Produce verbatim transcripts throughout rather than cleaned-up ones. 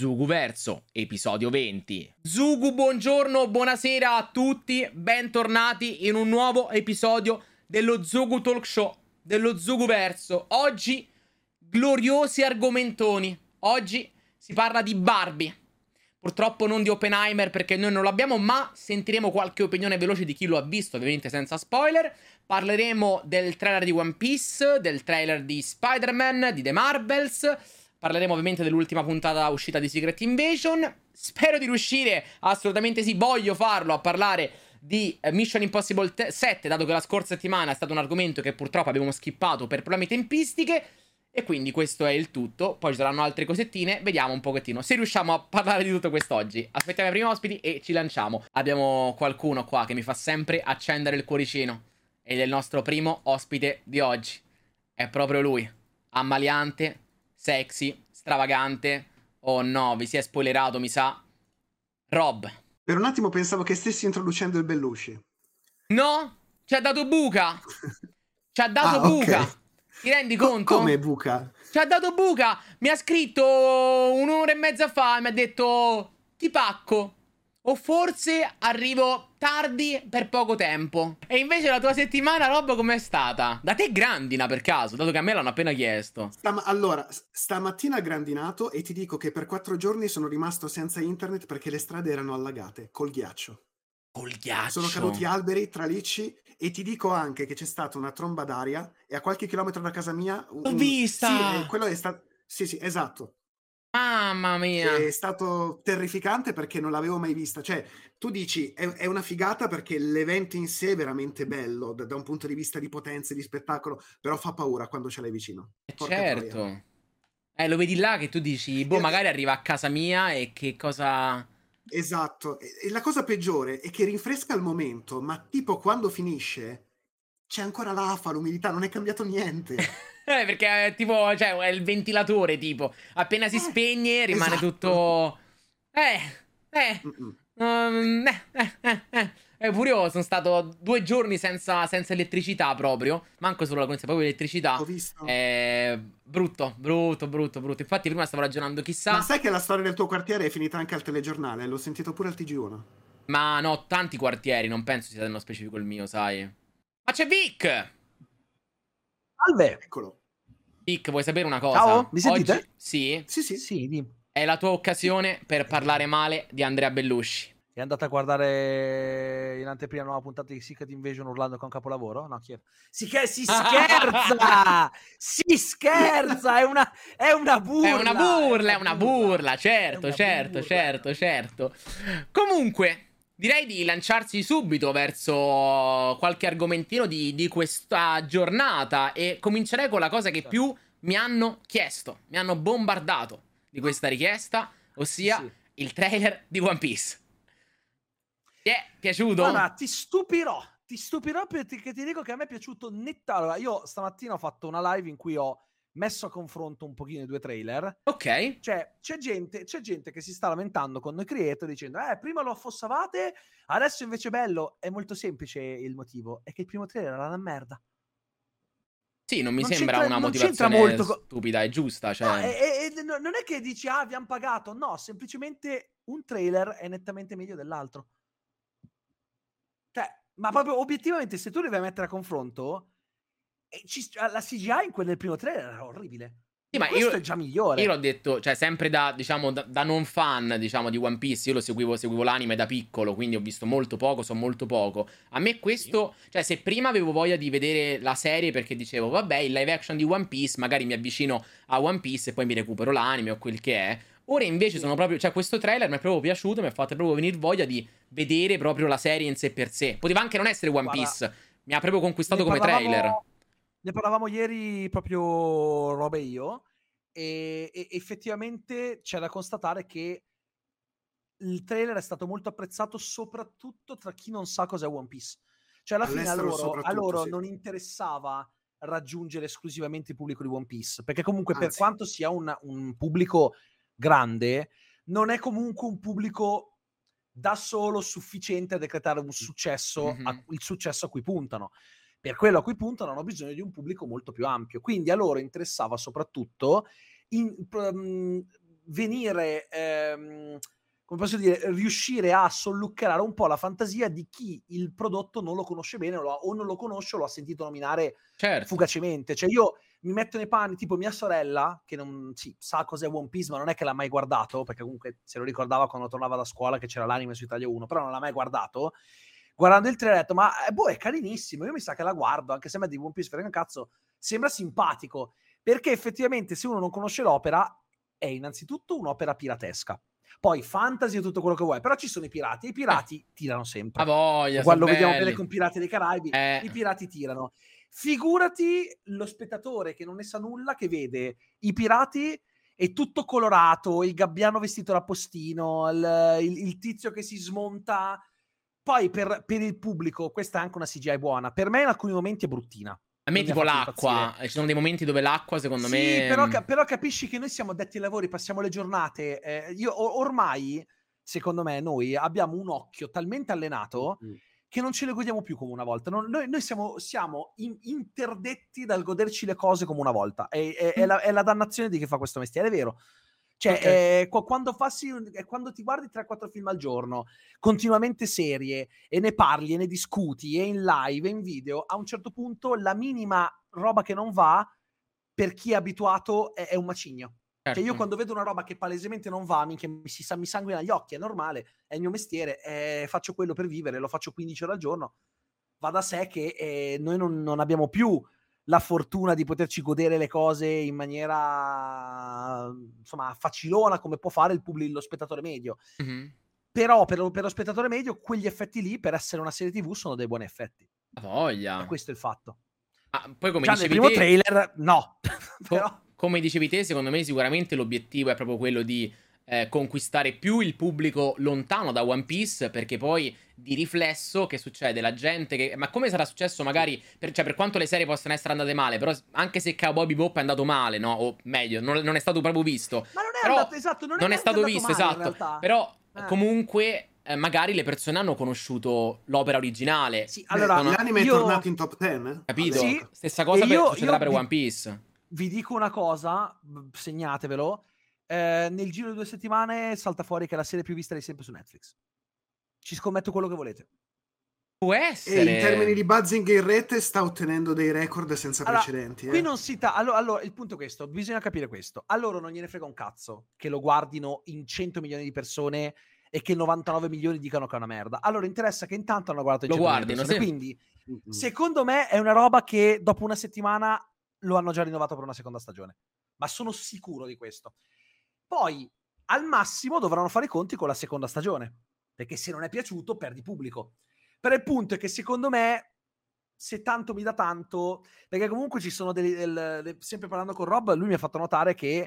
Zuguverso, episodio venti. Zugu, buongiorno, buonasera a tutti, bentornati in un nuovo episodio dello Zugu Talk Show, dello Zuguverso. Oggi, gloriosi argomentoni. Oggi si parla di Barbie. Purtroppo non di Oppenheimer perché noi non lo abbiamo, ma sentiremo qualche opinione veloce di chi lo ha visto, ovviamente senza spoiler. Parleremo del trailer di One Piece, del trailer di Spider-Man, di The Marvels. Parleremo ovviamente dell'ultima puntata uscita di Secret Invasion. Spero di riuscire, assolutamente sì, voglio farlo, a parlare di Mission Impossible sette, dato che la scorsa settimana è stato un argomento che purtroppo abbiamo skippato per problemi tempistiche. E quindi questo è il tutto. Poi ci saranno altre cosettine, vediamo un pochettino se riusciamo a parlare di tutto quest'oggi. Aspettiamo i primi ospiti e ci lanciamo. Abbiamo qualcuno qua che mi fa sempre accendere il cuoricino, ed è il nostro primo ospite di oggi. È proprio lui, ammaliante, sexy, stravagante. Oh no, vi si è spoilerato, mi sa. Rob. Per un attimo pensavo che stessi introducendo il Bellucci. No, ci ha dato buca. Ci ha dato ah, buca. Okay. Ti rendi Co- conto? Come buca? Ci ha dato buca. Mi ha scritto un'ora e mezza fa e mi ha detto ti pacco. O forse arrivo tardi per poco tempo. E invece la tua settimana, Rob, com'è stata? Da te grandina per caso, dato che a me l'hanno appena chiesto. Stam- allora, s- stamattina ha grandinato e ti dico che per quattro giorni sono rimasto senza internet perché le strade erano allagate, col ghiaccio. Col ghiaccio. Sono caduti alberi, tralicci, e ti dico anche che c'è stata una tromba d'aria e a qualche chilometro da casa mia... un- L'ho vista! Sì, eh, quello è stato... Sì, sì, esatto. Mamma mia. È stato terrificante perché non l'avevo mai vista. Cioè, tu dici, è, è una figata perché l'evento in sé è veramente bello, da, da un punto di vista di potenza e di spettacolo, però fa paura quando ce l'hai vicino. Eh, Porca certo. troia. Eh, lo vedi là che tu dici, boh, E- magari arriva a casa mia e che cosa... Esatto. E, e la cosa peggiore è che rinfresca il momento, ma tipo quando finisce c'è ancora l'afa, l'umidità, non è cambiato niente. Eh, perché è tipo, cioè, è il ventilatore, tipo. Appena si Eh, spegne rimane esatto. tutto... Eh, eh, Mm-mm. um, eh, eh, eh, eh. Eh, pure io sono stato due giorni senza, senza elettricità proprio. Manco solo la connessione, proprio elettricità. Ho visto. Eh, brutto, brutto, brutto, brutto. Infatti prima stavo ragionando, chissà... Ma sai che la storia del tuo quartiere è finita anche al telegiornale? L'ho sentito pure al T G uno. Ma no, tanti quartieri, non penso sia nello specifico il mio, sai. Ma c'è Vic! Salve! Eccolo. Vic, vuoi sapere una cosa? Ciao, mi sentite? Oggi, sì, Sì, sì. Sì, di- è la tua occasione per parlare male di Andrea Bellusci. è andata a guardare in anteprima la nuova puntata di Secret Invasion urlando con capolavoro? No, chiedo. Si, che, si scherza! Si scherza! È una, è una burla! È una burla, è una burla, certo, È una certo, burla. certo, certo. Comunque, direi di lanciarsi subito verso qualche argomentino di, di questa giornata e comincerei con la cosa che più mi hanno chiesto, mi hanno bombardato di questa richiesta, ossia Sì. il trailer di One Piece. Ti è piaciuto? Guarda, ti stupirò, ti stupirò perché ti dico che a me è piaciuto nettamente. Allora, io stamattina ho fatto una live in cui ho messo a confronto un pochino i due trailer. Ok. Cioè, c'è gente, c'è gente che si sta lamentando con noi creator dicendo eh, prima lo affossavate, adesso invece è bello. È molto semplice il motivo, è che il primo trailer era una merda. Sì, non mi Non sembra c'entra- una non c'entra motivazione molto co- stupida, è giusta, cioè... No, e, e- e no- non è che dici ah, abbiamo pagato, no, semplicemente un trailer è nettamente meglio dell'altro. Cioè, ma proprio obiettivamente, se tu devi mettere a confronto, eh, ci- la C G I in quel del primo trailer era orribile. Sì, ma Questo io, è già migliore. io l'ho detto, cioè, sempre da, diciamo, da, da non fan, diciamo, di One Piece. Io lo seguivo, seguivo l'anime da piccolo, quindi ho visto molto poco, so molto poco. A me questo, cioè, se prima avevo voglia di vedere la serie perché dicevo, vabbè, il live action di One Piece, magari mi avvicino a One Piece e poi mi recupero l'anime o quel che è. Ora invece Sì. sono proprio, cioè, questo trailer mi è proprio piaciuto, mi ha fatto proprio venire voglia di vedere proprio la serie in sé per sé. Poteva anche non essere One Guarda, Piece, mi ha proprio conquistato ne come parlavamo- trailer. Ne parlavamo ieri proprio Rob e io, e, e effettivamente c'è da constatare che il trailer è stato molto apprezzato soprattutto tra chi non sa cos'è One Piece. Cioè alla fine a All'estero loro, a soprattutto, loro sì. non interessava raggiungere esclusivamente il pubblico di One Piece, perché comunque per Anzi. quanto sia un, un pubblico grande, non è comunque un pubblico da solo sufficiente a decretare un successo, Mhm. a, il successo a cui puntano. Per quello a cui puntano hanno bisogno di un pubblico molto più ampio. Quindi a loro interessava soprattutto in, um, venire, ehm, come posso dire, riuscire a solluccherare un po' la fantasia di chi il prodotto non lo conosce bene o, lo ha, o non lo conosce o lo ha sentito nominare certo. fugacemente. Cioè io mi metto nei panni, tipo mia sorella, che non sì, sa cos'è One Piece, ma non è che l'ha mai guardato, perché comunque se lo ricordava quando tornava da scuola che c'era l'anime su Italia uno, però non l'ha mai guardato. Guardando il trailer ha detto, ma eh, boh, è carinissimo, io mi sa che la guardo, anche se a me di One Piece frega un cazzo, sembra simpatico, perché effettivamente se uno non conosce l'opera, è innanzitutto un'opera piratesca. Poi fantasy e tutto quello che vuoi, però ci sono i pirati, e i pirati eh. tirano sempre. A voglia, quando sono vediamo belli. bene con Pirati dei Caraibi, eh. i pirati tirano. Figurati lo spettatore che non ne sa nulla, che vede i pirati e tutto colorato, il gabbiano vestito da postino, il, il, il tizio che si smonta. Poi per, per il pubblico questa è anche una C G I buona, per me in alcuni momenti è bruttina. A me tipo l'acqua, ci sono dei momenti dove l'acqua secondo sì, me... Però, però capisci che noi siamo addetti ai lavori, passiamo le giornate, eh, io ormai, secondo me, noi abbiamo un occhio talmente allenato mm. che non ce le godiamo più come una volta. Non, noi, noi siamo, siamo in, interdetti dal goderci le cose come una volta. È, è, è, la, è la dannazione di chi fa questo mestiere, è vero. Cioè, okay. eh, quando, fassi, eh, quando ti guardi tre quattro film al giorno, continuamente serie, e ne parli, e ne discuti, e in live, e in video, a un certo punto la minima roba che non va, per chi è abituato, è, è un macigno. Certo. Cioè io quando vedo una roba che palesemente non va, mi, mi, si, mi sanguina gli occhi, è normale, è il mio mestiere, eh, faccio quello per vivere, lo faccio quindici ore al giorno. Va da sé che eh, noi non, non abbiamo più la fortuna di poterci godere le cose in maniera insomma facilona come può fare il pubblico, lo spettatore medio. Mm-hmm. Però per, per lo spettatore medio quegli effetti lì, per essere una serie tivù, sono dei buoni effetti. A voglia. E questo è il fatto. Ah, poi come già dicevi nel primo te, trailer no. Però... co- come dicevi te, secondo me sicuramente l'obiettivo è proprio quello di eh, conquistare più il pubblico lontano da One Piece, perché poi di riflesso che succede? La gente che... Ma come sarà successo magari... Per, cioè per quanto le serie possano essere andate male, però anche se Cowboy Bebop è andato male, no? O meglio, non, non è stato proprio visto. Ma non è però, andato, esatto, non è, non è stato visto, male, esatto. Però eh. comunque... Eh, magari le persone hanno conosciuto l'opera originale. Sì, allora, Beh, l'anime io... è tornato in top dieci. Capito? Sì, stessa cosa per, io, succederà io per vi, One Piece. Vi dico una cosa, segnatevelo. Eh, nel giro di due settimane salta fuori che è la serie più vista di sempre su Netflix. Ci scommetto quello che volete. Può essere. E in termini di buzzing in rete sta ottenendo dei record senza allora, precedenti. Qui eh. non si ta- allora, allora, il punto è questo, bisogna capire questo. A loro non gliene frega un cazzo che lo guardino in cento milioni di persone e che novantanove milioni dicano che è una merda. Allora interessa che intanto hanno guardato in lo cento milioni di persone. Sì. Quindi mm-hmm. secondo me è una roba che dopo una settimana lo hanno già rinnovato per una seconda stagione. Ma sono sicuro di questo. Poi al massimo dovranno fare i conti con la seconda stagione, perché se non è piaciuto perdi pubblico. Però il punto è che secondo me, se tanto mi dà tanto, perché comunque ci sono dei, del, del, sempre parlando con Rob, lui mi ha fatto notare che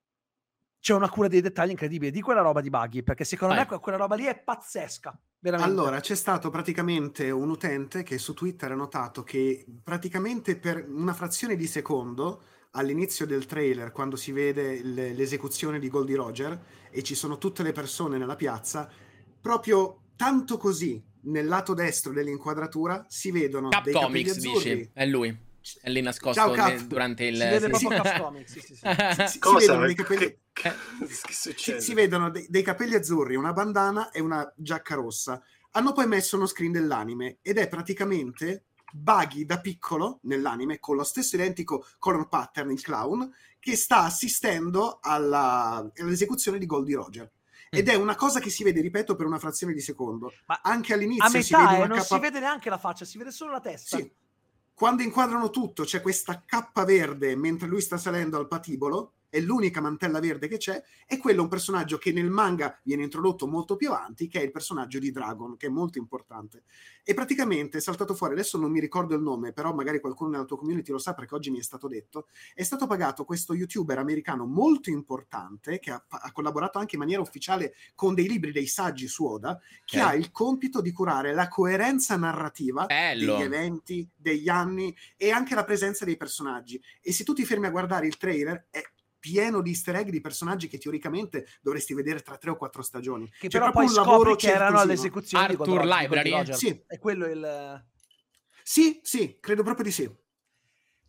c'è una cura dei dettagli incredibile di quella roba di Buggy, perché secondo Vai. me quella roba lì è pazzesca, veramente. Allora, c'è stato praticamente un utente che su Twitter ha notato che praticamente per una frazione di secondo, all'inizio del trailer, quando si vede le, l'esecuzione di Goldie Roger e ci sono tutte le persone nella piazza, proprio tanto così nel lato destro dell'inquadratura si vedono Cap dei capelli Comics, azzurri. dici? È lui. È lì nascosto Ciao, nel, durante il... Si vede sì, proprio sì. Cap Comics, sì, sì, sì. si, si, Cosa? si vedono dei capelli... Che, che succede? Si, si vedono dei, dei capelli azzurri, una bandana e una giacca rossa. Hanno poi messo uno screen dell'anime ed è praticamente Buggy da piccolo nell'anime con lo stesso identico color pattern, il clown, che sta assistendo alla, all'esecuzione di Goldie Roger. Ed è una cosa che si vede, ripeto, per una frazione di secondo. Ma anche all'inizio a metà, si vede una eh, non cappa... si vede neanche la faccia, si vede solo la testa. Sì. Quando inquadrano tutto c'è questa cappa verde mentre lui sta salendo al patibolo, è l'unica mantella verde che c'è, e quello è un personaggio che nel manga viene introdotto molto più avanti, che è il personaggio di Dragon, che è molto importante. E praticamente è saltato fuori, adesso non mi ricordo il nome, però magari qualcuno nella tua community lo sa perché oggi mi è stato detto, è stato pagato questo youtuber americano molto importante, che ha, ha collaborato anche in maniera ufficiale con dei libri, dei saggi su Oda, che okay. ha il compito di curare la coerenza narrativa Bello. degli eventi, degli anni e anche la presenza dei personaggi. E se tu ti fermi a guardare il trailer, è pieno di easter egg di personaggi che teoricamente dovresti vedere tra tre o quattro stagioni. Che C'è però poi un lavoro che erano all'esecuzione Arthur di Library. Sì. È quello il... Sì, sì, credo proprio di sì.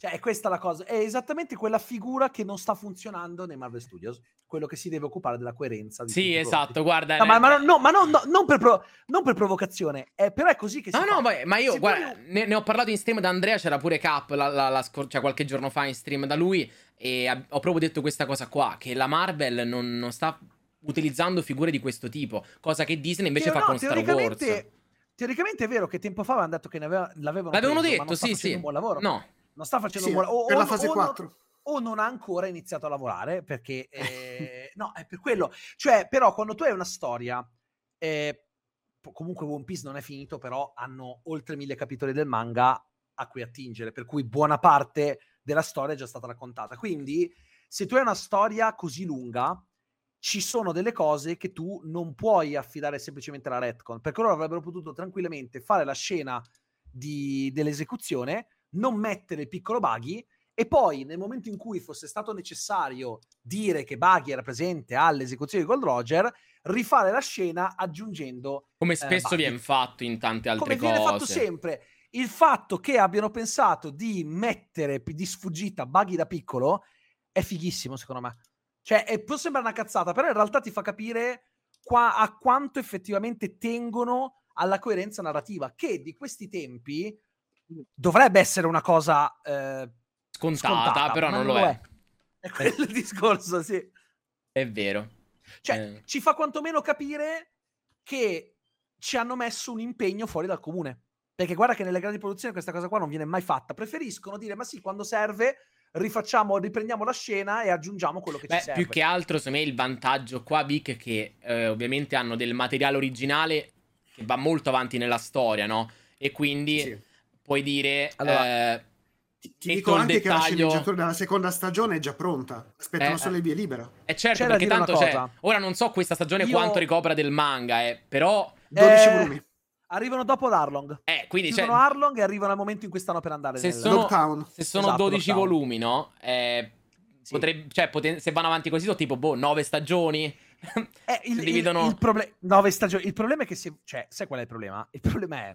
Cioè, è questa la cosa. È esattamente quella figura che non sta funzionando nei Marvel Studios. Quello che si deve occupare della coerenza. Di sì, esatto, guarda. No, ma, ma, no, ma no, no, non, per pro- non per provocazione, è, però è così che si no, fa. No, ma, ma io, Se guarda, tu... ne, ne ho parlato in stream da Andrea, c'era pure Cap, la, la, la scor- cioè qualche giorno fa in stream da lui, e ab- ho proprio detto questa cosa qua, che la Marvel non, non sta utilizzando figure di questo tipo, cosa che Disney invece Teo- fa no, con Star Wars. Teoricamente è vero che tempo fa avevano detto che ne aveva, l'avevano L'avevano preso, detto, ma non sta sì, facendo sì. un buon lavoro. No. Non sta facendo Sì, un buon lavoro. per O, la fase o, quattro. Non, o non ha ancora iniziato a lavorare, perché... Eh, no, è per quello. Cioè, però, quando tu hai una storia... Eh, comunque One Piece non è finito, però hanno oltre mille capitoli del manga a cui attingere, per cui buona parte della storia è già stata raccontata. Quindi, se tu hai una storia così lunga, ci sono delle cose che tu non puoi affidare semplicemente alla retcon, perché loro avrebbero potuto tranquillamente fare la scena di, dell'esecuzione, non mettere il piccolo Buggy, e poi nel momento in cui fosse stato necessario dire che Buggy era presente all'esecuzione di Gold Roger, rifare la scena aggiungendo come eh, spesso Buggy. viene fatto in tante altre come cose. Come viene fatto sempre. Il fatto che abbiano pensato di mettere di sfuggita Buggy da piccolo è fighissimo, secondo me. Cioè, è, può sembrare una cazzata, però in realtà ti fa capire qua, a quanto effettivamente tengono alla coerenza narrativa, che di questi tempi dovrebbe essere una cosa eh, scontata, scontata, però ma non non lo è. È, è quello il discorso, sì. È vero. Cioè, eh. ci fa quantomeno capire che ci hanno messo un impegno fuori dal comune. Perché guarda che nelle grandi produzioni questa cosa qua non viene mai fatta. Preferiscono dire, ma sì, quando serve rifacciamo, riprendiamo la scena e aggiungiamo quello che Beh, ci serve. più che altro, secondo me, il vantaggio qua, Vic, è che eh, ovviamente hanno del materiale originale che va molto avanti nella storia, no? E quindi sì. puoi dire... Allora, eh, ti, ti dico anche dettaglio... che la sceneggiatura della seconda stagione è già pronta. Aspettano eh, solo il via libera. Eh certo, c'è perché da dire tanto una c'è... cosa. Ora non so questa stagione Io... quanto ricopra del manga, eh, però... dodici eh, volumi. Arrivano dopo l'Arlong. Eh, quindi Chiudono cioè, Arlong e arrivano al momento in cui stanno per andare se nel... sono, Dogtown. se sono Esatto, dodici Dogtown. volumi, no? Eh, Sì. potrebbe, cioè, poten- se vanno avanti così, sono tipo, boh, nove stagioni. Eh, il, Si dividono... il, il, proble- nove stagioni. Il problema è che si... Cioè, sai qual è il problema? Il problema è...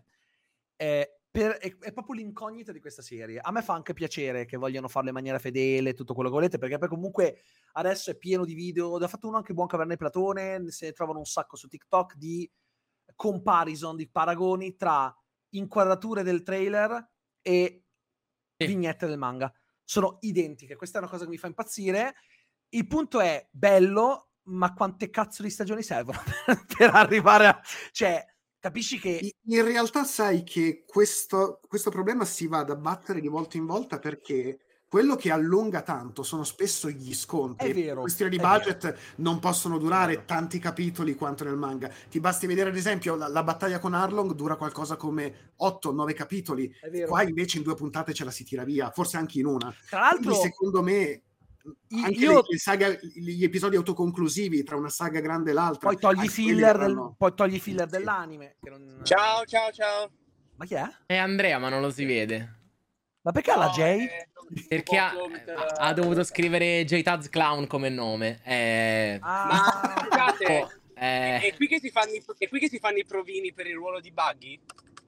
è, per, è, è proprio l'incognita di questa serie. A me fa anche piacere che vogliano farlo in maniera fedele, tutto quello che volete, perché poi comunque adesso è pieno di video. Ha fatto uno anche Buon Caverna e Platone, se ne trovano un sacco su TikTok di comparison, di paragoni tra inquadrature del trailer e Sì. vignette del manga. Sono identiche. Questa è una cosa che mi fa impazzire. Il punto è bello, ma quante cazzo di stagioni servono per arrivare a... Cioè, capisci che... In realtà sai che questo, questo problema si va ad abbattere di volta in volta, perché quello che allunga tanto sono spesso gli scontri. È vero, Per questione di è budget vero. non possono durare Vero. tanti capitoli quanto nel manga. Ti basti vedere ad esempio la, la battaglia con Arlong dura qualcosa come otto nove capitoli. È vero. Qua invece in due puntate ce la si tira via, forse anche in una. Tra l'altro, quindi secondo me anche io... le, le saga, gli episodi autoconclusivi tra una saga grande e l'altra, poi togli i filler, del, poi togli filler sì. dell'anime che non... Ciao ciao ciao. Ma chi è? È Andrea, ma non lo si vede. Ma perché ha la J? Eh, Perché ha, mettere... ha dovuto scrivere J-Taz Clown come nome. Eh... Ah, Ma scusate, oh, eh... è, qui che si fanno i, è qui che si fanno i provini per il ruolo di Buggy?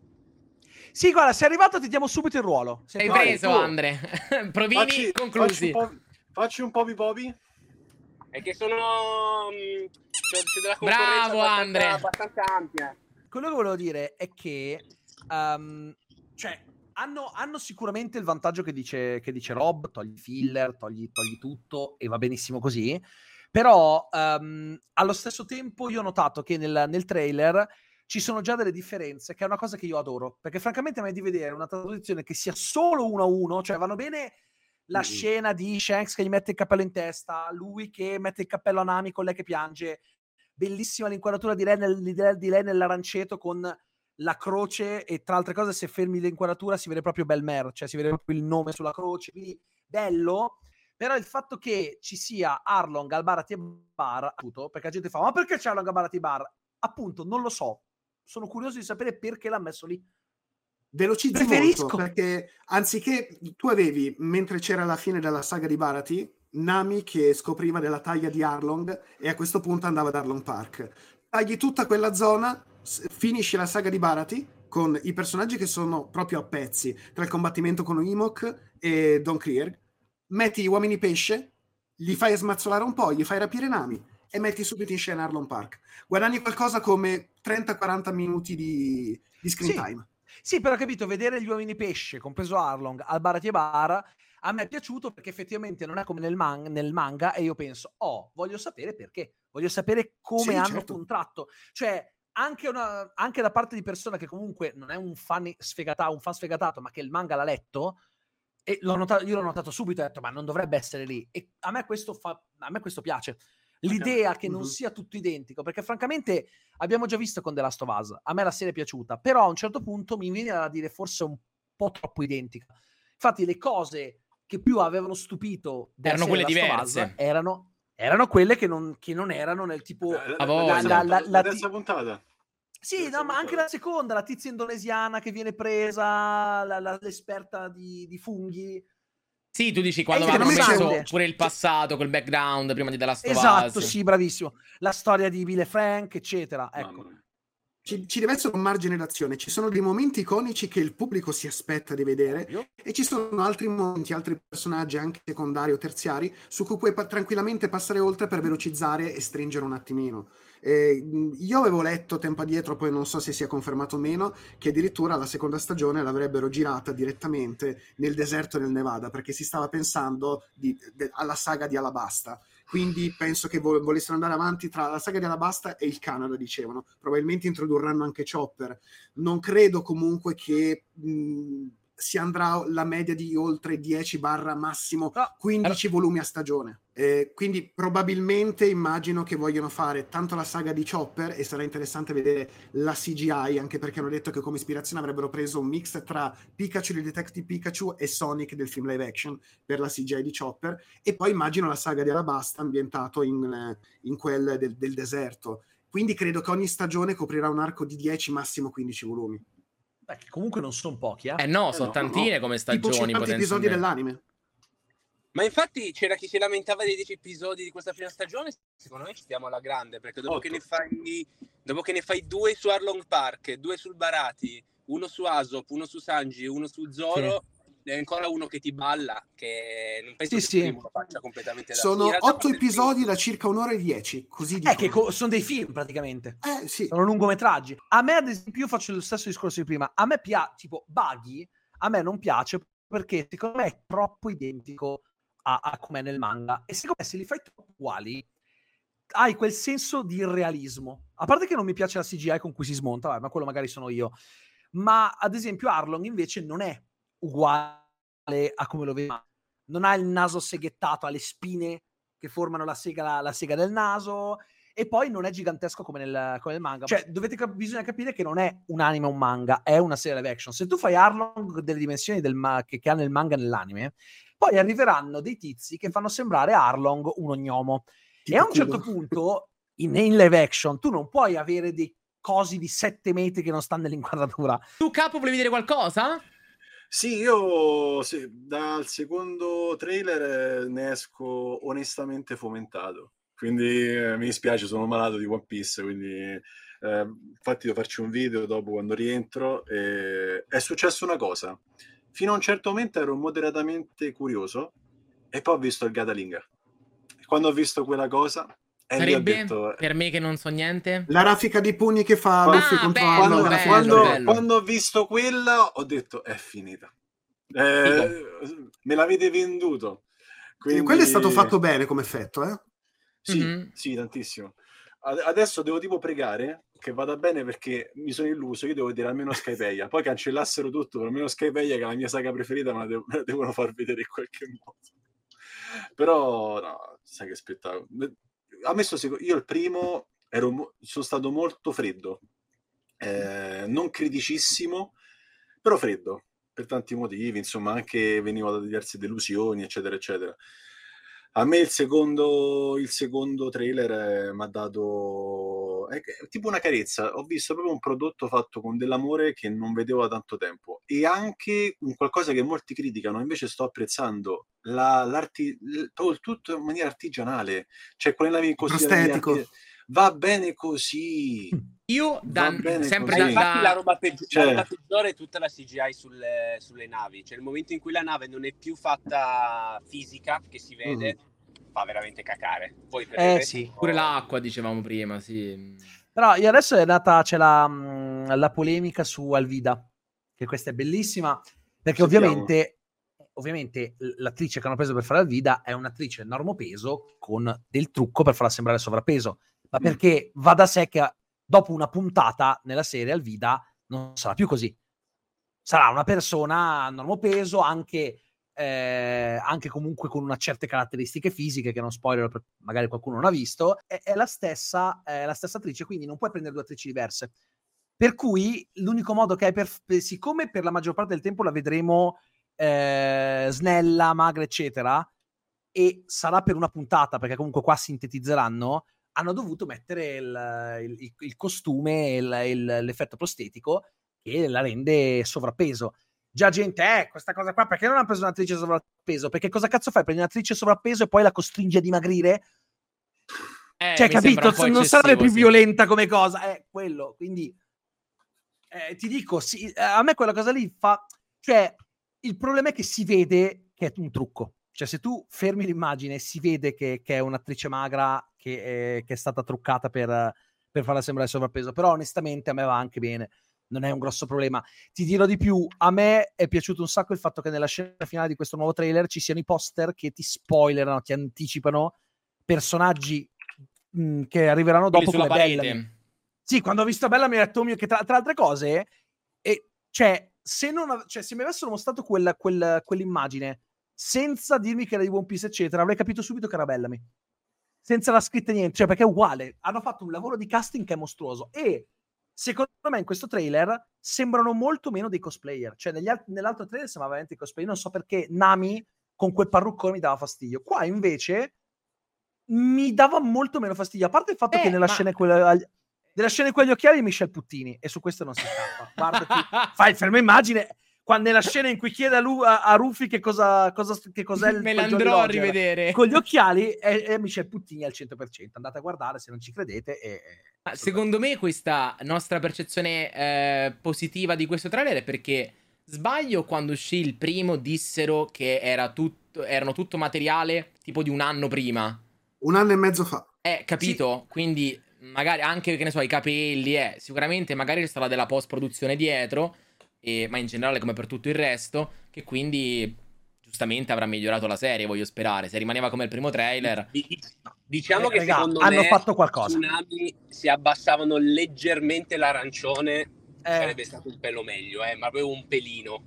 sì, guarda, sei arrivato, ti diamo subito il ruolo. Sei Sei preso, tu. Andre. Provini Facci, conclusi. Facci un, po', facci un po' Bobby. È che sono... Mh, c'è, c'è della concorrenza Bravo, abbastanza, Andre. abbastanza ampia. Quello che volevo dire è che... Um, cioè... Hanno, hanno sicuramente il vantaggio che dice, che dice Rob, togli filler, togli, togli tutto e va benissimo così, però um, allo stesso tempo io ho notato che nel, nel trailer ci sono già delle differenze, che è una cosa che io adoro, perché francamente a me di vedere una traduzione che sia solo uno a uno, cioè vanno bene la mm-hmm. scena di Shanks che gli mette il cappello in testa, lui che mette il cappello a Nami con lei che piange, bellissima l'inquadratura di lei, nel, di lei nell'aranceto con... la croce, e tra altre cose se fermi l'inquadratura si vede proprio Belmer, cioè si vede proprio il nome sulla croce, quindi bello. Però il fatto che ci sia Arlong, Albarati e Bar, perché la gente fa ma perché c'è Arlong, Albarati e Bar? Appunto, non lo so, sono curioso di sapere perché l'ha messo lì. Velocizzi Preferisco. molto, perché anziché tu avevi, mentre c'era la fine della saga di Barati, Nami che scopriva della taglia di Arlong e a questo punto andava ad Arlong Park. Tagli tutta quella zona, finisci la saga di Barati con i personaggi che sono proprio a pezzi, tra il combattimento con Imok e Don Krieg, metti gli uomini pesce, li fai smazzolare un po', gli fai rapire Nami e metti subito in scena Arlong Park. Guadagni qualcosa come trenta quaranta minuti di, di screen Sì. time. Sì, però ho capito, vedere gli uomini pesce, compreso Arlong, al Barati e Bar, a me è piaciuto perché effettivamente non è come nel, man- nel manga e io penso, oh, voglio sapere perché, voglio sapere come Sì, hanno certo. contratto. Cioè, anche, una, anche da parte di persona che comunque non è un fan sfegatato, un fan sfegatato, ma che il manga l'ha letto, e l'ho notato, io l'ho notato subito e ho detto, ma non dovrebbe essere lì. E a me questo, fa, a me questo piace. L'idea che non Mhm. sia tutto identico, perché francamente abbiamo già visto con The Last of Us, a me la serie è piaciuta, però a un certo punto mi viene da dire forse un po' troppo identica. Infatti le cose che più avevano stupito della Erano serie quelle The Last of Us diverse. erano, erano quelle che non, che non erano nel tipo... La, A la, voglia. la, terza La- la- puntata- la- la la terza ti- puntata. Sì, Terza no, ma anche puntata. la seconda, la tizia indonesiana che viene presa, la- la- l'esperta di, di funghi. Sì, tu dici quando È avevano messo interessante. pure il passato, col background prima di The Last of Us. Esatto, sì, bravissimo. La storia di Bill e Frank, eccetera. Ecco. Mamma mia. Ci, ci deve essere un margine d'azione, ci sono dei momenti iconici che il pubblico si aspetta di vedere Ovvio. e ci sono altri momenti, altri personaggi anche secondari o terziari su cui puoi pa- tranquillamente passare oltre per velocizzare e stringere un attimino. Eh, mh, io avevo letto tempo addietro, poi non so se sia confermato o meno, che addirittura la seconda stagione l'avrebbero girata direttamente nel deserto del Nevada perché si stava pensando di- de- alla saga di Alabasta. Quindi penso che vo- volessero andare avanti tra la saga di Alabasta e il Canada, dicevano. Probabilmente introdurranno anche Chopper. Non credo comunque che mh, si andrà la media di oltre dieci barra massimo No, quindici volumi a stagione. Eh, quindi probabilmente immagino che vogliono fare tanto la saga di Chopper e sarà interessante vedere la C G I, anche perché hanno detto che come ispirazione avrebbero preso un mix tra Pikachu di Detective Pikachu e Sonic del film live action per la C G I di Chopper, e poi immagino la saga di Alabasta ambientato in, eh, in quel del, del deserto. Quindi credo che ogni stagione coprirà un arco di dieci, massimo quindici volumi. beh, che comunque non sono pochi, eh. Eh no, Eh sono no, tantine no. come Tipo stagioni cinquanta episodi potenzialmente. dell'anime. Ma infatti c'era chi si lamentava dei dieci episodi di questa prima stagione. Secondo me ci stiamo alla grande, perché dopo che Otto. ne fai dopo che ne fai due su Arlong Park, due sul Barati, uno su Aesop, uno su Sanji, uno su Zoro, è ancora uno che ti balla, che non penso Sì, che sì. il primo lo faccia completamente da Sono in realtà otto forse il episodi primo. da circa un'ora e dieci, così È dicono. che co- sono dei film praticamente. Eh sì, Sono lungometraggi. A me, ad esempio, io faccio lo stesso discorso di prima. A me piace, tipo, Buggy, a me non piace perché secondo me è troppo identico a, a com'è nel manga. E secondo me se li fai troppo uguali, hai quel senso di irrealismo. A parte che non mi piace la C G I con cui si smonta, vabbè, ma quello magari sono io. Ma ad esempio Arlong invece non è uguale a come lo vedi. Non ha il naso seghettato, ha le spine che formano la sega, la sega del naso, e poi non è gigantesco come nel, come nel manga. Cioè, dovete cap- bisogna capire che non è un anime o un manga, è una serie live action. Se tu fai Arlong delle dimensioni del ma- che, che ha nel manga e nell'anime, poi arriveranno dei tizi che fanno sembrare Arlong un ognomo. tipo e a un Kubo. certo punto, in, in live action, tu non puoi avere dei cosi di sette metri che non stanno nell'inquadratura. Tu, Capo, volevi dire qualcosa? Sì, io sì, dal secondo trailer eh, ne esco onestamente fomentato. Quindi eh, mi dispiace, sono malato di One Piece, quindi eh, infatti devo farci un video dopo quando rientro. E è successa una cosa. Fino a un certo momento ero moderatamente curioso e poi ho visto il Gatalinga. Quando ho visto quella cosa, e lì ho Sarebbe detto... per me che non so niente. La raffica di pugni che fa Ah, Luffy contro bello, Arlong quando, alla bello, fine del quando- gioco. bello. quando ho visto quella ho detto è finita. Eh, me l'avete venduto. Quindi... Quello è stato fatto bene come effetto, eh? Sì, Mhm. sì, tantissimo. Ad- Adesso devo tipo pregare che vada bene perché mi sono illuso, io devo dire almeno Skypeia, poi cancellassero tutto, per almeno Skypeia che è la mia saga preferita me la, devo- me la devono far vedere in qualche modo. Però no, sai che spettacolo. A me sto sec- io il primo ero mo- sono stato molto freddo, eh, non criticissimo, però freddo per tanti motivi, insomma, anche venivo da diverse delusioni, eccetera, eccetera. A me il secondo, il secondo trailer mi ha dato è, è tipo una carezza. Ho visto proprio un prodotto fatto con dell'amore che non vedevo da tanto tempo, e anche un qualcosa che molti criticano, invece sto apprezzando la, l'arti, il, proprio il tutto in maniera artigianale, cioè con la Prostetico. va bene così. Io da, sempre Ma da, infatti da... la roba, peggi- Cioè- la roba peggiore è tutta la C G I sulle, sulle navi. Cioè il momento in cui la nave non è più fatta fisica, che si vede, mm. fa veramente cacare. Poi per Eh il resto, sì. Pure l'acqua, dicevamo prima, sì. Però io adesso è nata, c'è la, mh, la polemica su Alvida, che questa è bellissima, perché Sentiamo. ovviamente, ovviamente l'attrice che hanno preso per fare Alvida è un'attrice normopeso con del trucco per farla sembrare sovrappeso, ma perché va da sé che dopo una puntata nella serie Alvida non sarà più così. Sarà una persona normopeso, anche, eh, anche comunque con una certe caratteristiche fisiche, che non spoiler, per magari qualcuno non ha visto, è, è la stessa, è la stessa attrice, quindi non puoi prendere due attrici diverse. Per cui l'unico modo che hai per, siccome per la maggior parte del tempo la vedremo eh, snella, magra, eccetera, e sarà per una puntata, perché comunque qua sintetizzeranno, hanno dovuto mettere il, il, il costume e il, il, l'effetto prostetico che la rende sovrappeso. Già gente, eh, questa cosa qua, perché non hanno preso un'attrice sovrappeso? Perché cosa cazzo fai? Prendi un'attrice sovrappeso e poi la costringi a dimagrire? Eh, cioè, mi capito? sembra un po' Non sarebbe più sì. violenta come cosa. È eh, quello, quindi... Eh, ti dico, sì, a me quella cosa lì fa... Cioè, il problema è che si vede che è un trucco. Cioè, se tu fermi l'immagine, si vede che, che è un'attrice magra che è, che è stata truccata per, per farla sembrare sovrappeso. Però, onestamente, a me va anche bene. Non è un grosso problema. Ti dirò di più, a me è piaciuto un sacco il fatto che nella scena finale di questo nuovo trailer ci siano i poster che ti spoilerano, ti anticipano personaggi mh, che arriveranno Quelli dopo sulla come parete. Bellamy. Sì, quando ho visto Bellamy ho detto, oh mio, che tra, tra altre cose, e, cioè, se, non ave- cioè, se mi avessero mostrato quella, quella, quell'immagine senza dirmi che era di One Piece, eccetera, avrei capito subito che era Bellamy. Senza la scritta niente, cioè, perché è uguale. Hanno fatto un lavoro di casting che è mostruoso. E secondo me in questo trailer sembrano molto meno dei cosplayer. Cioè, negli al- nell'altro trailer sembrava veramente i cosplayer. Non so perché Nami con quel parruccone mi dava fastidio. Qua invece mi dava molto meno fastidio. A parte il fatto Eh, che nella ma... scena quella, nella scena quegli occhiali Michel Puttini, e su questo non si scappa. Guardati, fai il fermo immagine. Quando nella scena in cui chiede a, Lu, a, a Rufy che cosa, cosa che cos'è il Me quel l'andrò Jolly a Roger, rivedere. con gli occhiali è, è Michel Puttini al cento per cento. Andate a guardare se non ci credete. E, Ma secondo me questa nostra percezione eh, positiva di questo trailer è perché sbaglio, quando uscì il primo dissero che era tutto, erano tutto materiale tipo di un anno prima. Un anno e mezzo fa. Eh, capito? Sì. Quindi magari anche, che ne so, i capelli, eh, sicuramente magari c'è stata della post-produzione dietro, e, ma in generale come per tutto il resto, che quindi giustamente avrà migliorato la serie, voglio sperare. Se rimaneva come il primo trailer... Diciamo eh, che regà, secondo hanno me fatto qualcosa. Tsunami, se abbassavano leggermente l'arancione, eh. sarebbe stato un pelo meglio, eh, ma proprio un pelino.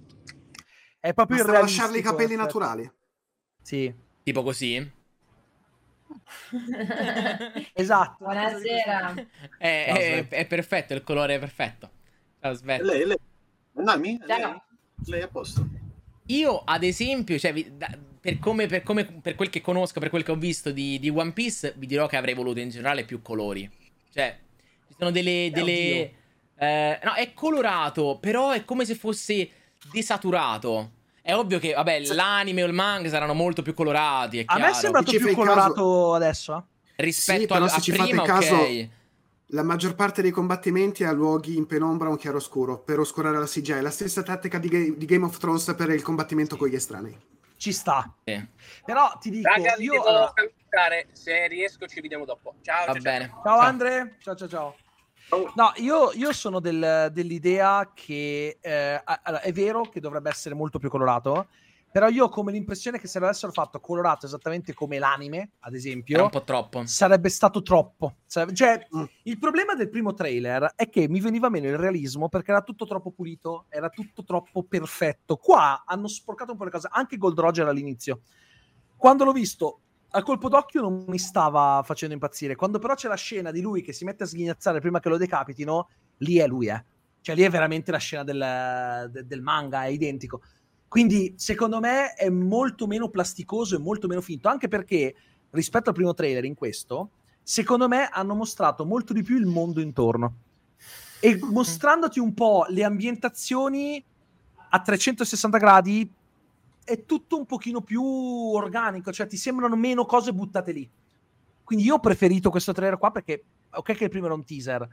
È proprio Basta irrealistico. lasciarli i capelli aspetta. naturali. Sì. Tipo così? Esatto. Buonasera. È, Ciao, è, Sveb. è perfetto, il colore è perfetto. Ciao, Sveb. Lei, lei. Nami? Ciao. Lei? Lei è a posto. Io, ad esempio, cioè, vi- da- per, come, per, come, per quel che conosco, per quel che ho visto di, di One Piece, vi dirò che avrei voluto in generale più colori. Cioè, ci sono delle... delle eh, no, è colorato, però è come se fosse desaturato. È ovvio che, vabbè, Se- l'anime o il manga saranno molto più colorati, è A chiaro. me è sembrato Ci più fai colorato caso- adesso. Eh? Rispetto Sì, però al- se a ci fate prima, caso, ok. la maggior parte dei combattimenti ha luoghi in penombra o in chiaroscuro per oscurare la C G I. È la stessa tattica di, Ga- di Game of Thrones per il combattimento con gli estranei. Ci sta. Sì. Però ti dico, Raga, vi io... devo allora- salutare. Se riesco ci vediamo dopo. Ciao. Va ciao, bene. ciao. Ciao Andre, ciao ciao ciao. No, io, io sono del- dell'idea che eh, allora, è vero che dovrebbe essere molto più colorato, però io ho come l'impressione che se l'avessero fatto colorato esattamente come l'anime, ad Era esempio, un po' troppo. sarebbe stato troppo. Sarebbe- cioè, Mm. il problema del primo trailer è che mi veniva meno il realismo perché era tutto troppo pulito, era tutto troppo perfetto. Qua hanno sporcato un po' le cose, anche Gold Roger all'inizio. Quando l'ho visto a colpo d'occhio non mi stava facendo impazzire. Quando però c'è la scena di lui che si mette a sghignazzare prima che lo decapitino, lì è lui, eh. Cioè lì è veramente la scena del, de- del manga, è identico. Quindi secondo me è molto meno plasticoso e molto meno finto, anche perché rispetto al primo trailer in questo, secondo me hanno mostrato molto di più il mondo intorno. E mostrandoti un po' le ambientazioni a trecentosessanta gradi è tutto un pochino più organico, cioè ti sembrano meno cose buttate lì. Quindi io ho preferito questo trailer qua perché, ok che il primo era un teaser,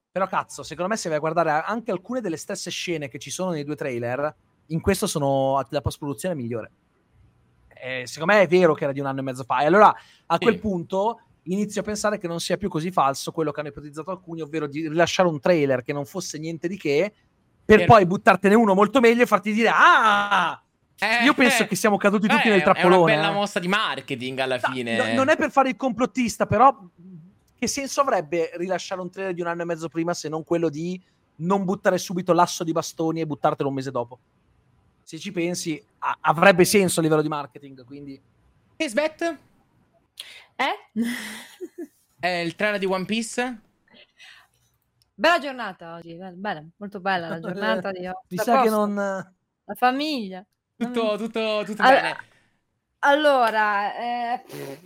Però cazzo, secondo me se vai a guardare anche alcune delle stesse scene che ci sono nei due trailer, in questo sono la post-produzione migliore. Eh, secondo me è vero che era di un anno e mezzo fa. E allora a quel Sì. punto inizio a pensare che non sia più così falso quello che hanno ipotizzato alcuni, ovvero di rilasciare un trailer che non fosse niente di che, per Per- poi buttartene uno molto meglio e farti dire ah! Eh, Io penso eh. che siamo caduti tutti Eh, nel È una trappolone. bella eh. mossa di marketing alla No, fine. no, non è per fare il complottista, però che senso avrebbe rilasciare un trailer di un anno e mezzo prima se non quello di non buttare subito l'asso di bastoni e buttartelo un mese dopo? Se ci pensi, a- avrebbe senso a livello di marketing, quindi... E Svet? Eh? È il trailer di One Piece? Bella giornata oggi, bella, bella, molto bella la giornata di oggi. Mi A sa che posto, non... la famiglia. Tutto, tutto, tutto All- bene. Allora, eh,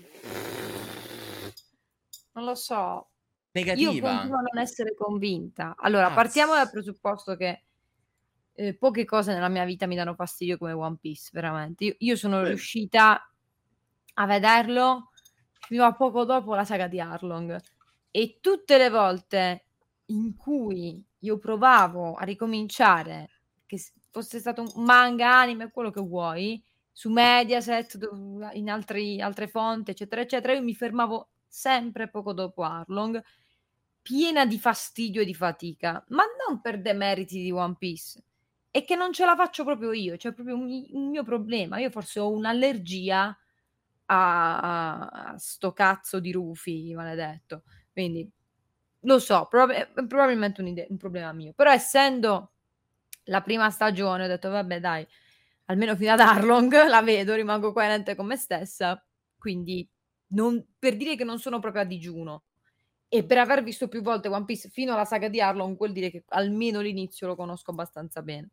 non lo so. Io Negativa. continuo a non essere convinta. Allora, Cazzo. partiamo dal presupposto che eh, poche cose nella mia vita mi danno fastidio come One Piece, veramente. Io, io sono Bene. riuscita a vederlo fino a poco dopo la saga di Arlong e tutte le volte in cui io provavo a ricominciare, che s- fosse stato un manga, anime, quello che vuoi, su Mediaset, do- in altri, altre fonti, eccetera, eccetera, io mi fermavo sempre poco dopo Arlong, piena di fastidio e di fatica, ma non per demeriti di One Piece, è che non ce la faccio proprio io, cioè proprio un, mi- un mio problema. Io forse ho un'allergia a, a- a sto cazzo di Rufy, maledetto. Quindi lo so, prob- è probabilmente un, ide- un problema mio. Però essendo la prima stagione ho detto vabbè dai, almeno fino ad Arlong la vedo, rimango coerente con me stessa. Quindi non- per dire che non sono proprio a digiuno. E per aver visto più volte One Piece fino alla saga di Arlong vuol dire che almeno l'inizio lo conosco abbastanza bene.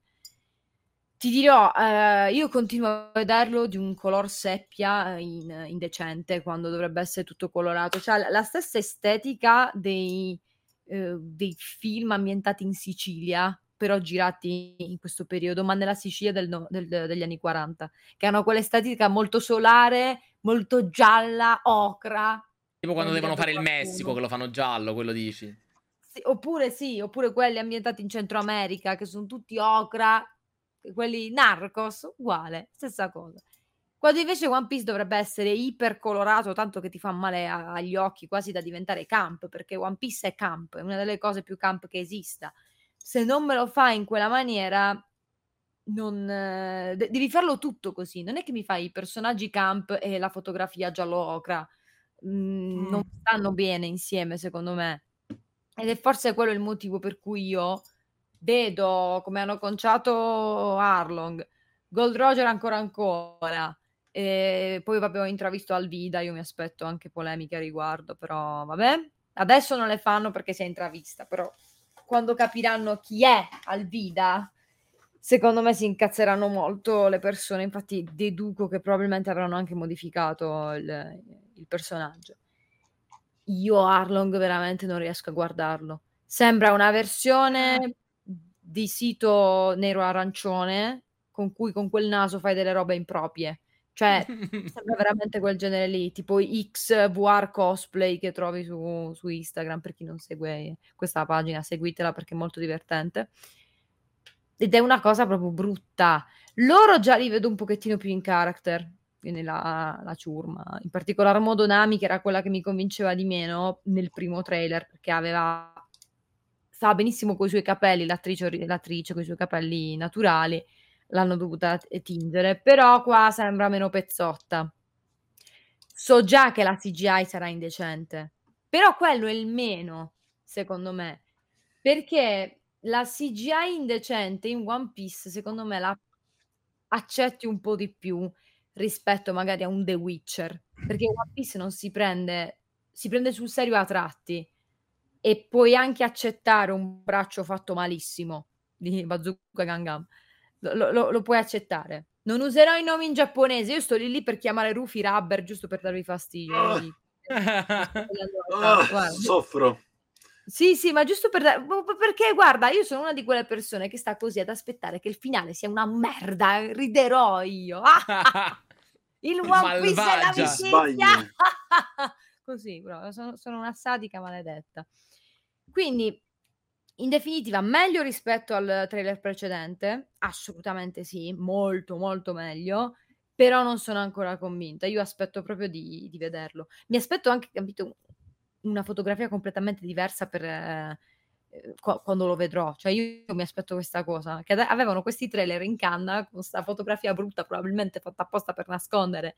Ti dirò, eh, io continuo a vederlo di un color seppia eh, in- indecente quando dovrebbe essere tutto colorato. Cioè la- la stessa estetica dei, eh, dei film ambientati in Sicilia, però girati in questo periodo, ma nella Sicilia del no- del- degli anni quaranta, che hanno quell'estetica molto solare, molto gialla, ocra. Tipo quando come devono direbbe fare il qualcuno. Messico, che lo fanno giallo, quello dici. Sì, oppure sì, oppure quelli ambientati in Centro America, che sono tutti ocra, quelli Narcos, uguale, stessa cosa. Quando invece One Piece dovrebbe essere ipercolorato, tanto che ti fa male a- agli occhi, quasi da diventare camp, perché One Piece è camp, è una delle cose più camp che esista. Se non me lo fai in quella maniera, non, eh, de- devi farlo tutto così. Non è che mi fai i personaggi camp e la fotografia giallo-ocra. Mm, non Mm. stanno bene insieme, secondo me. Ed è forse quello il motivo per cui io vedo come hanno conciato Arlong, Gold Roger ancora ancora, e poi vabbè ho intravisto Alvida, io mi aspetto anche polemiche a riguardo, però vabbè, adesso non le fanno perché si è intravista, però quando capiranno chi è Alvida, secondo me si incazzeranno molto le persone, infatti deduco che probabilmente avranno anche modificato il, il personaggio. Io Arlong veramente non riesco a guardarlo. Sembra una versione di sito nero-arancione con cui con quel naso fai delle robe improprie. Cioè, sembra veramente quel genere lì, tipo X V R cosplay che trovi su, su Instagram, per chi non segue questa pagina, seguitela perché è molto divertente. Ed è una cosa proprio brutta. Loro già li vedo un pochettino più in character, quindi la, la ciurma, in particolar modo Nami, che era quella che mi convinceva di meno nel primo trailer, perché aveva stava benissimo con i suoi capelli, l'attrice, l'attrice con i suoi capelli naturali, l'hanno dovuta tingere, però qua sembra meno pezzotta. So già che la C G I sarà indecente, però quello è il meno, secondo me, perché la C G I indecente in One Piece, secondo me, la accetti un po' di più rispetto magari a un The Witcher, perché One Piece non si prende si prende sul serio a tratti e puoi anche accettare un braccio fatto malissimo di Bazooka Gangam, lo, lo, lo puoi accettare. Non userò i nomi in giapponese, io sto lì lì per chiamare Rufy Rubber giusto per darvi fastidio, ve lo dico. Ah, Guarda. soffro. Sì, sì, ma giusto per da- p- perché guarda, io sono una di quelle persone che sta così ad aspettare che il finale sia una merda, riderò io. Ah! Il One Piece è Malvagia. l'amicizia. Sbagli. Così, bro, sono, sono una sadica maledetta. Quindi In definitiva, meglio rispetto al trailer precedente, assolutamente sì, molto, molto meglio, però non sono ancora convinta. Io aspetto proprio di di vederlo. Mi aspetto anche, capito, una fotografia completamente diversa per ehm, qua quando lo vedrò. Cioè io mi aspetto questa cosa, che ade avevano questi trailer in canna con 'sta fotografia brutta, probabilmente fatta apposta per nascondere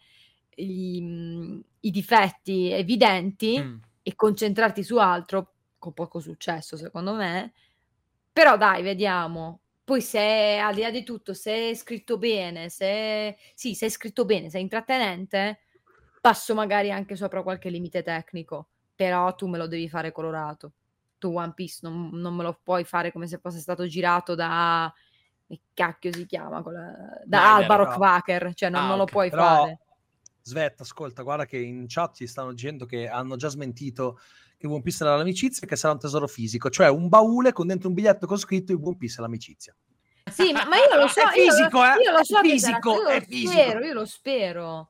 i mhmm, i difetti evidenti Mh. e concentrarti su altro, con poco successo secondo me. Però dai, vediamo. Poi se al di là di tutto, se è scritto bene, se sì, se è scritto bene, se è intrattenente, passo magari anche sopra qualche limite tecnico, però tu me lo devi fare colorato. Tu One Piece non non me lo puoi fare come se fosse stato girato da che cacchio si chiama quella da No, è Alba vero. Rockbacker, cioè non Ah, non lo ok. puoi Però fare. Svet, ascolta, guarda che in chat ci stanno dicendo che hanno già smentito che One Piece era l'amicizia e che sarà un tesoro fisico, cioè un baule con dentro un biglietto con scritto il One Piece è l'amicizia. Sì, ma ma io lo so, È io lo fisico, eh? io lo È so che sarà fisico, io è lo fisico. spero, io lo spero.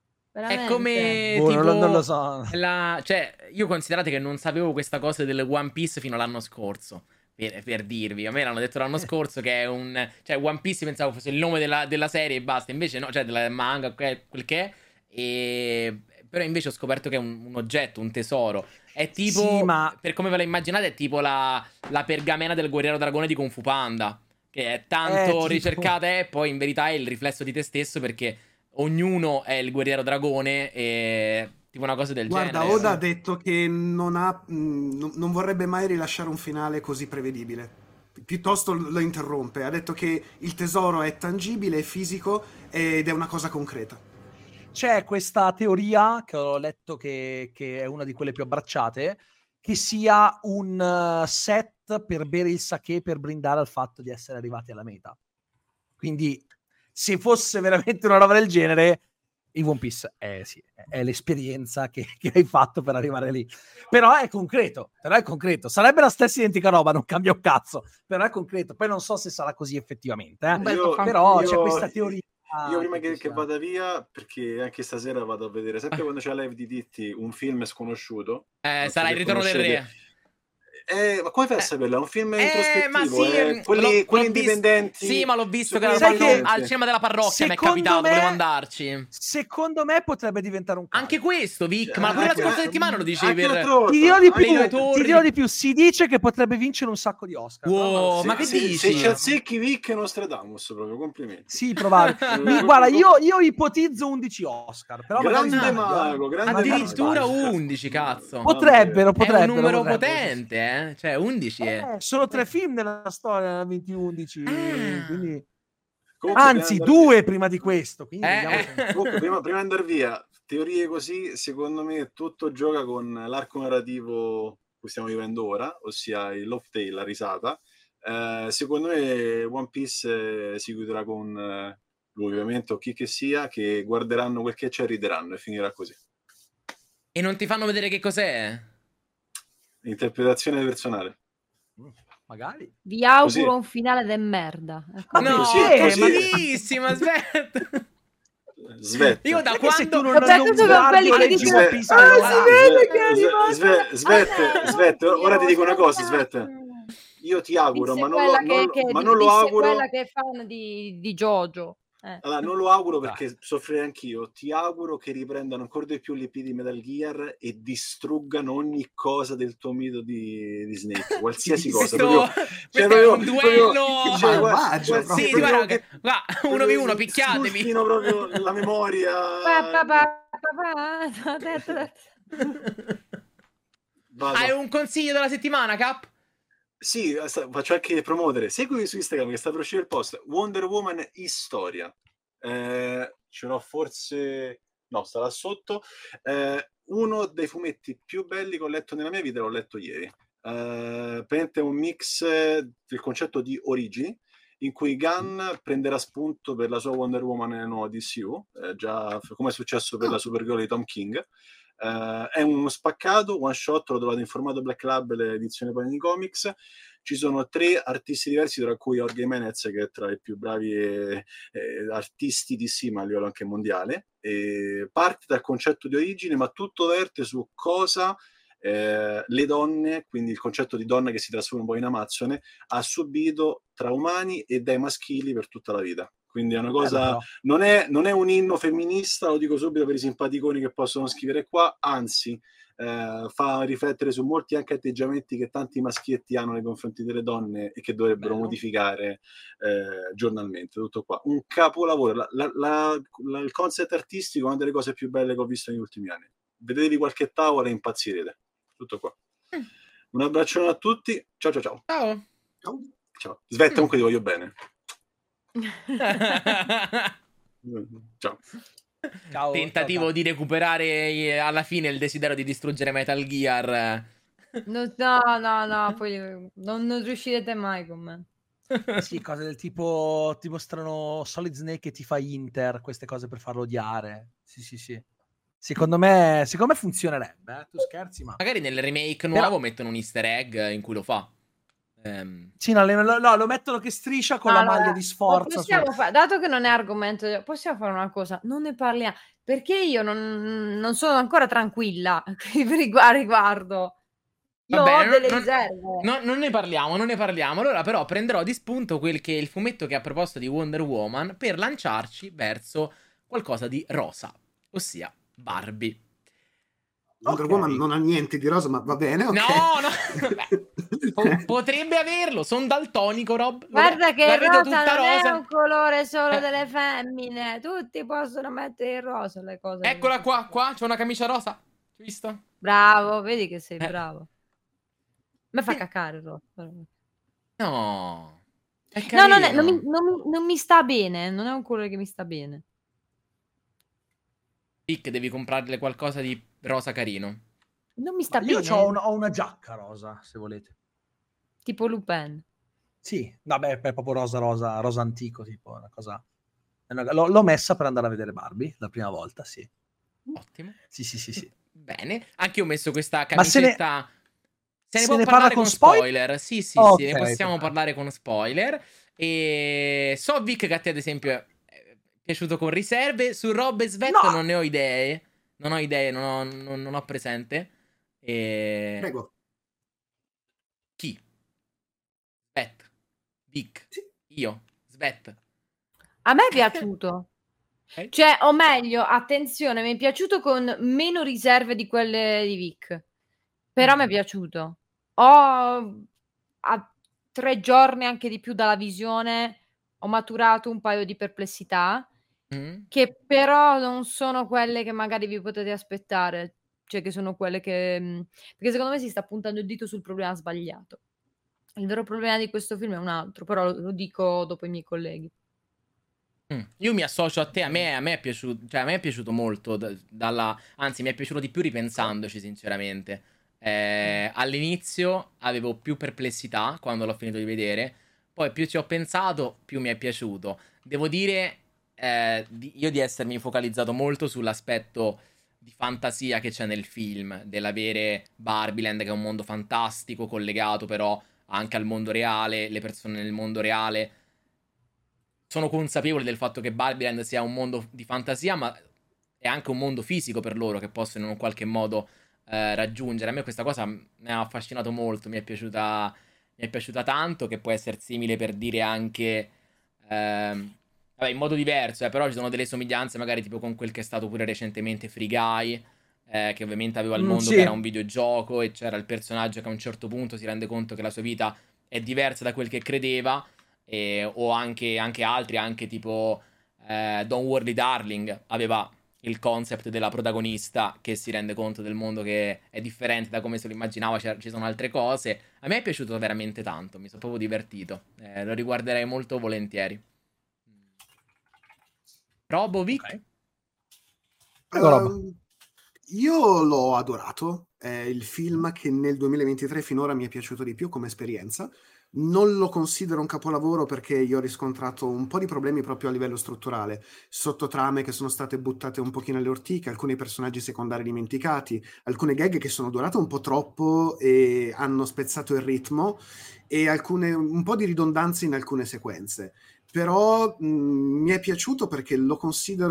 È Veramente. come Boh, non lo- non lo tipo so. la cioè, io considerate che non sapevo questa cosa del One Piece fino all'anno scorso. Per, per dirvi, a me l'hanno detto l'anno scorso che è un. Cioè, One Piece pensavo fosse il nome della, della serie e basta. Invece, no, cioè, della manga, que- quel che è. E... Però invece ho scoperto che è un, un oggetto, un tesoro. È tipo. Sì, ma Per come ve la immaginate, è tipo la, la pergamena del guerriero dragone di Kung Fu Panda. Che è tanto tipo- ricercata e poi in verità è il riflesso di te stesso perché ognuno è il guerriero dragone e. Tipo una cosa del Guarda, genere. Oda ha sì. detto che non, ha, mh, non- non vorrebbe mai rilasciare un finale così prevedibile. Pi- Piuttosto lo interrompe. Ha detto che il tesoro è tangibile, è fisico ed è una cosa concreta. c'è questa teoria che ho letto che, che è una di quelle più abbracciate, che sia un uh, set per bere il sake per brindare al fatto di essere arrivati alla meta. Quindi se fosse veramente una roba del genere, il One Piece è, sì, è l'esperienza che, che hai fatto per arrivare lì. Però è concreto, però è concreto. Sarebbe la stessa identica roba, non cambia un cazzo, però è concreto. Poi non so se sarà così effettivamente, eh. Un bel Io, po' Però io- c'è questa teoria. io prima che che, ci che sia. vada via, perché anche stasera vado a vedere, sempre quando c'è la live di Ditti, un film sconosciuto. Eh, non so sarà il se ritorno del conoscete. re. Eh, ma come fai a Eh, saperla? È un film eh, ma introspettivo, sì, eh, mm, quelli, l'ho, quelli l'ho vis- indipendenti. sì, ma l'ho visto su che quelli l'hanno fatto indipendenti. al cinema della parrocchia. Mi è Secondo capitato, volevo me- andarci. Secondo me potrebbe diventare un caso. Anche questo, Vic, Cioè, ma pure la anche scorsa questo. settimana lo dicevi anche per. l'altra volta, Ti dirò di anche- più, le due torri. ti dirò di più, si dice che potrebbe vincere un sacco di Oscar. però non lo Wow, so. ma che se, se, se dici? ci azzecchi Vic e Nostradamus, proprio complimenti. Sì, probabile. Eh, Mi- proprio- guarda, io, io ipotizzo undici Oscar, però magari grande sbaglio, eh. mago, grande Addirittura mago. undici, cazzo. Potrebbero, È potrebbero. un numero potrebbero. potente, eh? Cioè, undici è. Eh, sono tre film nella storia nel duemilaundici, Ah. quindi... Comunque, Anzi, prima di andare due via- prima di questo. Quindi Eh, vediamo eh. se- Comunque, prima, prima di andare via, teorie così, secondo me tutto gioca con l'arco narrativo che stiamo vivendo ora, ossia il Love Tale, la risata. Eh, secondo me One Piece eh, si chiuderà con eh, lui, ovviamente, o chi che sia, che guarderanno quel che c'è e rideranno, e finirà così. E non ti fanno vedere che cos'è? Interpretazione personale. Magari. Vi auguro Così. un finale de merda. Ecco. Ma No, così, è così. cattivissima, aspetta. Svetta. Io da Perché se tu quando. non, Vabbè, non tu sei guardi quelli o che leggi dicono, One Piece, "Ah, non si guardi". vede che è Sve- arrivata Sve- Svette, Ah, Svette, ora ti dico una cosa, oddio, Svette. Io ti auguro, Disse ma non lo, quella che, non- che- ma di- non lo disse auguro. quella che è fan di, di Jojo. Eh. Allora, non lo auguro perché soffrirei anch'io. Ti auguro che riprendano ancora di più l'I P di Metal Gear e distruggano ogni cosa del tuo mito di, di Snake, qualsiasi cosa. Questo, Proprio, questo cioè, è proprio- un duello. proprio- cioè, guarda- malvagio, guarda- Sì, sì, sì, proprio guarda, che- che- va, uno vi uno, picchiatevi. sculpino proprio la memoria. Pa, pa, pa, pa, pa. Vado. Hai un consiglio della settimana, Cap? Sì, sta- faccio anche promotere. Segui su Instagram che sta per uscire il post Wonder Woman Storia. Eh, ce l'ho forse... No, sta là sotto. Eh, uno dei fumetti più belli che ho letto nella mia vita, l'ho letto ieri. Eh, praticamente è un mix del concetto di origini, in cui Gunn prenderà spunto per la sua Wonder Woman nella nuova D C U, eh, già come è successo per la Supergirl di Tom King. Uh, è uno spaccato, one shot, l'ho trovato in formato Black Label, edizione Panini Comics. Ci sono tre artisti diversi, tra cui Jorge Menez, che è tra i più bravi eh, eh, artisti di D C, ma a livello anche mondiale. E parte dal concetto di origine, ma tutto verte su cosa eh, le donne, quindi il concetto di donna che si trasforma poi in amazzone, ha subito tra umani e dai maschili per tutta la vita. Quindi è una cosa, non è, non è un inno femminista, lo dico subito per i simpaticoni che possono scrivere qua, anzi eh, fa riflettere su molti anche atteggiamenti che tanti maschietti hanno nei confronti delle donne e che dovrebbero Bello. modificare eh, giornalmente. Tutto qua, un capolavoro. La, la, la, la, il concept artistico è una delle cose più belle che ho visto negli ultimi anni. Vedetevi qualche tavola e impazzirete. Tutto qua. Mm. Un abbraccione a tutti. Ciao ciao ciao. Ciao. Ciao. Ciao. Svetta, mm. comunque ti voglio bene. Ciao. Ciao. Tentativo ciao, di recuperare alla fine il desiderio di distruggere Metal Gear. No, no, no, no poi non, non riuscirete mai con me. Sì, cose del tipo ti mostrano Solid Snake e ti fa Inter, queste cose per farlo odiare. Sì, sì, sì. Secondo me, secondo me funzionerebbe, eh? Tu scherzi, ma magari nel remake nuovo Però... mettono un easter egg in cui lo fa. Um... Sì, no, no, no, lo mettono che striscia con allora, la maglia di Sforza. Su... Fare, dato che non è argomento, possiamo fare una cosa, non ne parliamo, perché io non, non sono ancora tranquilla a riguardo. Io Vabbè, ho delle non, riserve. Non, non ne parliamo, non ne parliamo. Allora però prenderò di spunto quel che è il fumetto che ha proposto di Wonder Woman per lanciarci verso qualcosa di rosa, ossia Barbie. Wonder okay. Woman non ha niente di rosa, ma va bene. Okay. No, no. Beh, potrebbe averlo. Sono daltonico, Rob. Guarda che il rosa non rosa. È un colore solo eh. delle femmine. Tutti possono mettere il rosa le cose. Eccola qua, qua c'è una camicia rosa. Hai visto? Bravo, vedi che sei eh. bravo. Mi fa cacare il rosa. No. È no, non, è, non, mi, non, mi, non mi sta bene. Non è un colore che mi sta bene. Pic, devi comprarle qualcosa di rosa carino. Non mi sta Ma bene. Io ho una, ho una giacca rosa, se volete. Tipo Lupin. Sì, vabbè, è proprio rosa, rosa, rosa antico, tipo una cosa. Una... L'ho, l'ho messa per andare a vedere Barbie la prima volta, sì. Ottimo. Sì, sì, sì, sì. Bene. Anche io ho messo questa camicetta. Se ne, se se può ne parlare parla con, con spoiler? spoiler? Sì, sì, okay, sì, ne possiamo okay. parlare con spoiler. E so, Vic, che a te, ad esempio, è piaciuto con riserve. Su Rob e Svet no. non ne ho idee. Non ho idee, non ho, non, non ho presente. E... Prego. Chi? Svet. Vic. Sì. Io. Svet. A me è piaciuto. Okay. Cioè, o meglio, attenzione, mi è piaciuto con meno riserve di quelle di Vic. Però mm. mi è piaciuto. Ho a tre giorni anche di più dalla visione ho maturato un paio di perplessità mm. che però non sono quelle che magari vi potete aspettare, cioè che sono quelle che perché secondo me si sta puntando il dito sul problema sbagliato. Il vero problema di questo film è un altro, però lo, lo dico dopo i miei colleghi. Mm. Io mi associo a te, a me, a me è piaciuto, cioè a me è piaciuto molto da, dalla, anzi mi è piaciuto di più ripensandoci sinceramente. Eh, all'inizio avevo più perplessità quando l'ho finito di vedere, poi più ci ho pensato più mi è piaciuto. Devo dire eh, di, io di essermi focalizzato molto sull'aspetto di fantasia che c'è nel film, dell'avere Barbieland che è un mondo fantastico collegato però anche al mondo reale, le persone nel mondo reale sono consapevoli del fatto che Barbieland sia un mondo di fantasia ma è anche un mondo fisico per loro che possono in un qualche modo Eh, raggiungere. A me questa cosa mi ha affascinato molto, mi è piaciuta mi è piaciuta tanto, che può essere simile per dire anche ehm, vabbè, in modo diverso, eh, però ci sono delle somiglianze magari tipo con quel che è stato pure recentemente Free Guy, eh, che ovviamente aveva il mondo mm, sì. che era un videogioco e c'era il personaggio che a un certo punto si rende conto che la sua vita è diversa da quel che credeva, e, o anche, anche altri, anche tipo eh, Don't Worry Darling aveva il concept della protagonista che si rende conto del mondo che è differente da come se lo immaginava, ci sono altre cose. A me è piaciuto veramente tanto, mi sono proprio divertito, eh, lo riguarderei molto volentieri. Robo, Vic? Okay. Uh, io l'ho adorato, è il film che nel duemilaventitré finora mi è piaciuto di più come esperienza. Non lo considero un capolavoro perché io ho riscontrato un po' di problemi proprio a livello strutturale, sottotrame che sono state buttate un pochino alle ortiche, alcuni personaggi secondari dimenticati, alcune gag che sono durate un po' troppo e hanno spezzato il ritmo, e alcune, un po' di ridondanze in alcune sequenze. Però mh, mi è piaciuto perché lo considero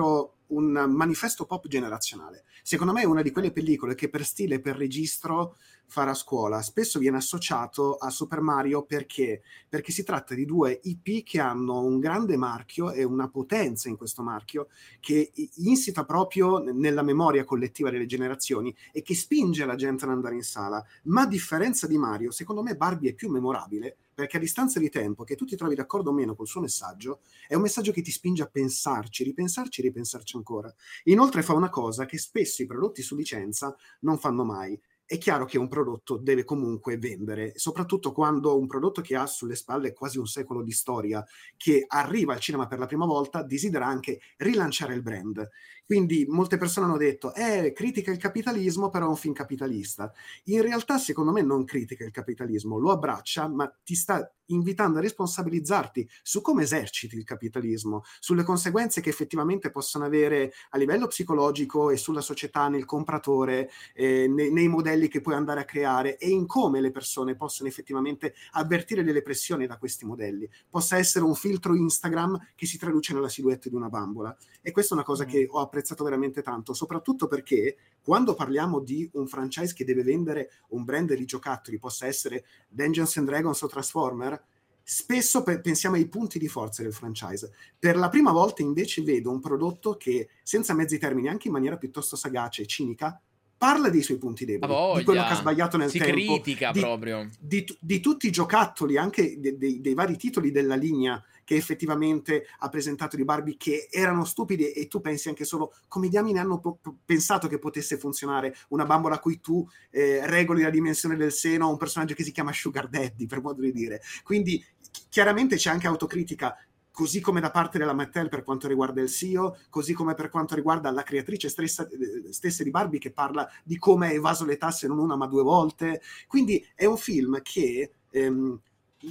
un manifesto pop generazionale. Secondo me è una di quelle pellicole che per stile e per registro farà scuola. Spesso viene associato a Super Mario perché? Perché si tratta di due I P che hanno un grande marchio e una potenza in questo marchio che insita proprio nella memoria collettiva delle generazioni e che spinge la gente ad andare in sala. Ma a differenza di Mario, secondo me Barbie è più memorabile perché a distanza di tempo, che tu ti trovi d'accordo o meno col suo messaggio, è un messaggio che ti spinge a pensarci, ripensarci, ripensarci ancora. Inoltre fa una cosa che spesso i prodotti su licenza non fanno mai. È chiaro che un prodotto deve comunque vendere, soprattutto quando un prodotto che ha sulle spalle quasi un secolo di storia, che arriva al cinema per la prima volta, desidera anche rilanciare il brand. Quindi molte persone hanno detto, eh, critica il capitalismo, però è un film capitalista. In realtà, secondo me, non critica il capitalismo, lo abbraccia, ma ti sta invitando a responsabilizzarti su come eserciti il capitalismo, sulle conseguenze che effettivamente possono avere a livello psicologico e sulla società, nel compratore, eh, nei, nei modelli che puoi andare a creare e in come le persone possono effettivamente avvertire delle pressioni da questi modelli. Possa essere un filtro Instagram che si traduce nella silhouette di una bambola. E questa è una cosa mm. che ho apprezzato veramente tanto, soprattutto perché quando parliamo di un franchise che deve vendere un brand di giocattoli, possa essere Dungeons and Dragons o Transformer, spesso pe- pensiamo ai punti di forza del franchise. Per la prima volta invece vedo un prodotto che, senza mezzi termini, anche in maniera piuttosto sagace e cinica, parla dei suoi punti deboli, di quello che ha sbagliato nel si tempo, critica di, proprio di, di, di tutti i giocattoli, anche de, de, dei vari titoli della linea che effettivamente ha presentato di Barbie, che erano stupidi, e tu pensi anche solo come diamine hanno po- pensato che potesse funzionare una bambola a cui tu eh, regoli la dimensione del seno a un personaggio che si chiama Sugar Daddy, per modo di dire. Quindi chiaramente c'è anche autocritica, così come da parte della Mattel per quanto riguarda il S E O, così come per quanto riguarda la creatrice stessa, stessa di Barbie, che parla di come ha evaso le tasse non una ma due volte. Quindi è un film che ehm,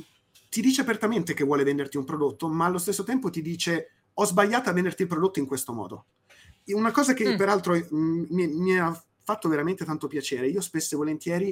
ti dice apertamente che vuole venderti un prodotto, ma allo stesso tempo ti dice ho sbagliato a venderti il prodotto in questo modo. Una cosa che mm. peraltro mh, mi, mi ha fatto veramente tanto piacere, io spesso e volentieri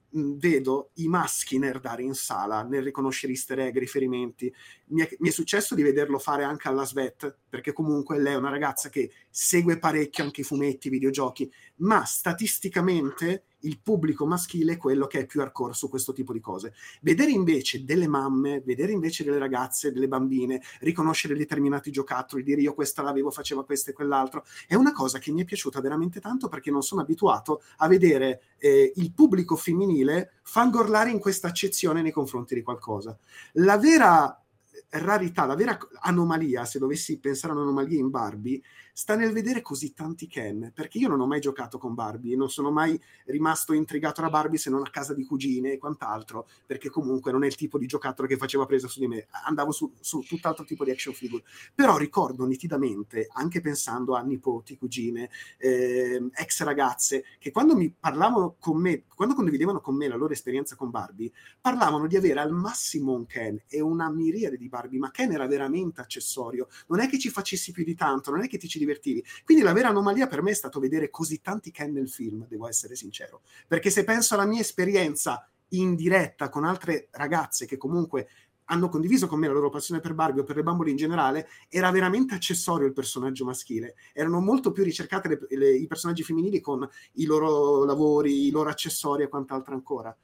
vedo i maschi nerdare in sala nel riconoscere easter egg, riferimenti. Mi è, mi è successo di vederlo fare anche alla Svet, perché comunque lei è una ragazza che segue parecchio anche i fumetti, i videogiochi, ma statisticamente il pubblico maschile è quello che è più hardcore su questo tipo di cose. Vedere invece delle mamme, vedere invece delle ragazze, delle bambine, riconoscere determinati giocattoli, dire io questa l'avevo, faceva questo e quell'altro, è una cosa che mi è piaciuta veramente tanto, perché non sono abituato a vedere eh, il pubblico femminile fangorlare in questa accezione nei confronti di qualcosa. La vera rarità, la vera anomalia, se dovessi pensare a un'anomalia in Barbie, sta nel vedere così tanti Ken, perché io non ho mai giocato con Barbie, non sono mai rimasto intrigato da Barbie se non a casa di cugine e quant'altro, perché comunque non è il tipo di giocattolo che faceva presa su di me, andavo su, su tutt'altro tipo di action figure. Però ricordo nitidamente, anche pensando a nipoti, cugine, eh, ex ragazze, che quando mi parlavano con me, quando condividevano con me la loro esperienza con Barbie, parlavano di avere al massimo un Ken e una miriade di Barbie, ma Ken era veramente accessorio, non è che ci facessi più di tanto, non è che ti ci divertivi. Quindi la vera anomalia per me è stato vedere così tanti Ken nel film, devo essere sincero, perché se penso alla mia esperienza in diretta con altre ragazze che comunque hanno condiviso con me la loro passione per Barbie o per le bambole in generale, era veramente accessorio il personaggio maschile, erano molto più ricercate le, le, i personaggi femminili con i loro lavori, i loro accessori e quant'altro ancora.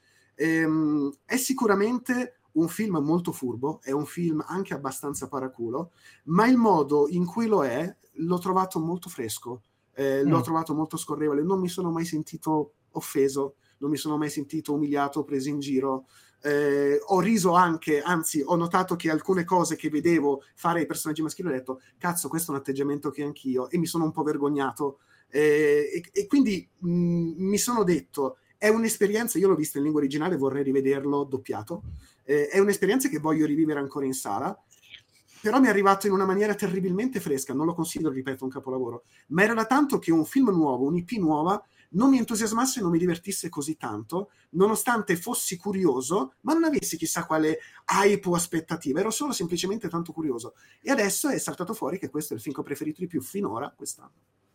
Ehm, è sicuramente un film molto furbo, è un film anche abbastanza paraculo, ma il modo in cui lo è l'ho trovato molto fresco, eh, mm. l'ho trovato molto scorrevole, non mi sono mai sentito offeso, non mi sono mai sentito umiliato, preso in giro, eh, ho riso anche, anzi ho notato che alcune cose che vedevo fare ai personaggi maschili ho detto cazzo, questo è un atteggiamento che anch'io, e mi sono un po' vergognato, eh, e, e quindi mh, mi sono detto è un'esperienza, io l'ho vista in lingua originale, vorrei rivederlo doppiato, eh, è un'esperienza che voglio rivivere ancora in sala, però mi è arrivato in una maniera terribilmente fresca, non lo considero, ripeto, un capolavoro, ma era da tanto che un film nuovo, un'I P nuova, non mi entusiasmasse e non mi divertisse così tanto, nonostante fossi curioso, ma non avessi chissà quale hype o aspettativa, ero solo semplicemente tanto curioso. E adesso è saltato fuori che questo è il film che ho preferito di più finora quest'anno.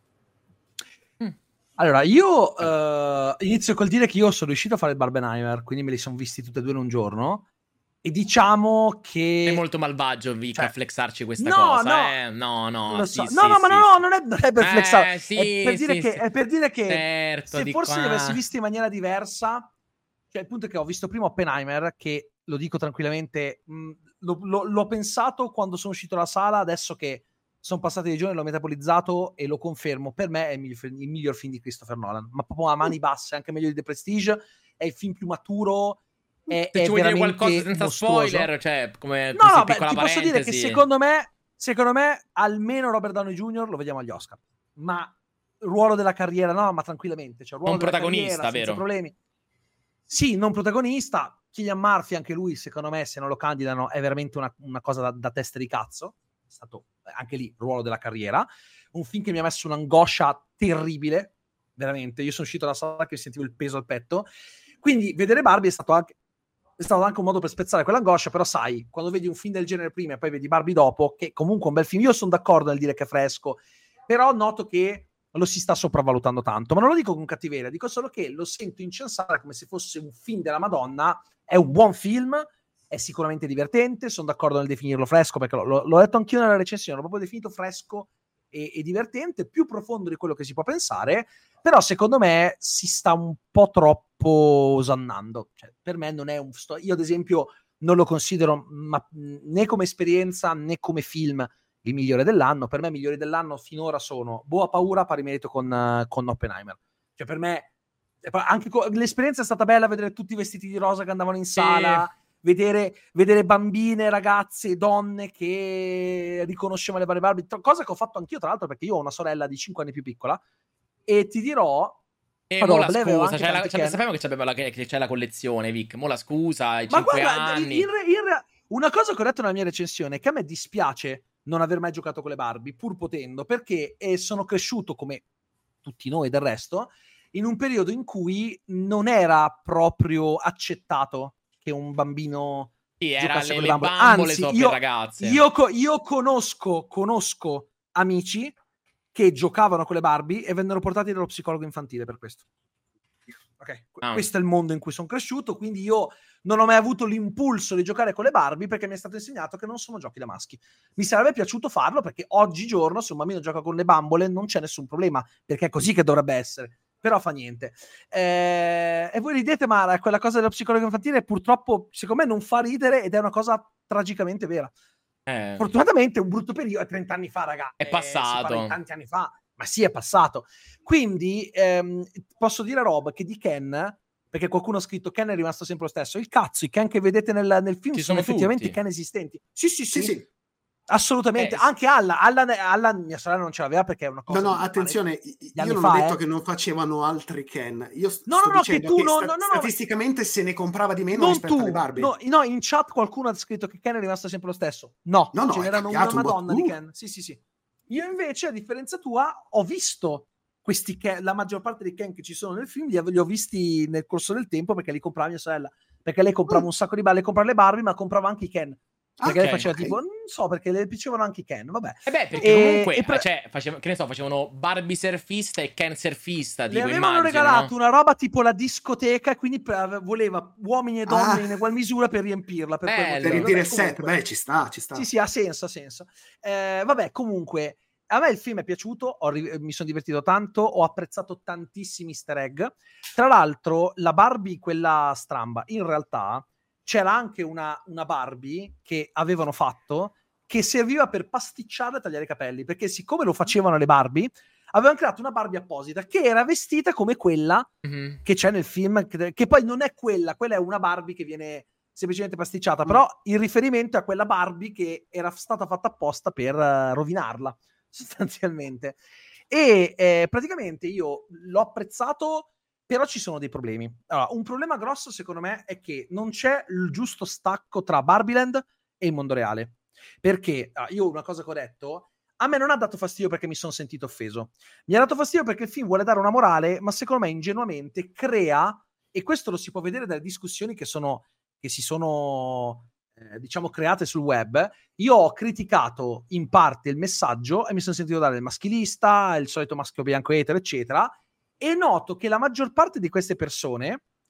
Allora, io uh, inizio col dire che io sono riuscito a fare il Barbenheimer, quindi me li sono visti tutti e due in un giorno, E diciamo che... È molto malvagio, Vic, cioè, a flexarci questa no, cosa, no, eh? No, no, lo sì, so. sì, no, no, sì, ma no, sì. no, non è, non è per flexare. Eh, sì, è, per dire sì, che, sì. è per dire che Certo, se di forse qua. li avessi visti in maniera diversa, cioè il punto è che ho visto prima Oppenheimer, che lo dico tranquillamente, mh, lo, lo, l'ho pensato quando sono uscito dalla sala, adesso che sono passati dei giorni, l'ho metabolizzato e lo confermo, per me è il miglior, il miglior film di Christopher Nolan, ma proprio a mani basse, anche meglio di The Prestige, è il film più maturo, è, Se è ci vuoi dire veramente qualcosa senza mostruoso. spoiler, cioè, come No, così no, beh, piccola ti posso dire che parentesi. secondo me, secondo me, almeno Robert Downey junior lo vediamo agli Oscar. Ma ruolo della carriera, no, ma tranquillamente. Cioè, ruolo Non della protagonista, carriera, senza vero? problemi. Sì, non protagonista. Cillian Murphy, anche lui, secondo me, se non lo candidano, è veramente una, una cosa da, da testa di cazzo. È stato anche lì ruolo della carriera. Un film che mi ha messo un'angoscia terribile, veramente. Io sono uscito dalla sala che sentivo il peso al petto. Quindi vedere Barbie è stato anche è stato anche un modo per spezzare quell'angoscia, però sai, quando vedi un film del genere prima e poi vedi Barbie dopo, che comunque è un bel film, io sono d'accordo nel dire che è fresco, però noto che lo si sta sopravvalutando tanto, ma non lo dico con cattiveria, dico solo che lo sento incensare come se fosse un film della Madonna. È un buon film, è sicuramente divertente, sono d'accordo nel definirlo fresco, perché l'ho, l'ho detto anch'io nella recensione, l'ho proprio definito fresco e, e divertente, più profondo di quello che si può pensare, però secondo me si sta un po' troppo osannando. Cioè, per me non è un sto- io ad esempio non lo considero ma, né come esperienza né come film il migliore dell'anno. Per me i migliori dell'anno finora sono Boa Paura, pari merito con, uh, con Oppenheimer. Cioè per me anche co- l'esperienza è stata bella, vedere tutti i vestiti di rosa che andavano in sala, sì. vedere, vedere bambine, ragazze, donne che riconoscevano le varie Barbie, cosa che ho fatto anch'io tra l'altro, perché io ho una sorella di cinque anni più piccola e ti dirò e mo la scusa, c'è la, c'è, sappiamo che c'è, la, che c'è la collezione, Vic, mo la scusa, i cinque anni. In, in, in, una cosa che ho detto nella mia recensione è che a me dispiace non aver mai giocato con le Barbie, pur potendo, perché eh, sono cresciuto, come tutti noi del resto, in un periodo in cui non era proprio accettato che un bambino sì, era giocasse le, con le le bambole. bambole Anzi, sono io, per ragazze. Io, io conosco, conosco amici che giocavano con le Barbie e vennero portati dallo psicologo infantile per questo. Ok, ah. questo è il mondo in cui sono cresciuto, quindi io non ho mai avuto l'impulso di giocare con le Barbie perché mi è stato insegnato che non sono giochi da maschi. Mi sarebbe piaciuto farlo perché oggigiorno se un bambino gioca con le bambole non c'è nessun problema, perché è così che dovrebbe essere, però fa niente. Eh, e voi ridete, ma quella cosa dello psicologo infantile purtroppo secondo me non fa ridere ed è una cosa tragicamente vera. Eh. Fortunatamente è un brutto periodo, è trenta anni fa, ragazzi. È passato. Si parla di tanti anni fa. Ma sì, è passato. Quindi ehm, posso dire a Rob che di Ken, perché qualcuno ha scritto Ken è rimasto sempre lo stesso, il cazzo, i Ken che vedete nel, nel film ci sono, sono effettivamente tutti. Ken esistenti. Sì, sì, sì. sì, sì. Assolutamente. Eh, Anche Alla, Alla, Alla, mia sorella non ce l'aveva perché è una cosa... No, no, attenzione, io non fa, ho detto eh. che non facevano altri Ken. Io st- no, sto no, no, dicendo che tu che non, sta- no, no, statisticamente se ne comprava di meno non rispetto tu, alle Barbie. No, no, in chat qualcuno ha scritto che Ken è rimasto sempre lo stesso. No, no, no ce n'erano una madonna di Ken. Sì, sì, sì. Io invece, a differenza tua, ho visto questi Ken, la maggior parte dei Ken che ci sono nel film, li, li ho visti nel corso del tempo perché li comprava mia sorella. Perché lei comprava mm. un sacco di balle, comprava le Barbie, ma comprava anche i Ken. Perché okay, lei faceva okay. tipo, non so, perché le piacevano anche i Ken, vabbè. E beh, perché e, comunque, e pre- cioè, facevano, che ne so, facevano Barbie surfista e Ken surfista, le tipo, avevano immagino, regalato no? una roba tipo la discoteca e quindi voleva uomini e donne ah. in ugual misura per riempirla. Per, per il dire set, beh, ci sta, ci sta. Sì, sì, ha senso, ha senso. Eh, vabbè, comunque, a me il film è piaciuto, ho, mi sono divertito tanto, ho apprezzato tantissimi easter egg. Tra l'altro, la Barbie, quella stramba, in realtà... c'era anche una, una Barbie che avevano fatto che serviva per pasticciare e tagliare i capelli, perché siccome lo facevano le Barbie, avevano creato una Barbie apposita che era vestita come quella mm-hmm. che c'è nel film, che, che poi non è quella, quella è una Barbie che viene semplicemente pasticciata, mm. però il riferimento è a quella Barbie che era stata fatta apposta per uh, rovinarla, sostanzialmente. E eh, praticamente io l'ho apprezzato, però ci sono dei problemi. Allora, un problema grosso secondo me è che non c'è il giusto stacco tra Barbieland e il mondo reale. Perché ah, io una cosa che ho detto, a me non ha dato fastidio perché mi sono sentito offeso. Mi ha dato fastidio perché il film vuole dare una morale, ma secondo me ingenuamente crea, e questo lo si può vedere dalle discussioni che sono che si sono eh, diciamo create sul web. Io ho criticato in parte il messaggio e mi sono sentito dare il maschilista, il solito maschio bianco etero, eccetera. E noto che la maggior parte di queste persone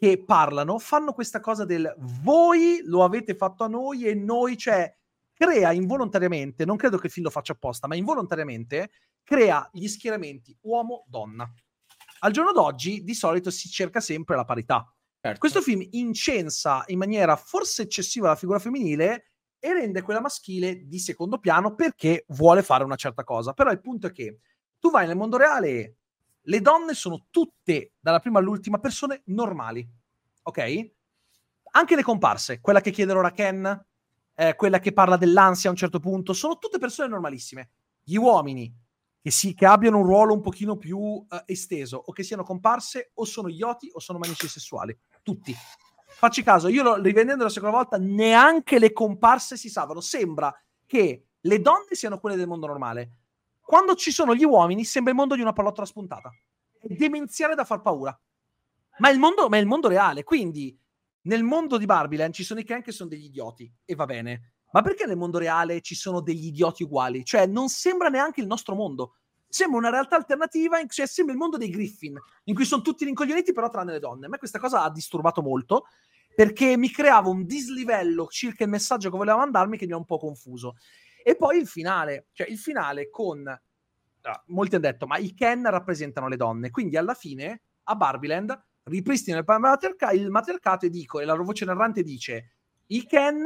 che parlano, fanno questa cosa del voi lo avete fatto a noi e noi, cioè crea involontariamente, non credo che il film lo faccia apposta, ma involontariamente crea gli schieramenti uomo-donna. Al giorno d'oggi di solito si cerca sempre la parità. Certo. Questo film incensa in maniera forse eccessiva la figura femminile e rende quella maschile di secondo piano perché vuole fare una certa cosa. Però il punto è che tu vai nel mondo reale e le donne sono tutte, dalla prima all'ultima, persone normali, ok? Anche le comparse, quella che chiede ora Ken, eh, quella che parla dell'ansia a un certo punto, sono tutte persone normalissime. Gli uomini che, si, che abbiano un ruolo un pochino più uh, esteso, o che siano comparse, o sono idioti, o sono manici sessuali. Tutti. Facci caso, io lo, rivedendo la seconda volta, neanche le comparse si salvano. Sembra che le donne siano quelle del mondo normale. Quando ci sono gli uomini, sembra il mondo di una pallottola spuntata. È demenziale da far paura. Ma è il mondo, ma è il mondo reale. Quindi, nel mondo di Barbieland ci sono i Ken che sono degli idioti, e va bene. Ma perché nel mondo reale ci sono degli idioti uguali? Cioè, non sembra neanche il nostro mondo. Sembra una realtà alternativa, in, cioè sembra il mondo dei Griffin, in cui sono tutti rincoglioniti, però tranne le donne. A me questa cosa ha disturbato molto, perché mi creava un dislivello circa il messaggio che voleva mandarmi che mi ha un po' confuso. E poi il finale, cioè il finale con... Ah, molti hanno detto, ma i Ken rappresentano le donne, quindi alla fine, a Barbieland, ripristina il matriarcato, il matriarcato e dico, e la voce narrante dice, i Ken,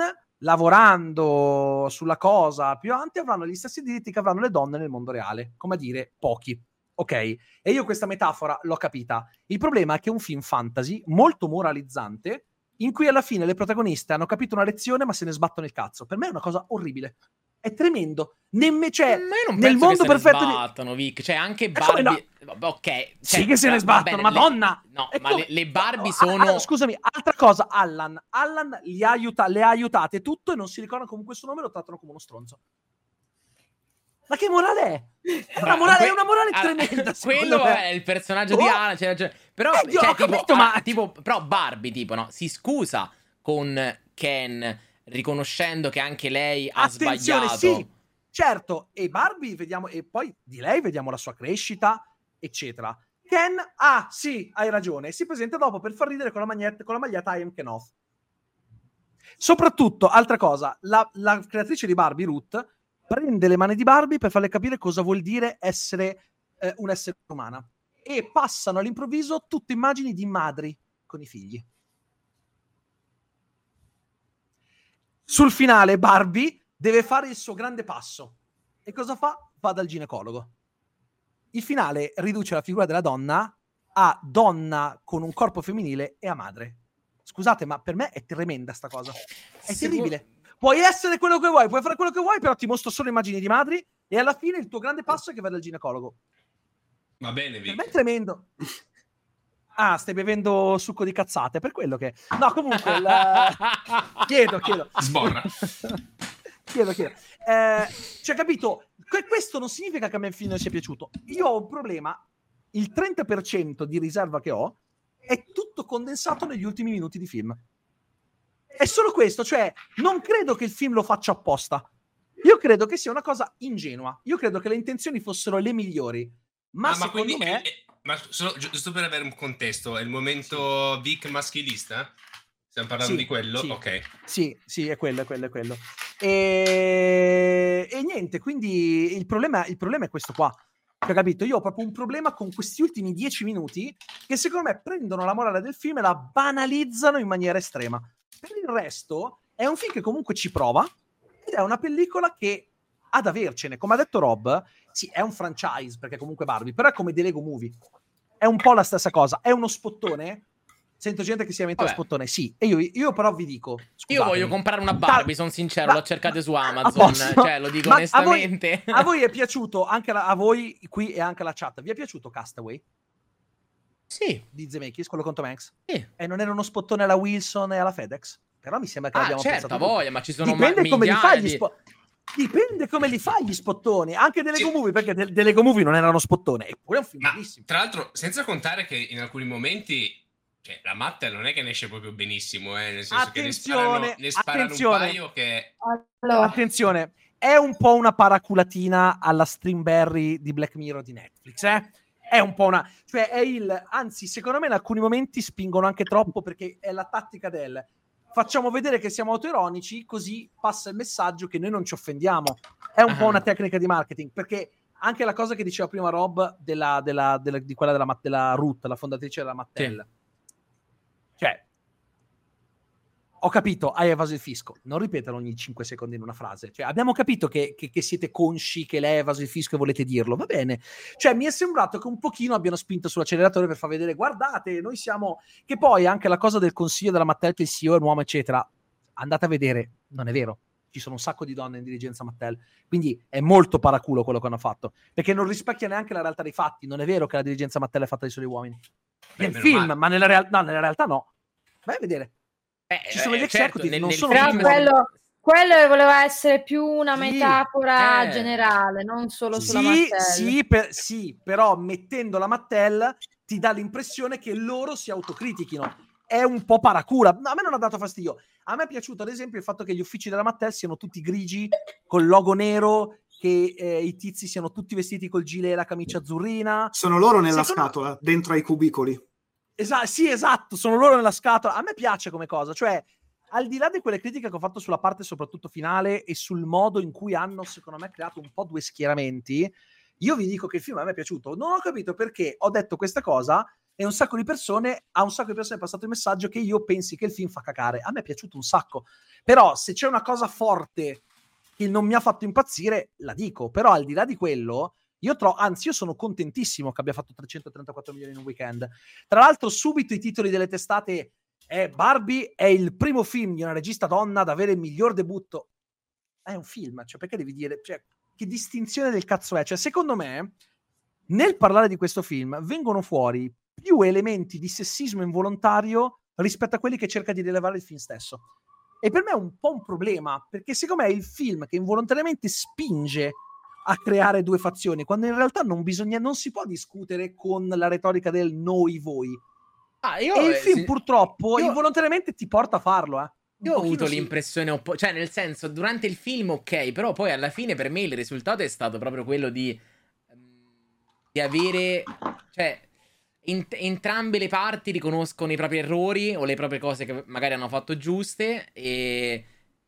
lavorando sulla cosa più avanti, avranno gli stessi diritti che avranno le donne nel mondo reale, come a dire, pochi. Ok? E io questa metafora l'ho capita. Il problema è che è un film fantasy molto moralizzante, in cui alla fine le protagoniste hanno capito una lezione ma se ne sbattono il cazzo. Per me è una cosa orribile. È tremendo. Nemme, cioè, Ma io non nel penso mondo che se perfetto ne sbattono, Vic. Cioè, anche Eh, come Barbie... Ok. Cioè, sì che se ne va sbattono, bene, madonna! Le... No, E ma come- le, le Barbie Ah, sono... ah, scusami, altra cosa, Allan. Allan li ha aiuta- le ha aiutate tutto e non si ricordano comunque il suo nome e lo trattano come uno stronzo. Ma che morale è? È una morale, è una morale Allora, tremenda. quello secondo me. è il personaggio di Oh. Alan, c'è ragione. Però, Eh, io cioè, ho tipo, capito, ah, ma- tipo, però Barbie, tipo, no, si scusa con Ken, riconoscendo che anche lei ha Attenzione, sbagliato. sì, certo, e Barbie vediamo, e poi di lei vediamo la sua crescita, eccetera. Ken, ah sì, hai ragione, si presenta dopo per far ridere con la maglietta, con la maglietta I am Kenoth. Soprattutto, altra cosa, la, la creatrice di Barbie, Ruth, prende le mani di Barbie per farle capire cosa vuol dire essere eh, un essere umana. E passano all'improvviso tutte immagini di madri con i figli. Sul finale Barbie deve fare il suo grande passo. E cosa fa? Va dal ginecologo. Il finale riduce la figura della donna a donna con un corpo femminile e a madre. Scusate, ma per me è tremenda sta cosa. È Secondo- terribile. Puoi essere quello che vuoi, puoi fare quello che vuoi, però ti mostro solo immagini di madri e alla fine il tuo grande passo è che vai dal ginecologo. Va bene, Per me è Vic. tremendo. Ah, stai bevendo succo di cazzate, per quello che... No, comunque... la- Chiedo, chiedo. Sborra. chiedo, chiedo. Eh, cioè, capito? Que- questo non significa che a me il film non sia piaciuto. Io ho un problema. Il trenta per cento di riserva che ho è tutto condensato negli ultimi minuti di film. È solo questo, cioè, non credo che il film lo faccia apposta. Io credo che sia una cosa ingenua. Io credo che le intenzioni fossero le migliori. Ma Ah, ma secondo quindi, me... eh, eh, ma solo, gi- giusto per avere un contesto, è il momento Vic maschilista? Stiamo parlando Sì, di quello? sì. Ok. Sì, sì, è quello, è quello, è quello. E, e niente, quindi il problema, il problema è questo qua. Cioè, capito? Io ho proprio un problema con questi ultimi dieci minuti che secondo me prendono la morale del film e la banalizzano in maniera estrema. Per il resto è un film che comunque ci prova ed è una pellicola che ha da avercene. Come ha detto Rob, sì, è un franchise perché comunque Barbie, però è come The Lego Movie. È un po' la stessa cosa. È uno spottone. Sento gente che si lamenta lo Vabbè. spottone. Sì, e io, io però vi dico... Io scusatemi. voglio comprare una Barbie, sono sincero, Ma- l'ho cercate su ma- a Amazon, posto? cioè lo dico Ma a voi- onestamente. A voi è piaciuto, anche la- a voi qui e anche alla chat, vi è piaciuto Castaway Sì, di Zemeckis, quello con Tom Hanks? sì. E non era uno spottone alla Wilson e alla FedEx? Però mi sembra che Ah, l'abbiamo certo, pensato a tutti. voglia, ma ci sono Dipende ma- come li fai migliaia gli di- spo- Dipende come li fai gli spottoni, anche delle Sì. Lego Movie, perché de- delle Lego Movie non erano spottone, eppure è un film Ma bellissimo. tra l'altro, senza contare che in alcuni momenti, cioè, la matta non è che ne esce proprio benissimo, eh, nel senso che ne sparano, Attenzione, ne sparano un attenzione. paio che... Allora, Attenzione, è un po' una paraculatina alla Streamberry di Black Mirror di Netflix, eh? è un po' una... Cioè, è il... Anzi, secondo me in alcuni momenti spingono anche troppo, perché è la tattica del... Facciamo vedere che siamo autoironici, così passa il messaggio che noi non ci offendiamo. È un uh-huh. po' una tecnica di marketing, perché anche la cosa che diceva prima Rob della, della, della, di quella della, della Ruth, la fondatrice della Mattel. Sì. Cioè, ho capito, hai evaso il fisco. Non ripeterlo ogni cinque secondi in una frase. Cioè, abbiamo capito che, che, che siete consci che lei ha evaso il fisco e volete dirlo. Va bene. Cioè, mi è sembrato che un pochino abbiano spinto sull'acceleratore per far vedere, guardate, noi siamo... Che poi anche la cosa del consiglio della Mattel, che il C E O è un uomo, eccetera. Andate a vedere, non è vero. Ci sono un sacco di donne in dirigenza Mattel. Quindi è molto paraculo quello che hanno fatto. Perché non rispecchia neanche la realtà dei fatti. Non è vero che la dirigenza Mattel è fatta di soli uomini. Nel Beh, film, ma nella, real- no, nella realtà no. Vai a vedere. Eh, ci sono gli eh, certo, executive, nel, non nel sono però film... quello, quello voleva essere più una sì, metafora eh. generale, non solo sì, sulla Mattel. Sì, per, sì, però mettendo la Mattel ti dà l'impressione che loro si autocritichino. È un po' paracura. No, a me non ha dato fastidio. A me è piaciuto, ad esempio, il fatto che gli uffici della Mattel siano tutti grigi, col logo nero, che eh, i tizi siano tutti vestiti col gilet e la camicia azzurrina. Sono loro nella Secondo... scatola, dentro ai cubicoli. Esa- sì, esatto, sono loro nella scatola. A me piace come cosa, cioè, al di là di quelle critiche che ho fatto sulla parte soprattutto finale e sul modo in cui hanno, secondo me, creato un po' due schieramenti, io vi dico che il film a me è piaciuto. Non ho capito perché ho detto questa cosa e un sacco di persone, a un sacco di persone è passato il messaggio che io pensi che il film fa cacare. A me è piaciuto un sacco. Però se c'è una cosa forte che non mi ha fatto impazzire, la dico. Però al di là di quello... Io trovo, anzi, io sono contentissimo che abbia fatto trecentotrentaquattro milioni in un weekend. Tra l'altro, subito i titoli delle testate è Barbie è il primo film di una regista donna ad avere il miglior debutto. È un film, cioè perché devi dire, cioè, che distinzione del cazzo è? Cioè, secondo me, nel parlare di questo film vengono fuori più elementi di sessismo involontario rispetto a quelli che cerca di rilevare il film stesso. E per me è un po' un problema, perché secondo me è il film che involontariamente spinge a creare due fazioni, quando in realtà non bisogna, non si può discutere con la retorica del noi voi. Ah, io, e il film sì, purtroppo io, involontariamente ti porta a farlo. Eh. Io ho avuto sì. l'impressione, oppo- cioè nel senso, durante il film ok, però poi alla fine per me il risultato è stato proprio quello di, di avere, cioè in, entrambe le parti riconoscono i propri errori o le proprie cose che magari hanno fatto giuste e...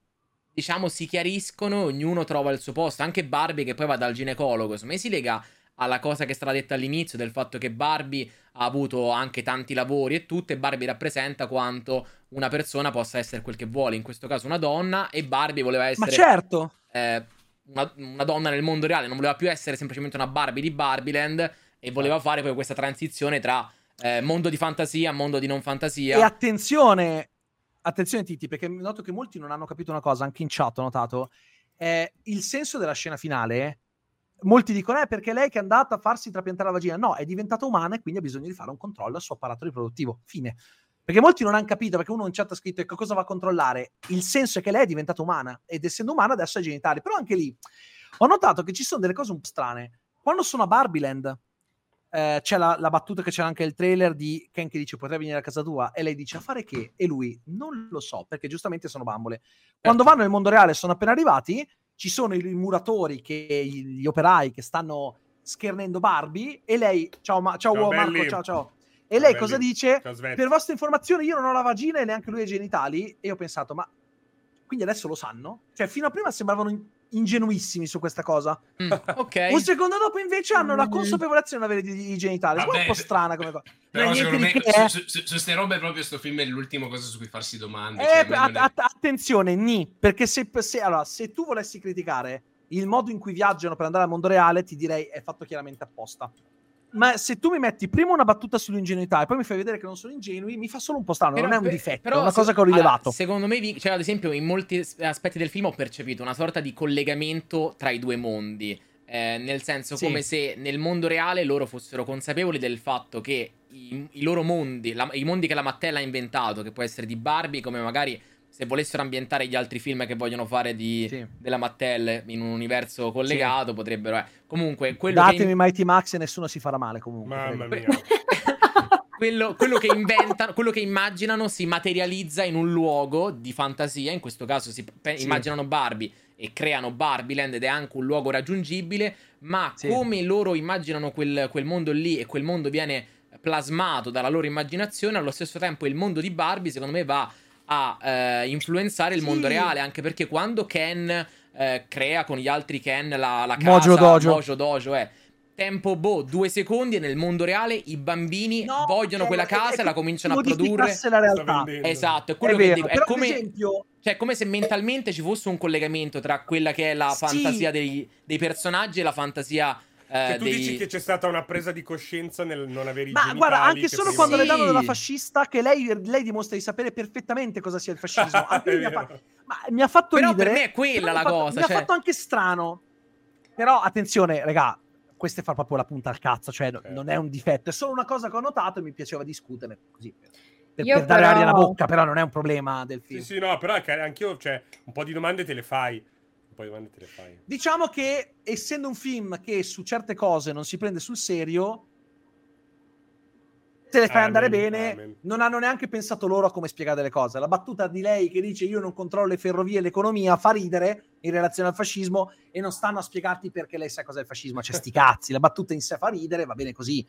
diciamo si chiariscono, ognuno trova il suo posto. Anche Barbie che poi va dal ginecologo, secondo me si lega alla cosa che è stata detta all'inizio del fatto che Barbie ha avuto anche tanti lavori e tutto, e Barbie rappresenta quanto una persona possa essere quel che vuole, in questo caso una donna, e Barbie voleva essere ma certo eh, una, una donna nel mondo reale, non voleva più essere semplicemente una Barbie di Barbieland e voleva fare poi questa transizione tra eh, mondo di fantasia, mondo di non fantasia. E attenzione Attenzione Titi, perché noto che molti non hanno capito una cosa, anche in chat ho notato, eh, il senso della scena finale, molti dicono, eh, perché lei che è andata a farsi trapiantare la vagina, no, è diventata umana e quindi ha bisogno di fare un controllo al suo apparato riproduttivo, fine. Perché molti non hanno capito, perché uno in chat ha scritto, che cosa va a controllare? Il senso è che lei è diventata umana, ed essendo umana adesso ha i genitali, però anche lì ho notato che ci sono delle cose un po' strane. Quando sono a Barbieland, Uh, c'è la, la battuta che c'era anche il trailer di Ken che dice potrei venire a casa tua e lei dice a fare che? E lui non lo so perché giustamente sono bambole. Quando vanno nel mondo reale sono appena arrivati, ci sono i muratori, che, gli operai che stanno schernendo Barbie e lei ciao, ma, ciao, ciao Marco ciao ciao e ciao lei belli. Cosa dice? Ciao, per vostra informazione io non ho la vagina e neanche lui ha i genitali. E io ho pensato ma quindi adesso lo sanno? Cioè fino a prima sembravano in- ingenuissimi su questa cosa. Mm, ok. Un secondo dopo invece hanno la consapevolezza di non avere i, i genitali. Vabbè, è un po' strana come cosa. Però secondo me che, su, su, su ste robe proprio sto film è l'ultima cosa su cui farsi domande. Eh, cioè, a, a, attenzione, ni, perché se, se, allora, se tu volessi criticare il modo in cui viaggiano per andare al mondo reale, ti direi è fatto chiaramente apposta. Ma se tu mi metti prima una battuta sull'ingenuità e poi mi fai vedere che non sono ingenui, mi fa solo un po' strano, però, non è un difetto, però, è una cosa che ho rilevato. Allora, secondo me, cioè ad esempio in molti aspetti del film ho percepito una sorta di collegamento tra i due mondi, eh, nel senso sì. come se nel mondo reale loro fossero consapevoli del fatto che i, i loro mondi, la, i mondi che la Mattel ha inventato, che può essere di Barbie, come magari se volessero ambientare gli altri film che vogliono fare di, sì. della Mattel in un universo collegato, sì. potrebbero... Eh. Comunque, quello Datemi che... Mighty Max e nessuno si farà male, comunque. Mamma prego. mia. quello, quello che inventano, quello che immaginano si materializza in un luogo di fantasia. In questo caso si pe- Sì. immaginano Barbie e creano Barbieland ed è anche un luogo raggiungibile. Ma Sì. come loro immaginano quel, quel mondo lì e quel mondo viene plasmato dalla loro immaginazione, allo stesso tempo il mondo di Barbie secondo me va a eh, influenzare il Sì. mondo reale, anche perché quando Ken eh, crea con gli altri Ken la, la Mojo casa Dojo. Mojo Dojo è tempo boh due secondi e nel mondo reale i bambini No, vogliono cioè, quella è- casa è e la come cominciano se a produrre. modificasse la Sta realtà. vendendo. Esatto, è È quello che vero, dico, è però come ad esempio cioè, è come se mentalmente ci fosse un collegamento tra quella che è la Sì. fantasia dei, dei personaggi e la fantasia eh, Cioè, tu dei... dici che c'è stata una presa di coscienza nel non avere i Ma genitali guarda, anche che solo prima- quando le Sì. danno della fascista, che lei, lei dimostra di sapere perfettamente cosa sia il fascismo. Anche È lì mi ha, vero. fa- ma mi ha fatto Però ridere. per me è quella però mi la ha fatto- cosa, Mi cioè- ha fatto anche strano. Però attenzione, raga, questa è far proprio la punta al cazzo. Cioè, no- Certo. non è un difetto, è solo una cosa che ho notato e mi piaceva discuterne così. Per, Io per dare però- aria alla bocca, però non è un problema del film. Sì, sì, no, però anche- anch'io, cioè, un po' di domande te le fai. Un po' di domande te le fai. Diciamo che, essendo un film che su certe cose non si prende sul serio, te le fai Amen, andare bene, amen. non hanno neanche pensato loro a come spiegare le cose. La battuta di lei che dice io non controllo le ferrovie e l'economia fa ridere in relazione al fascismo e non stanno a spiegarti perché lei sa cos'è il fascismo, cioè sti cazzi, la battuta in sé fa ridere, va bene così.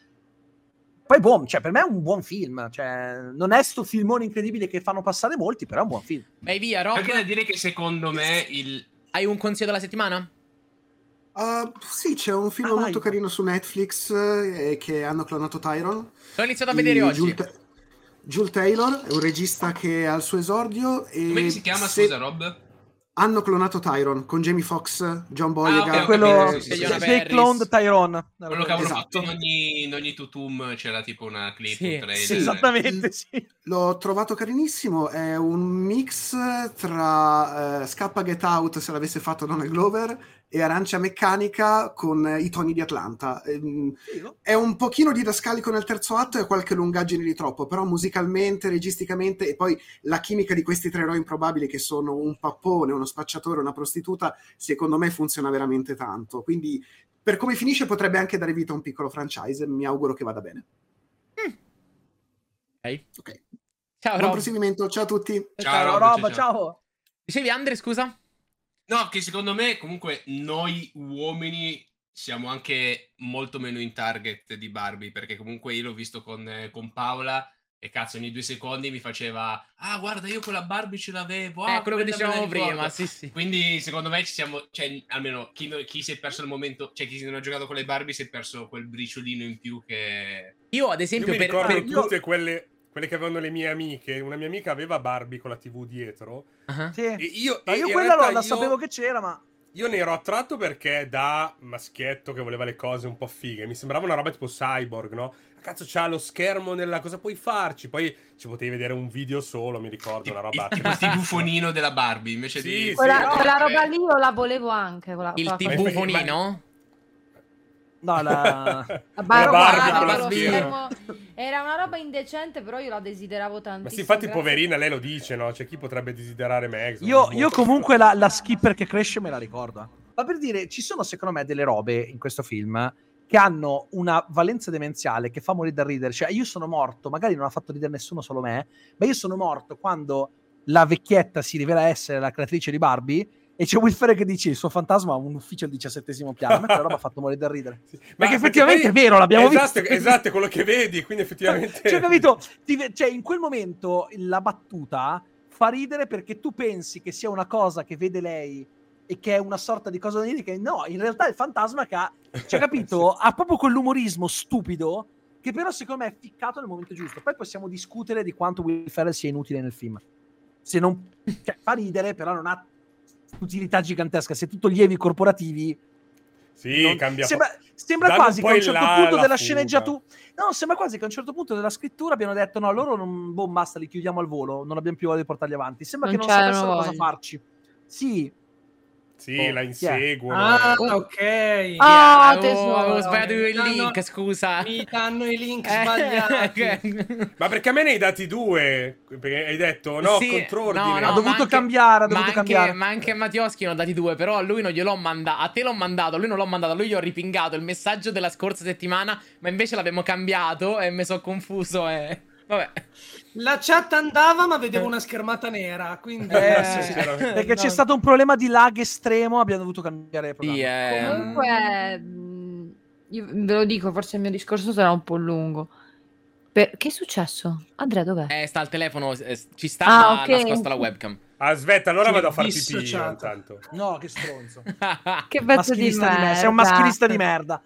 Poi boh, cioè per me è un buon film, cioè non è sto filmone incredibile che fanno passare molti, però è un buon film. Vai via, Rob. Anche da dire che secondo me il... Hai un consiglio della settimana? Uh, sì, c'è un film Ah, vai. molto carino su Netflix eh, che hanno clonato Tyrone. L'ho iniziato a di vedere oggi. Jules, Ta- Jules Taylor, è un regista che ha il suo esordio. E Come si chiama, se- scusa, Rob? Hanno clonato Tyrone con Jamie Foxx, John Boyega. ok, È ho quello capito, sì, sì, Fiona sì. They Ferris. cloned Tyrone. Quello che avevano Esatto. fatto in ogni, in ogni tutum c'era tipo una clip, Sì, un trailer. sì, Esattamente, sì. L'ho trovato carinissimo, è un mix tra eh, Scappa Get Out se l'avesse fatto Donald Glover e Arancia Meccanica con eh, i toni di Atlanta. Ehm, è un pochino didascalico nel terzo atto e qualche lungaggine di troppo, però musicalmente, registicamente e poi la chimica di questi tre eroi improbabili che sono un pappone, uno spacciatore, una prostituta, secondo me funziona veramente tanto. Quindi per come finisce potrebbe anche dare vita a un piccolo franchise, mi auguro che vada bene. Ok. Ok. Ciao, Buon Rob. proseguimento, ciao a tutti. Ciao, Ciao, Rob, Rob, ciao, ciao. ciao. Dicevi, Andre, scusa? No, che secondo me comunque noi uomini siamo anche molto meno in target di Barbie, perché comunque io l'ho visto con, eh, con Paola e cazzo ogni due secondi mi faceva ah guarda io quella Barbie ce l'avevo, ah, eh, quello che quella me la dicevamo ricordo." prima, sì, sì. Quindi secondo me ci siamo, cioè almeno chi, no- chi si è perso il momento, cioè chi non ha giocato con le Barbie si è perso quel briciolino in più che... Io, ad Io esempio, mi per, ricordo per- tutte quelle, quelle che avevano le mie amiche. Una mia amica aveva Barbie con la tivù dietro. Ah. Sì. E io, Ma e io in quella realtà lo- la io- sapevo che c'era, ma... Io ne ero attratto perché da maschietto che voleva le cose un po' fighe. Mi sembrava una roba tipo Cyborg, no? Cazzo, c'ha lo schermo nella... Cosa puoi farci? Poi ci potevi vedere un video solo, mi ricordo, una roba... Il, tipo il bufonino della Barbie invece Sì, di... sì, Quella, no, quella eh, roba lì io la volevo anche. Quella, il quella T V cosa. fonino? No, la... La La Barbie, Barbie con con lo la schermo. Era una roba indecente, però io la desideravo tantissimo. Ma sì, infatti, grazie. poverina, lei lo dice, no? C'è chi potrebbe desiderare Max. Io, io comunque la, la skipper che cresce me la ricordo. Ma per dire, ci sono secondo me delle robe in questo film che hanno una valenza demenziale che fa morire da ridere. Cioè, io sono morto, magari non ha fatto ridere nessuno, solo me, ma io sono morto quando la vecchietta si rivela essere la creatrice di Barbie e c'è Will Ferrell che dice il suo fantasma ha un ufficio al diciassettesimo piano. A me quella roba ha fatto morire da ridere. Sì. Ma Perché effettivamente poi- è vero, l'abbiamo esatto, visto. Esatto, è quello che vedi, quindi effettivamente... Cioè, capito? Ti- cioè, in quel momento la battuta fa ridere perché tu pensi che sia una cosa che vede lei e che è una sorta di cosa onirica. No, in realtà è il fantasma che ha, cioè, capito? Ha proprio quell'umorismo stupido che però secondo me è ficcato nel momento giusto. Poi possiamo discutere di quanto Will Ferrell sia inutile nel film. Se non... Cioè, fa ridere, però non ha utilità gigantesca. Se tutto lievi corporativi... Sì, non- cambia... Sembra, sembra danno quasi un che po' a un in certo là punto la della fuga. sceneggiatura... No, sembra quasi che a un certo punto della scrittura abbiano detto no, loro non... Boh, basta, li chiudiamo al volo, non abbiamo più voglia di portarli avanti. Sembra Non che non c'avevano sapessero cosa voglia. farci. Sì, Sì, Oh. la inseguono. Ah, eh. ok. Ah, avevo, tesoro. avevo sbagliato il Mi danno- link, scusa. Mi danno i link Eh, sbagliati. Ma perché a me ne hai dati due? Perché hai detto no, Sì, contrordine. no, no, Ha dovuto ma anche- cambiare, ha ma dovuto anche, cambiare. Ma anche a Mattioschi ne ho dati due, però a lui non gliel'ho mandato. A te l'ho mandato, a lui non l'ho mandato. A lui gli ho ripingato il messaggio della scorsa settimana, ma invece l'abbiamo cambiato e mi sono confuso e... Vabbè. La chat andava, ma vedevo una schermata nera, quindi... Eh, sì, sì, chiaramente. perché no. c'è stato un problema di lag estremo, abbiamo dovuto cambiare il programma. Sì, eh. Comunque, mh, io ve lo dico, forse il mio discorso sarà un po' lungo. Per- Che è successo? Andrea, dov'è? Eh, sta al telefono, eh, ci sta, Ah, ma ok. nascosta la webcam. Aspetta, allora Sì, vado a far pipì io dissociata. intanto. No, che stronzo. Che pezzo di Maschilista di me, merda. sei un maschilista di merda.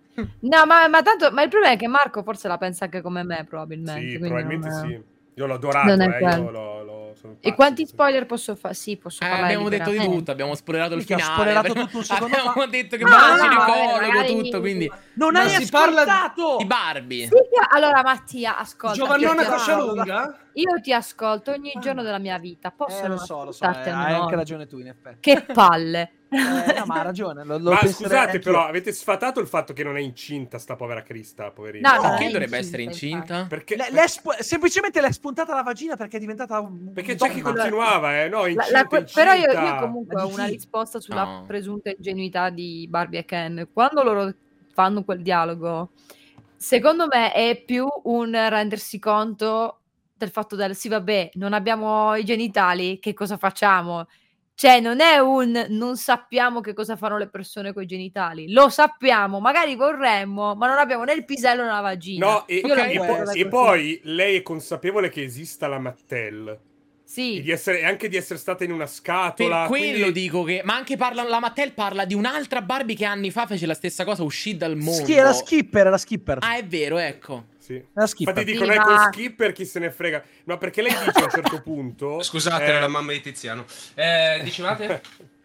No, ma, ma tanto, ma il problema è che Marco forse la pensa anche come me, probabilmente. Sì, quindi probabilmente non- sì. Io l'ho adorato, non è eh. quello. Io l'ho, l'ho- sono E pazzo quanti di- spoiler posso fare? Sì, posso Eh, parlare abbiamo detto di liberamente. tutto, abbiamo spoilerato il Mica, ho finale. spoilerato però- tutto un secondo abbiamo fa. detto che No, parla no, ginecologo, magari- tutto, quindi... Non Ma hai si parla ascoltato! Di Barbie. Sì, che- allora Mattia, ascolta. Giovannona io ti- coscia lunga? Io ti ascolto ogni giorno della mia vita. Posso Eh, lo non so, lo so, ascoltarti eh, al hai anche mondo? ragione tu, in effetti. Che palle. Eh, no, ma ha ragione. Lo, lo Ma penserei scusate, anch'io. però, avete sfatato il fatto che non è incinta sta povera Crista, poverina. No, no, Perché è dovrebbe incinta, essere incinta? Perché, Le- le è spu- semplicemente le è spuntata la vagina perché è diventata un perché c'è chi donna. continuava, eh? No, La- incinta, la- que- però io, incinta. io comunque Ma ho di una chi? risposta sulla No. presunta ingenuità di Barbie e Ken. Quando loro fanno quel dialogo, secondo me è più un rendersi conto del fatto del sì, vabbè, non abbiamo i genitali, che cosa facciamo? Cioè, non è un non sappiamo che cosa fanno le persone con i genitali, lo sappiamo, magari vorremmo, ma non abbiamo né il pisello né la vagina. No, e, Io lo e vedo po- così. e poi lei è consapevole che esista la Mattel. E, Sì. di essere, e anche di essere stata in una Per scatola. quello quindi- dico che... Ma anche parla, la Mattel parla di un'altra Barbie che anni fa fece la stessa cosa, uscì dal mondo. Sì, era skipper, era skipper. Ah, è vero, ecco. Sì. Era skipper. Infatti dicono Sì, è ma- con Skipper chi se ne frega. No, perché lei dice a un certo punto. Scusate, eh, era la mamma di Tiziano. Eh, dicevate?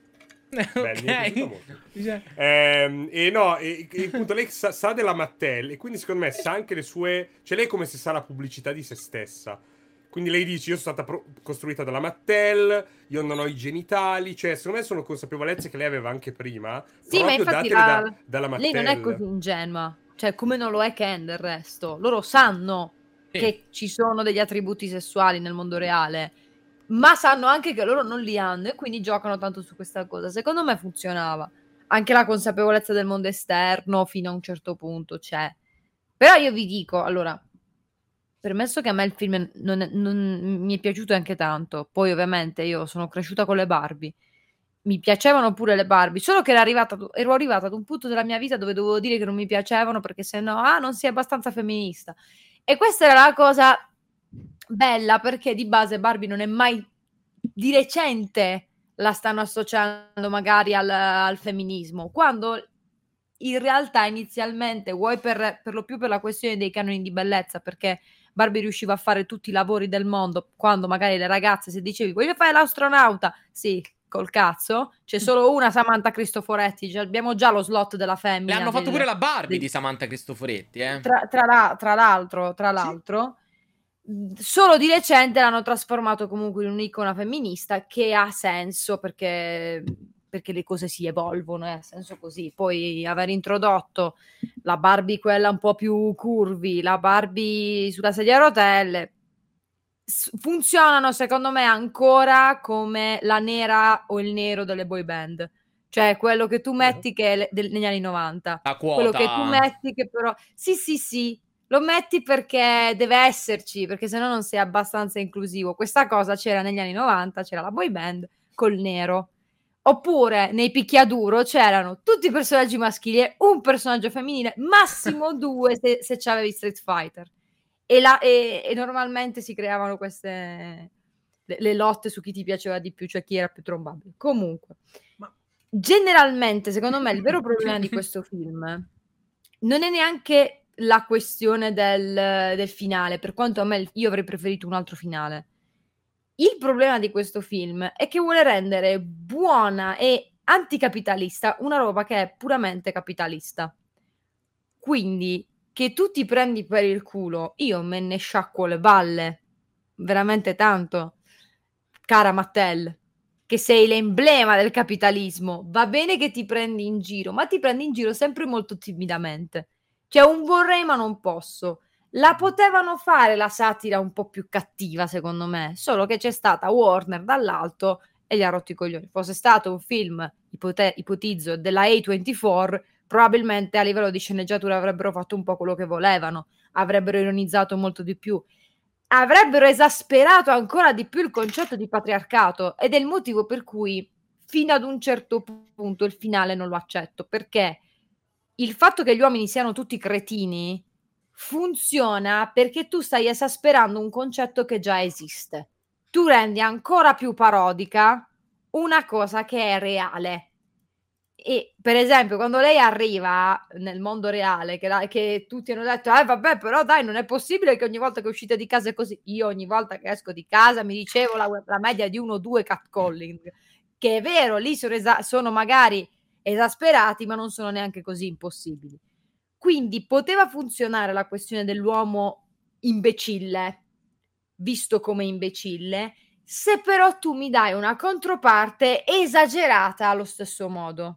Beh, mi è piaciuto molto. Cioè, Ehm, e no, e, e appunto lei sa, sa della Mattel e quindi secondo me sa anche le sue... Cioè lei è come se sa la pubblicità di se stessa. Quindi lei dice io sono stata pro- costruita dalla Mattel, io non ho i genitali, cioè secondo me sono consapevolezze che lei aveva anche prima. Sì, ma proprio infatti datele la- da- dalla Mattel. lei non è così ingenua, cioè come non lo è Ken del resto. Loro sanno Sì. che ci sono degli attributi sessuali nel mondo reale, ma sanno anche che loro non li hanno e quindi giocano tanto su questa cosa. Secondo me funzionava. Anche la consapevolezza del mondo esterno fino a un certo punto c'è. Però io vi dico, allora, permesso che a me il film non, è- non- mi è piaciuto anche tanto, poi ovviamente io sono cresciuta con le Barbie, mi piacevano pure le Barbie, solo che era arrivata, ero arrivata ad un punto della mia vita dove dovevo dire che non mi piacevano perché se no, ah, non sei abbastanza femminista. E questa era la cosa bella perché di base Barbie non è mai di recente la stanno associando magari al, al femminismo, quando in realtà inizialmente vuoi per, per lo più per la questione dei canoni di bellezza, perché Barbie riusciva a fare tutti i lavori del mondo, quando magari le ragazze, se dicevi voglio fare l'astronauta, sì, col cazzo, c'è solo una Samantha Cristoforetti, già- abbiamo già lo slot della le femmina. hanno fatto del- pure la Barbie del- di Samantha Cristoforetti, eh. tra, tra la- tra l'altro, tra l'altro, mh, solo di recente l'hanno trasformato comunque in un'icona femminista che ha senso perché, perché le cose si evolvono, eh, ha senso così. Poi aver introdotto la Barbie quella un po' più curvy, la Barbie sulla sedia a rotelle, s- funzionano secondo me ancora come la nera o il nero delle boy band. Cioè quello che tu metti che è le- del- negli anni novanta. La Quello quota. che tu metti che però... Sì, sì, sì, lo metti perché deve esserci, perché sennò non sei abbastanza inclusivo. Questa cosa c'era negli anni novanta, c'era la boy band col nero. Oppure nei picchiaduro c'erano tutti i personaggi maschili e un personaggio femminile, massimo due se, se c'avevi Street Fighter. E, la- e- e normalmente si creavano queste le, le lotte su chi ti piaceva di più, cioè chi era più trombabile. Comunque, Ma- generalmente, secondo me, il vero problema di questo film non è neanche la questione del, del finale, per quanto a me io avrei preferito un altro finale. Il problema di questo film è che vuole rendere buona e anticapitalista una roba che è puramente capitalista. Quindi che tu ti prendi per il culo, io me ne sciacquo le balle, veramente tanto, cara Mattel. che sei l'emblema del capitalismo, va bene che ti prendi in giro, ma ti prendi in giro sempre molto timidamente. Cioè un vorrei ma non posso. La potevano fare la satira un po' più cattiva, secondo me, solo che c'è stata Warner dall'alto e gli ha rotto i coglioni. Fosse stato un film, ipote- ipotizzo, della A ventiquattro, probabilmente a livello di sceneggiatura avrebbero fatto un po' quello che volevano, avrebbero ironizzato molto di più, avrebbero esasperato ancora di più il concetto di patriarcato, ed è il motivo per cui fino ad un certo punto il finale non lo accetto, perché il fatto che gli uomini siano tutti cretini funziona perché tu stai esasperando un concetto che già esiste. Tu rendi ancora più parodica una cosa che è reale. E per esempio quando lei arriva nel mondo reale, che, la, che tutti hanno detto eh vabbè però dai non è possibile che ogni volta che uscite di casa è così, io ogni volta che esco di casa mi ricevo la, la media di uno o due catcalling, che è vero, lì sono, esa- sono magari esasperati ma non sono neanche così impossibili. Quindi poteva funzionare la questione dell'uomo imbecille, visto come imbecille, se però tu mi dai una controparte esagerata allo stesso modo.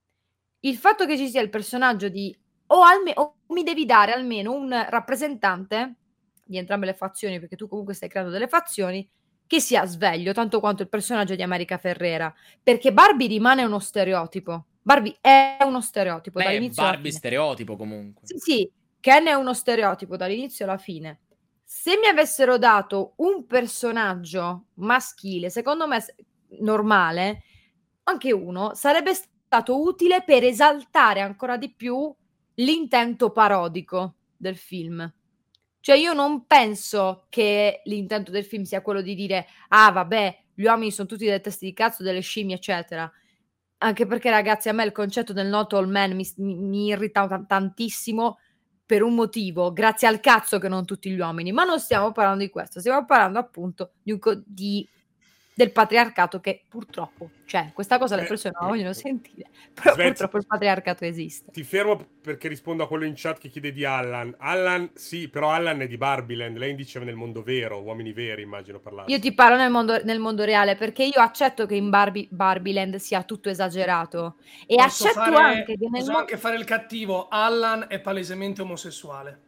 Il fatto che ci sia il personaggio di o, alme- o mi devi dare almeno un rappresentante di entrambe le fazioni, perché tu comunque stai creando delle fazioni, che sia sveglio, tanto quanto il personaggio di America Ferrera, perché Barbie rimane uno stereotipo. Barbie è uno stereotipo Beh, dall'inizio alla Barbie fine. stereotipo comunque. Sì, sì, Ken è uno stereotipo dall'inizio alla fine. Se mi avessero dato un personaggio maschile, secondo me s- normale, anche uno, sarebbe stato utile per esaltare ancora di più l'intento parodico del film. Cioè io non penso che l'intento del film sia quello di dire ah vabbè, gli uomini sono tutti delle teste di cazzo, delle scimmie eccetera, anche perché ragazzi a me il concetto del not all men mi, mi, mi irrita t- tantissimo per un motivo, grazie al cazzo che non tutti gli uomini, ma non stiamo parlando di questo, stiamo parlando appunto di, un co- di del patriarcato che purtroppo c'è. Questa cosa le persone non la vogliono sentire, però Svet, purtroppo il patriarcato esiste. Ti fermo perché rispondo a quello in chat che chiede di Allan. Allan, sì, però Allan è di Barbieland. Lei diceva nel mondo vero, uomini veri, immagino parlare. Io ti parlo nel mondo, nel mondo reale, perché io accetto che in Barbie, Barbieland sia tutto esagerato e Posso accetto fare, anche che nel posso mondo anche fare il cattivo. Allan è palesemente omosessuale.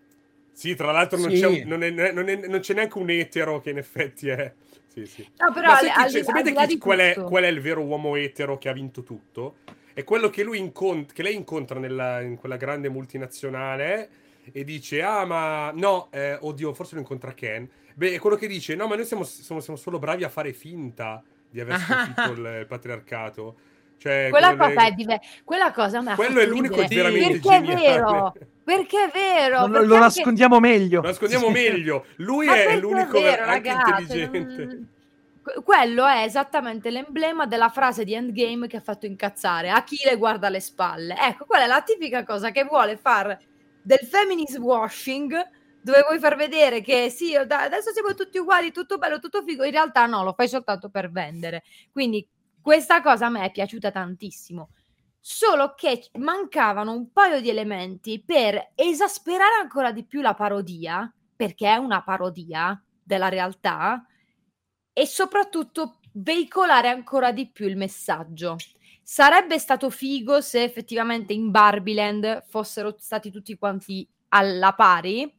Sì, tra l'altro non, Sì. c'è un- non, è- non è- non c'è neanche un etero che in effetti è... Sì, sì. No, però Ma al- sai chi al c'è- di- sapete al di là chi- di qual, è, tutto. qual è il vero uomo etero che ha vinto tutto? È quello che lui incont- che lei incontra nella- in quella grande multinazionale e dice ah ma no, eh, oddio forse lo incontra Ken. Beh, è quello che dice no ma noi siamo, siamo- siamo solo bravi a fare finta di aver sconfitto il, il patriarcato. Cioè, Quella quello cosa le- è diver- quella cosa mi ha quello fatto è l'unico ridere, veramente perché è geniale. vero, perché è vero, Lo, perché lo anche- nascondiamo meglio. Lo nascondiamo Sì. meglio. Lui Ma è perché l'unico è ver- vero, anche ragazzi, intelligente. non- que- quello è esattamente l'emblema della frase di Endgame che ha fatto incazzare Achille guarda le spalle. Ecco, quella è la tipica cosa che vuole far del feminism washing, dove vuoi far vedere che sì, da- adesso siamo tutti uguali, tutto bello, tutto figo, in realtà no, lo fai soltanto per vendere. Quindi questa cosa a me è piaciuta tantissimo. Solo che mancavano un paio di elementi per esasperare ancora di più la parodia, perché è una parodia della realtà, e soprattutto veicolare ancora di più il messaggio. Sarebbe stato figo se effettivamente in Barbieland fossero stati tutti quanti alla pari,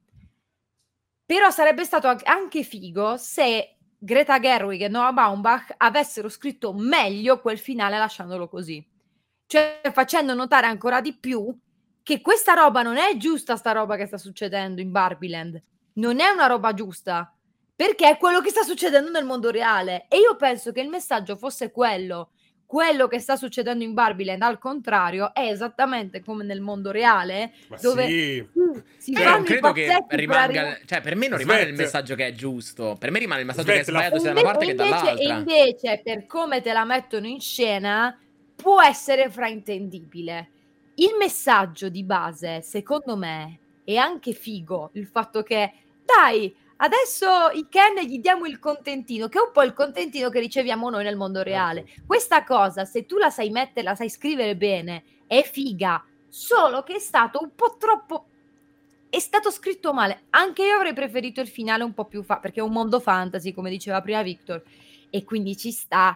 però sarebbe stato anche- anche figo se Greta Gerwig e Noah Baumbach avessero scritto meglio quel finale lasciandolo così. Cioè facendo notare ancora di più che questa roba non è giusta, sta roba che sta succedendo in Barbieland. Non è una roba giusta, perché è quello che sta succedendo nel mondo reale. E io penso che il messaggio fosse quello. Quello che sta succedendo in Barbieland, al contrario, è esattamente come nel mondo reale, Ma dove sì. sì, si Cioè, fanno non i credo che pazzetti per rimanga. arrivare- Cioè, per me non rimane il Svet. messaggio che è giusto. Per me rimane il messaggio Svet, che è la- sbagliato sia da E una parte che invece, e dall'altra. invece, per come te la mettono in scena, può essere fraintendibile. Il messaggio di base, secondo me, è anche figo. Il fatto che, dai, adesso i Ken gli diamo il contentino, che è un po' il contentino che riceviamo noi nel mondo reale. Questa cosa, se tu la sai mettere, la sai scrivere bene, è figa. Solo che è stato un po' troppo... È stato scritto male. Anche io avrei preferito il finale un po' più fa, perché è un mondo fantasy, come diceva prima Victor, e quindi ci sta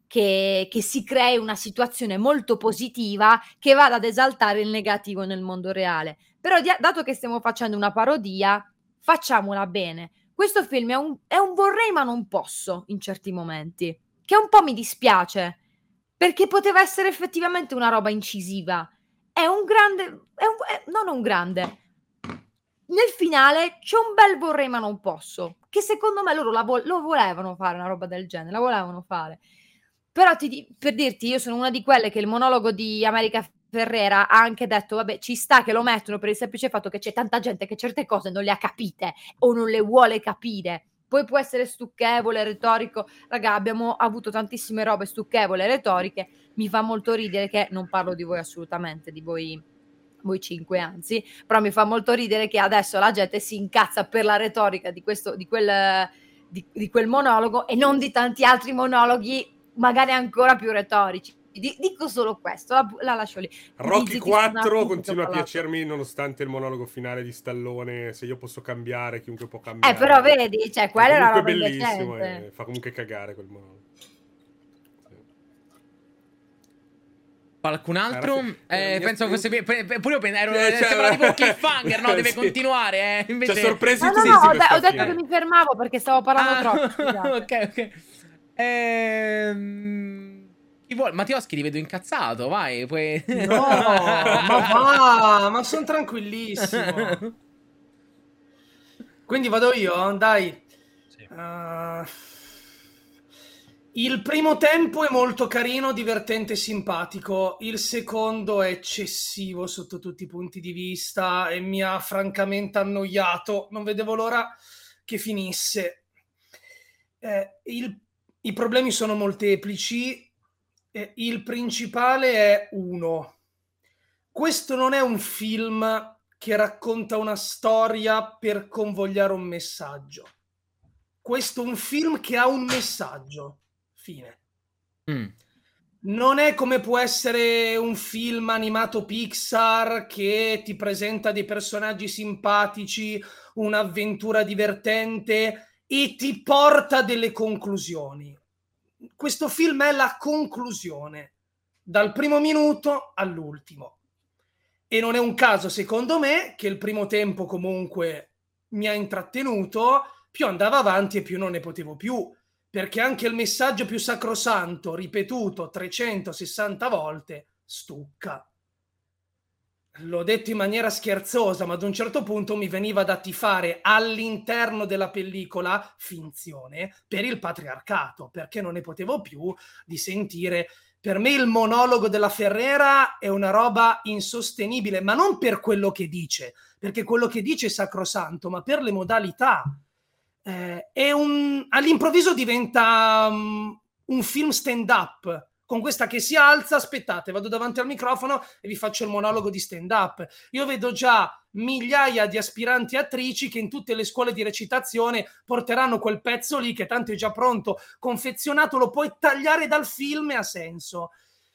che, che si crei una situazione molto positiva che vada ad esaltare il negativo nel mondo reale. Però di- dato che stiamo facendo una parodia, facciamola bene. Questo film è un, è un vorrei ma non posso in certi momenti, che un po' mi dispiace, perché poteva essere effettivamente una roba incisiva. È un grande, è un, è, non un grande. Nel finale c'è un bel vorrei ma non posso, che secondo me loro la vo- lo volevano fare una roba del genere, la volevano fare. Però ti di- per dirti, io sono una di quelle che il monologo di America Ferrera ha anche detto, vabbè, ci sta che lo mettono per il semplice fatto che c'è tanta gente che certe cose non le ha capite o non le vuole capire. Poi può essere stucchevole, retorico. Raga, abbiamo avuto tantissime robe stucchevole, retoriche. Mi fa molto ridere che, non parlo di voi assolutamente, di voi, voi cinque anzi, però mi fa molto ridere che adesso la gente si incazza per la retorica di questo, di quel, di, di quel monologo e non di tanti altri monologhi magari ancora più retorici. Di- dico solo questo, la, la lascio lì. Rocky Zitti su un attimo, quattro che ho continua a parlato. piacermi nonostante il monologo finale di Stallone. Se io posso cambiare, chiunque può cambiare. Eh, però vedi, cioè, È quella è una comunque roba bellissimo indecente. e fa comunque cagare quel monologo. Qualcun altro? Era fi- era Eh, mia penso fosse. esperienza. pe- pe- Pure io pen- ero, Eh, cioè, sembra tipo un cliffhanger, no? Deve sì. continuare, eh. Invece. Ci ha sorpresi No, no, tutti no, ho, questa de- ho detto fine. che mi fermavo perché stavo parlando Ah, troppo. Scusate. ok, ok. Ehm... Chi vuole? Mattioschi ti vedo incazzato, vai. Puoi... No, ma va, ma sono tranquillissimo. Quindi vado io, dai. Sì. Uh, il primo tempo è molto carino, divertente e simpatico. Il secondo è eccessivo sotto tutti i punti di vista e mi ha francamente annoiato. Non vedevo l'ora che finisse. Eh, il, I problemi sono molteplici. Eh, il principale è uno. Questo non è un film che racconta una storia per convogliare un messaggio. Questo è un film che ha un messaggio. Fine. Mm. Non è come può essere un film animato Pixar che ti presenta dei personaggi simpatici, un'avventura divertente e ti porta delle conclusioni. Questo film è la conclusione, dal primo minuto all'ultimo. E non è un caso, secondo me, che il primo tempo comunque mi ha intrattenuto, più andava avanti e più non ne potevo più, perché anche il messaggio più sacrosanto, ripetuto trecentosessanta volte, stucca. L'ho detto in maniera scherzosa, ma ad un certo punto mi veniva da tifare all'interno della pellicola finzione per il patriarcato, perché non ne potevo più di sentire. Per me il monologo della Ferrera è una roba insostenibile, ma non per quello che dice, perché quello che dice è sacrosanto, ma per le modalità. Eh, è un, all'improvviso diventa um, un film stand-up, con questa che si alza, aspettate, vado davanti al microfono e vi faccio il monologo di stand-up. Io vedo già migliaia di aspiranti attrici che in tutte le scuole di recitazione porteranno quel pezzo lì che tanto è già pronto, confezionato, lo puoi tagliare dal film e ha senso.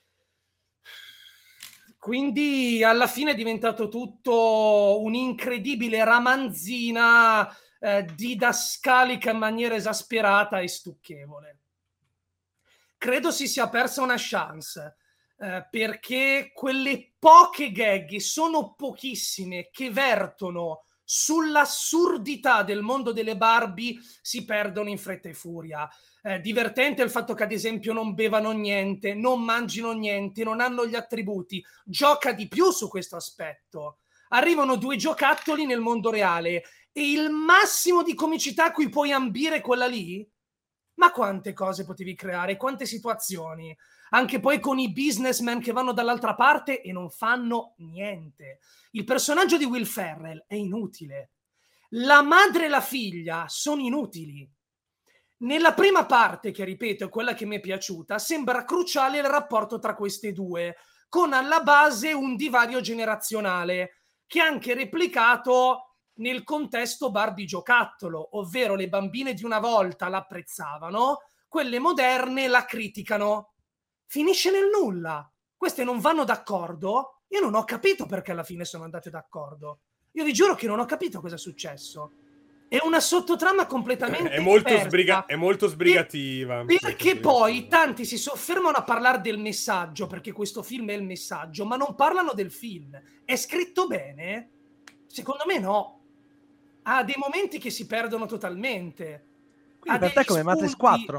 Quindi alla fine è diventato tutto un'incredibile ramanzina eh, didascalica in maniera esasperata e stucchevole. Credo si sia persa una chance, eh, perché quelle poche gag, sono pochissime, che vertono sull'assurdità del mondo delle Barbie, si perdono in fretta e furia. Eh, divertente il fatto che ad esempio non bevano niente, non mangino niente, non hanno gli attributi. Gioca di più su questo aspetto. Arrivano due giocattoli nel mondo reale e il massimo di comicità a cui puoi ambire quella lì? Ma quante cose potevi creare, quante situazioni, anche poi con i businessmen che vanno dall'altra parte e non fanno niente. Il personaggio di Will Ferrell è inutile. La madre e la figlia sono inutili. Nella prima parte, che ripeto è quella che mi è piaciuta, sembra cruciale il rapporto tra queste due, con alla base un divario generazionale, che è anche replicato nel contesto Barbie giocattolo, ovvero le bambine di una volta l'apprezzavano, quelle moderne la criticano. Finisce nel nulla. Queste non vanno d'accordo. Io non ho capito perché alla fine sono andate d'accordo. Io vi giuro che non ho capito cosa è successo. è una sottotrama completamente È molto, persa. sbriga- è molto sbrigativa. Perché poi tanti si soffermano a parlare del messaggio, perché questo film è il messaggio, ma non parlano del film. È scritto bene? Secondo me no. Ha dei momenti che si perdono totalmente. Quindi Ha per te degli come Matrix spunti- quattro?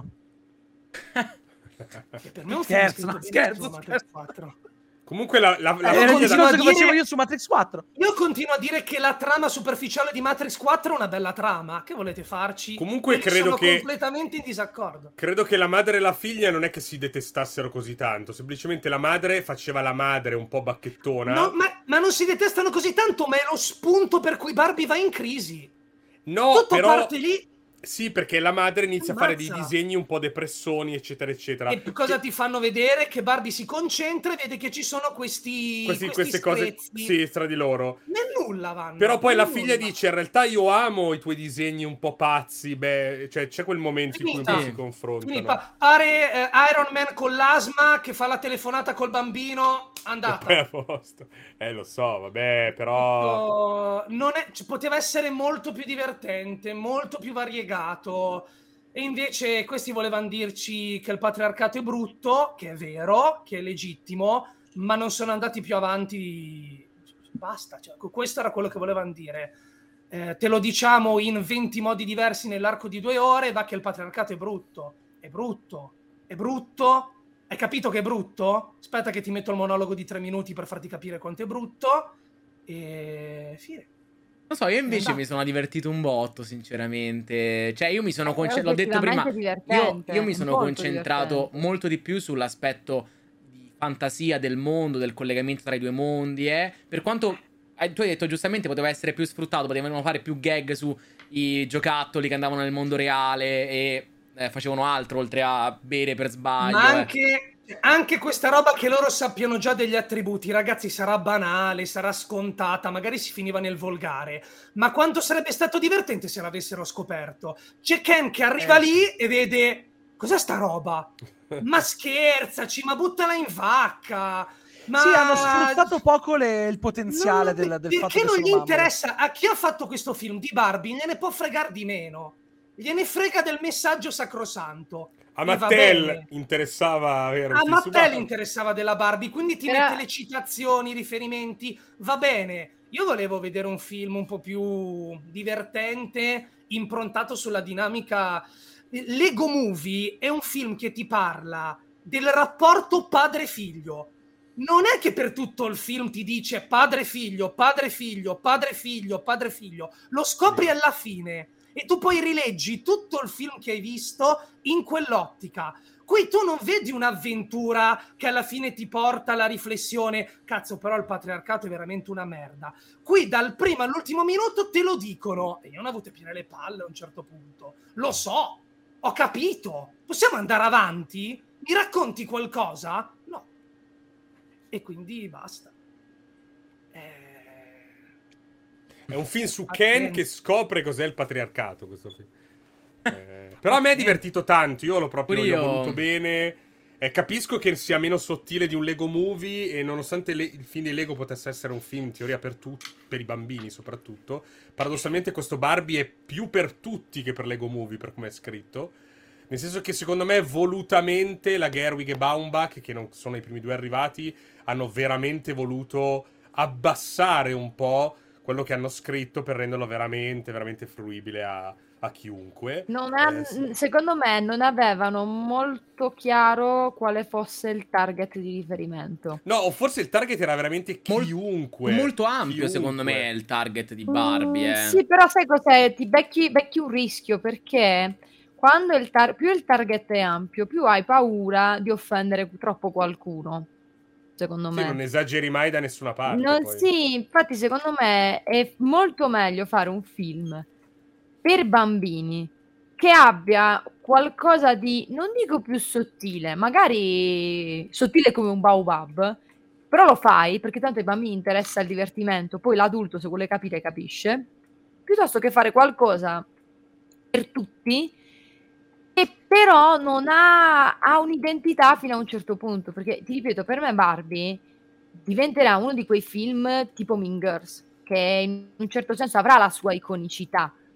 Che per me è un film Scherzo, scritto no, benissimo, scherzo, Matrix scherzo. quattro. Comunque la, la, la È Io il figlia continuo discorso a che dire- facevo io su Matrix quattro. Io continuo a dire che la trama superficiale di Matrix quattro è una bella trama. Che volete farci? Comunque E lì credo sono che- completamente in disaccordo. Credo che la madre e la figlia non è che si detestassero così tanto, semplicemente la madre faceva la madre un po' bacchettona. No, ma, ma non si detestano così tanto, ma è lo spunto per cui Barbie va in crisi. No, Tutto però parte lì. sì, perché la madre inizia a fare dei Ammazza. disegni un po' depressioni, eccetera, eccetera. E cosa Che- ti fanno vedere? Che Barbie si concentra e vede che ci sono questi, questi- questi queste cose screzi. sì, tra di loro. Nel nulla vanno. Però poi nel la figlia nulla. dice: in realtà io amo i tuoi disegni un po' pazzi. Beh, cioè c'è quel momento in cui un Finita. po' si Quindi confrontano. pa- pare eh, Iron Man con l'asma che fa la telefonata col bambino. E Andata. poi a posto. Eh, lo so, vabbè, però. Oh, non è- c- poteva essere molto più divertente, molto più variegato. E invece questi volevano dirci che il patriarcato è brutto, che è vero, che è legittimo, ma non sono andati più avanti. Basta, cioè, questo era quello che volevano dire. Eh, te lo diciamo in venti modi diversi nell'arco di due ore, va che il patriarcato è brutto. È brutto. È brutto. Hai capito che è brutto? Aspetta che ti metto il monologo di tre minuti per farti capire quanto è brutto. E fine. Non so, io invece Esatto. mi sono divertito un botto, sinceramente. Cioè, io mi sono È concentrato, l'ho detto prima, oggettivamente io, divertente, io mi è sono molto concentrato divertente. molto di più sull'aspetto di fantasia del mondo, del collegamento tra i due mondi, eh. Per quanto eh, tu hai detto giustamente poteva essere più sfruttato, potevano fare più gag sui giocattoli che andavano nel mondo reale e eh, facevano altro oltre a bere per sbaglio. Ma eh. anche, anche questa roba che loro sappiano già degli attributi, ragazzi, sarà banale, sarà scontata, magari si finiva nel volgare. Ma quanto sarebbe stato divertente se l'avessero scoperto? C'è Ken che arriva Eh, lì e vede cos'è sta roba? Ma scherzaci, ma buttala in vacca. Ma Sì, hanno sfruttato poco le- il potenziale Non- del, del perché fatto che non sono gli mamme. interessa a chi ha fatto questo film di Barbie, gliene può fregare di meno. Gliene frega del messaggio sacrosanto. A E va Mattel bene. interessava avere un A film su Mattel Barbie. interessava della Barbie, quindi ti Però- mette le citazioni, i riferimenti, va bene. Io volevo vedere un film un po' più divertente, improntato sulla dinamica. Lego Movie è un film che ti parla del rapporto padre-figlio. Non è che per tutto il film ti dice padre-figlio, padre-figlio, padre-figlio, padre-figlio. Lo scopri alla fine e tu poi rileggi tutto il film che hai visto in quell'ottica. Qui tu non vedi un'avventura che alla fine ti porta alla riflessione cazzo, però il patriarcato è veramente una merda. Qui dal primo all'ultimo minuto te lo dicono e io non ho avuto piene le palle a un certo punto. Lo so, ho capito. Possiamo andare avanti? Mi racconti qualcosa? No. E quindi basta. Eh... È un film su Attento. Ken che scopre cos'è il patriarcato, questo film. Eh, però a me è divertito tanto, io l'ho proprio Pure l'ho io. voluto bene. Eh, capisco che sia meno sottile di un Lego Movie e nonostante le- il film di Lego potesse essere un film in teoria per tutti, per i bambini soprattutto, paradossalmente questo Barbie è più per tutti che per Lego Movie, per come è scritto. Nel senso che secondo me volutamente la Gerwig e Baumbach, che non sono i primi due arrivati, hanno veramente voluto abbassare un po' quello che hanno scritto per renderlo veramente, veramente fruibile a, a chiunque. Non ha- Eh, sì. Secondo me non avevano molto chiaro quale fosse il target di riferimento. No, o forse il target era veramente Mol- chiunque. Molto ampio, Chiunque. secondo me, il target di Barbie. Mm, eh. sì, però sai cos'è? Ti becchi, becchi un rischio perché quando il tar- più il target è ampio, più hai paura di offendere troppo qualcuno. Secondo Sì, me. non esageri mai da nessuna parte. Non- poi. sì, infatti secondo me è molto meglio fare un film per bambini che abbia qualcosa di, non dico più sottile, magari sottile come un baobab, però lo fai perché tanto ai bambini interessa il divertimento, poi l'adulto se vuole capire capisce, piuttosto che fare qualcosa per tutti e però non ha, ha un'identità fino a un certo punto, perché ti ripeto, per me Barbie diventerà uno di quei film tipo Mean Girls, che in un certo senso avrà la sua iconicità,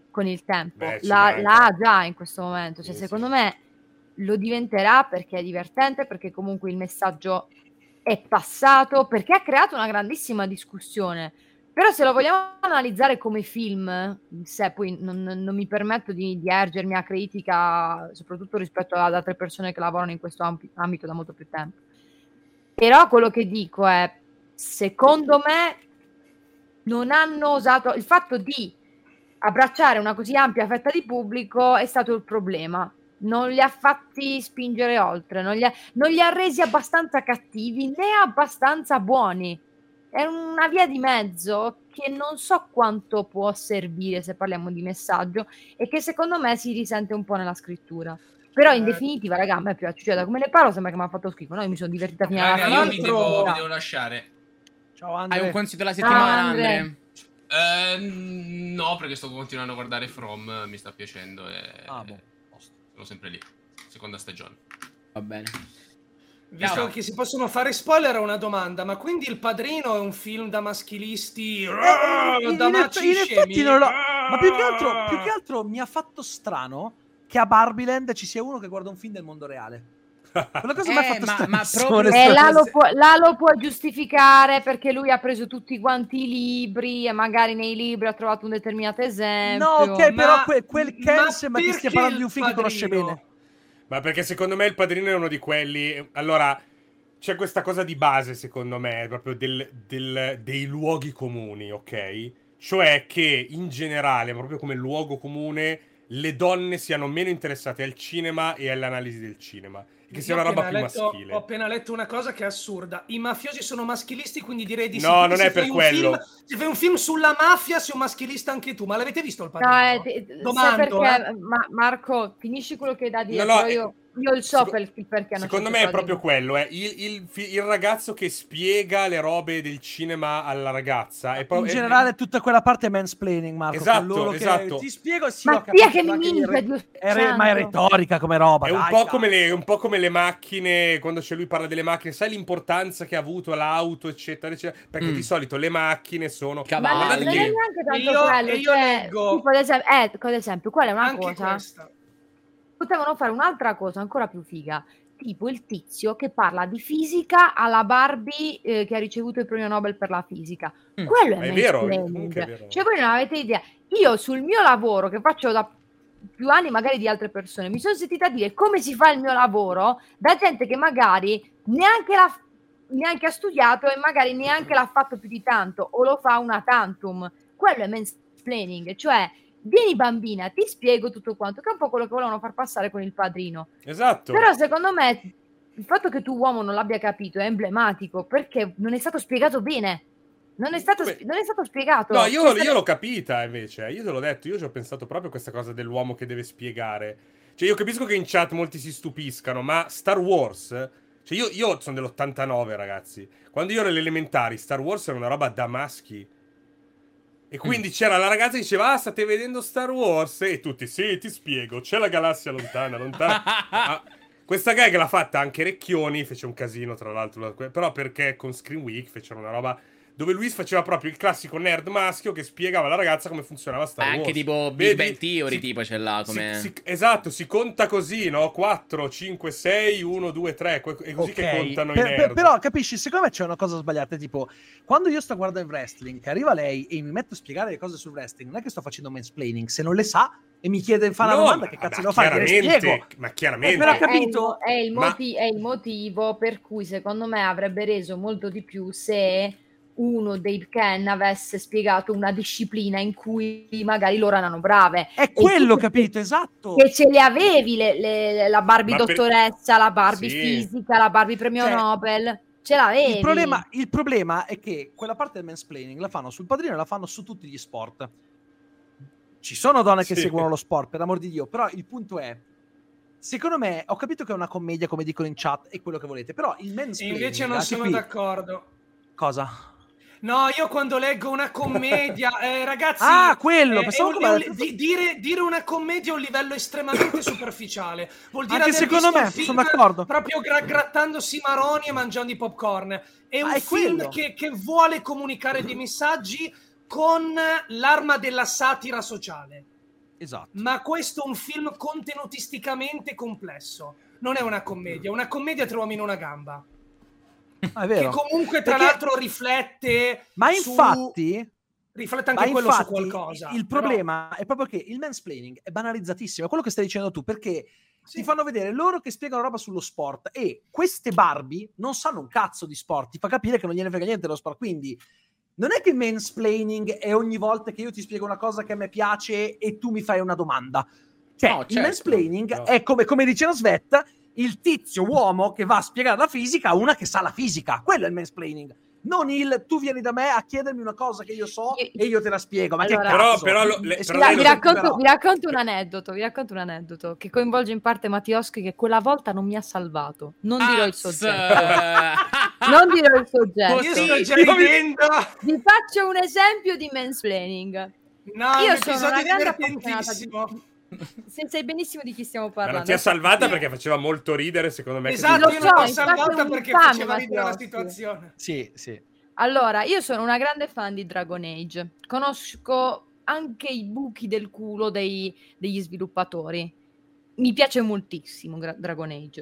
con il tempo. Beh, ci La, manca. la ha già in questo momento. Cioè, Sì, secondo sì. me lo diventerà perché è divertente, perché comunque il messaggio è passato, perché ha creato una grandissima discussione. Però se lo vogliamo analizzare come film, se poi non, non mi permetto di, di ergermi a critica, soprattutto rispetto ad altre persone che lavorano in questo ampi- ambito da molto più tempo. Però quello che dico è, secondo me, non hanno usato il fatto di abbracciare una così ampia fetta di pubblico è stato il problema. Non li ha fatti spingere oltre, non li ha, non li ha resi abbastanza cattivi né abbastanza buoni. È una via di mezzo che non so quanto può servire se parliamo di messaggio e che secondo me si risente un po' nella scrittura. Però in Eh. definitiva, raga, a me piace, cioè da come ne parlo sembra che mi ha fatto schifo, no? Io mi sono divertita fino alla Raga, fine. io vi l'altro- devo, vi devo lasciare. Ciao Hai Andre. un consiglio della settimana, Andre. Andre? Eh, no, perché sto continuando a guardare From, mi sta piacendo e Ah, boh. sono sempre lì. Seconda stagione. Va bene. Visto Ciao. che si possono fare spoiler, ho una domanda. Ma quindi Il Padrino è un film da maschilisti? Eh, da in, in maci eff- in scemi? effetti non l'ho. Ma più che, altro, più che altro mi ha fatto strano che a Barbieland ci sia uno che guarda un film del mondo reale. Quella cosa mi ha Eh, fatto ma- ma stranissimo, proprio- Eh, là, lo onestamente. può, là lo può giustificare perché lui ha preso tutti quanti i libri e magari nei libri ha trovato un determinato esempio. No, ok, Ma- però que- quel Ken ma sembra che stia perché parlando di un Il film che conosce Padrino? bene. Ma perché secondo me Il Padrino è uno di quelli... Allora, c'è questa cosa di base, secondo me, proprio del, del- dei luoghi comuni, ok? Cioè che in generale, proprio come luogo comune, le donne siano meno interessate al cinema e all'analisi del cinema. Che Io sia una ho roba appena più letto- maschile. Ho appena letto una cosa che è assurda. I mafiosi sono maschilisti, quindi direi di sì. No, Quindi non se è per fai un quello. film- se fai un film sulla mafia, sei un maschilista anche tu. Ma l'avete visto Il No, Padrino? eh, ti- Domando, sai perché, eh. Ma- Marco, finisci quello che hai da dire, No, no, però io, io il so seco- per, il perché hanno Secondo scelto me è il proprio Padrino. quello, eh. il, il fi- il ragazzo che spiega le robe del cinema alla ragazza. È In proprio- è- generale, tutta quella parte è mansplaining, Marco. Esatto, Coloro esatto. Che ti spiego e sì, Ma ho capito, sia che mi anche il minchia, re- Dio è re- ma è santo. retorica come roba. È un, dai, po' cazzo. come le, un po' come le macchine, quando c'è lui parla delle macchine, sai l'importanza che ha avuto l'auto, eccetera, eccetera. Perché Mm. di solito le macchine sono... Ma Cavalli. non Guardate non è che- neanche tanto io- quello, e io cioè, leggo- tipo ad esempio, eh, ad esempio, quella è una Anche cosa. questa. Potevano fare un'altra cosa ancora più figa, tipo il tizio che parla di fisica alla Barbie eh, che ha ricevuto il premio Nobel per la fisica. Mm. Quello è, È vero, mansplaining. comunque è vero. Cioè voi non avete idea. Io sul mio lavoro che faccio da più anni magari di altre persone, mi sono sentita dire come si fa il mio lavoro da gente che magari neanche l'ha neanche ha studiato e magari neanche l'ha fatto più di tanto o lo fa una tantum. Quello è mansplaining, cioè vieni bambina, ti spiego tutto quanto, che è un po' quello che volevano far passare con Il Padrino. Esatto. Però secondo me il fatto che tu uomo non l'abbia capito è emblematico perché non è stato spiegato bene. Non è stato, Come- spi- non è stato spiegato. No, io, Cioè, io state- l'ho capita invece, io te l'ho detto, io ci ho pensato proprio a questa cosa dell'uomo che deve spiegare. Cioè io capisco che in chat molti si stupiscano, ma Star Wars... Cioè io, io sono dell'ottantanove, ragazzi. Quando io ero alle elementari, Star Wars era una roba da maschi. E quindi c'era la ragazza che diceva, ah, state vedendo Star Wars? E tutti, sì, ti spiego, c'è la galassia lontana, lontana. Ah, questa gag l'ha fatta anche Recchioni, fece un casino tra l'altro, però perché con Screen Week fecero una roba dove lui faceva proprio il classico nerd maschio che spiegava alla ragazza come funzionava Star Ma Wars. anche tipo Big Vedi? Bang Theory, Si- tipo ce l'ha si- come... si- esatto, si conta così, no? quattro, cinque, sei, uno, due, tre, è così Ok, che contano per- i per- nerd. però capisci, secondo me c'è una cosa sbagliata, tipo quando io sto guardando il wrestling, che arriva lei e mi metto a spiegare le cose sul wrestling, non è che sto facendo mansplaining, se non le sa e mi chiede fa una No, domanda, ma- che cazzo ma devo fare? Gliele chiaramente, spiego. ma chiaramente. Eh, però è, il, capito? mo- è il Ma- moti- è il motivo per cui secondo me avrebbe reso molto di più se uno dei Ken avesse spiegato una disciplina in cui magari loro erano brave. È E quello, tu- capito, esatto. Che ce le avevi le- le- la Barbie Ma per- dottoressa, la Barbie Sì. fisica, la Barbie premio Cioè, Nobel. Ce l'avevi. Il problema, il problema è che quella parte del mansplaining la fanno sul Padrino e la fanno su tutti gli sport. Ci sono donne che Sì. seguono lo sport, per amor di Dio, però il punto è, secondo me, ho capito che è una commedia, come dicono in chat, e quello che volete, però il E mansplaining... invece non anche sono qui- d'accordo. Cosa? No, io quando leggo una commedia, eh, ragazzi, Ah, quello, eh, pensavo è un- come- è un- di- dire, dire una commedia è un livello estremamente superficiale. Vuol dire Anche aver secondo visto me, il film sono d'accordo. proprio gra- grattandosi i maroni e mangiando i popcorn. È un Ah, è film quello. che, che vuole comunicare dei messaggi con l'arma della satira sociale. Esatto. Ma questo è un film contenutisticamente complesso. Non è una commedia. Una commedia trovami in una gamba. Ah, è vero. Che comunque, tra Perché... l'altro, riflette. Ma su... infatti. Riflette anche Ma quello infatti, su qualcosa. Il però... problema è proprio che il mansplaining è banalizzatissimo. È quello che stai dicendo tu. Perché sì. ti fanno vedere loro che spiegano roba sullo sport. E queste Barbie non sanno un cazzo di sport. Ti fa capire che non gliene frega niente dello sport. Quindi. Non è che mansplaining è ogni volta che io ti spiego una cosa che a me piace e tu mi fai una domanda. Cioè, no, certo, il mansplaining no. è come, come diceva Svet, il tizio uomo che va a spiegare la fisica a una che sa la fisica. Quello è il mansplaining. Non il tu vieni da me a chiedermi una cosa che io so Io- e io te la spiego. Ma Allora- che cazzo? Però- però lo- le- E però Vi, lei vi lo- racconto, però- vi racconto un aneddoto, vi racconto un aneddoto che coinvolge in parte Mattioschi, che quella volta non mi ha salvato. Non dirò il soggetto. Non dirò il soggetto. Io Così, sto già io mi- ridendo. Vi faccio un esempio di mansplaining. No, Io un sono episodio una grande appassionata divertentissimo. di... Se sai benissimo di chi stiamo Ma parlando. non ti ha salvata perché faceva molto ridere, secondo me. che Esatto, Lo io so, non l'ho infatti è salvata un perché infame, faceva ridere la Mattioschi. situazione. Sì, sì. Allora, io sono una grande fan di Dragon Age. Conosco anche i buchi del culo dei- degli sviluppatori. Mi piace moltissimo Gra- Dragon Age.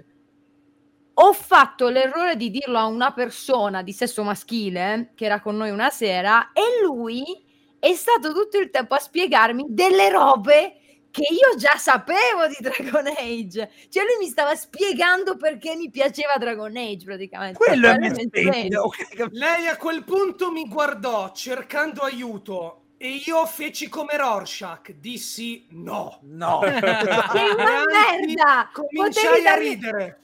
Ho fatto l'errore di dirlo a una persona di sesso maschile che era con noi una sera e lui è stato tutto il tempo a spiegarmi delle robe che io già sapevo di Dragon Age. Cioè lui mi stava spiegando perché mi piaceva Dragon Age praticamente. Quello è Quello è mansplaining. mansplaining. Ok. Lei a quel punto mi guardò cercando aiuto e io feci come Rorschach, dissi no. No. Sei una E anzi, merda! cominciai Potevi a darmi- ridere.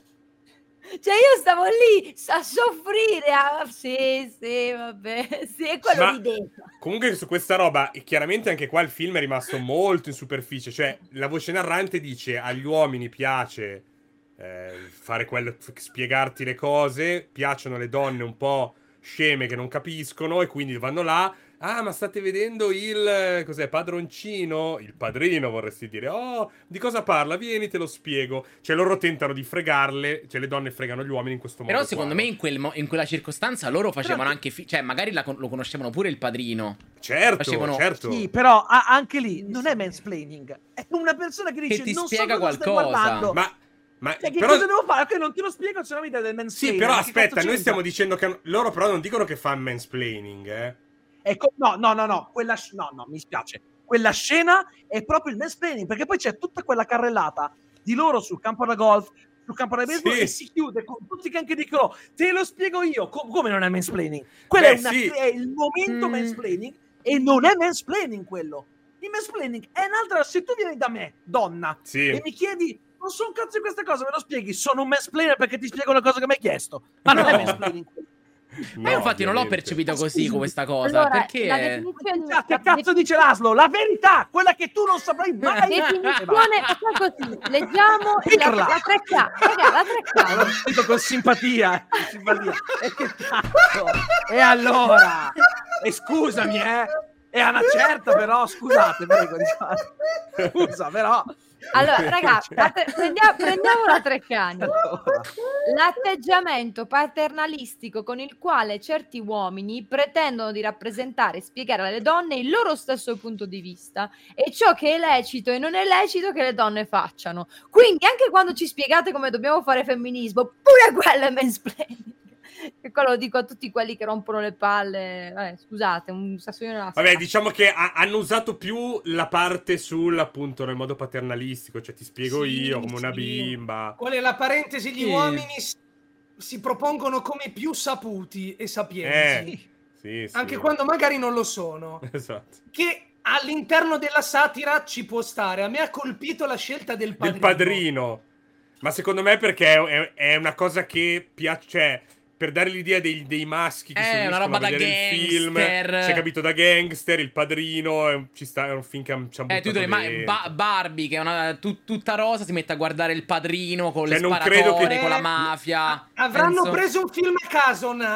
Cioè io stavo lì a soffrire, a... sì, sì, vabbè, sì, è quello Ma- rideva. Comunque su questa roba, chiaramente anche qua il film è rimasto molto in superficie. Cioè, la voce narrante dice agli uomini piace eh, fare quello, f- spiegarti le cose, piacciono le donne un po' sceme che non capiscono e quindi vanno là. Ah, ma state vedendo il... eh, cos'è? Padroncino? Il padrino vorresti dire. Oh, di cosa parla? Vieni, te lo spiego. Cioè, loro tentano di fregarle, cioè le donne fregano gli uomini in questo modo. Però secondo qua, me no? in, quel mo- in quella circostanza loro facevano Però- anche... fi- cioè magari la con- lo conoscevano pure il padrino. Certo, facevano- certo. Sì, però a- anche lì non è mansplaining. È una persona che dice ti non spiega so cosa stai qualcosa. guardando. Ma... ma Cioè, che però... cosa devo fare? Ok, non te lo spiego, se no mi dai del mansplaining. Sì, però Ma che aspetta, cazzo noi c'entra? stiamo dicendo che loro però non dicono che fa mansplaining, eh. Ecco, no, no, no, no, quella sc- no, no, mi spiace. Quella scena è proprio il mansplaining, perché poi c'è tutta quella carrellata di loro sul campo da golf, sul campo da baseball Sì. e si chiude con tutti che anche dicono te lo spiego io. Co- come non è mansplaining? Quello Beh, è, una- sì. è il momento Mm. mansplaining e non è mansplaining quello. Il mansplaining è un'altra. Se tu vieni da me, donna, Sì. e mi chiedi non so un cazzo di queste cose, me lo spieghi, sono un mansplainer perché ti spiego una cosa che mi hai chiesto. Ma non è No. mansplaining quello. Ma io infatti non l'ho ovviamente. percepito così Scusi, questa cosa. allora, perché... la definizione di- Cioè, che cazzo dice Laszlo? La verità, quella che tu non saprai mai. definizione facciamo così, leggiamo la, Pirla. la tre K, raga, la tre K. L'ho detto con simpatia, eh, con simpatia. E che cazzo? E allora? E scusami, eh? E a una certa però, scusate, prego, diciamo. Scusa, però. Allora, raga, Cioè. la tre- prendiamo, prendiamo la Treccani. Allora. L'atteggiamento paternalistico con il quale certi uomini pretendono di rappresentare e spiegare alle donne il loro stesso punto di vista e ciò che è lecito e non è lecito che le donne facciano. Quindi anche quando ci spiegate come dobbiamo fare femminismo, pure quello è mansplaining. E qua lo dico a tutti quelli che rompono le palle. Vabbè, scusate, un sassolino nella Vabbè, spada. diciamo che ha- hanno usato più la parte sul, appunto, nel modo paternalistico, cioè ti spiego Sì, io come una sì. bimba. Qual è la parentesi? Gli Sì. uomini s- si propongono come più saputi e sapienti, Eh, sì, sì. anche quando magari non lo sono. Esatto. Che all'interno della satira ci può stare. A me ha colpito la scelta del padrino. Del padrino. Ma secondo me perché è, è- è una cosa che piace, cioè, per dare l'idea dei, dei maschi che Eh, si una riescono roba a da vedere il film, gangster. si è capito da gangster, il padrino, è un- ci sta, è un film che ci ha Eh, tu buttato devi, ma dentro. Ba- Barbie, che è una tut- tutta rosa, si mette a guardare il padrino con Cioè, le non credo sparatorie, che- con la mafia. Avranno Penso- preso un film a caso? No,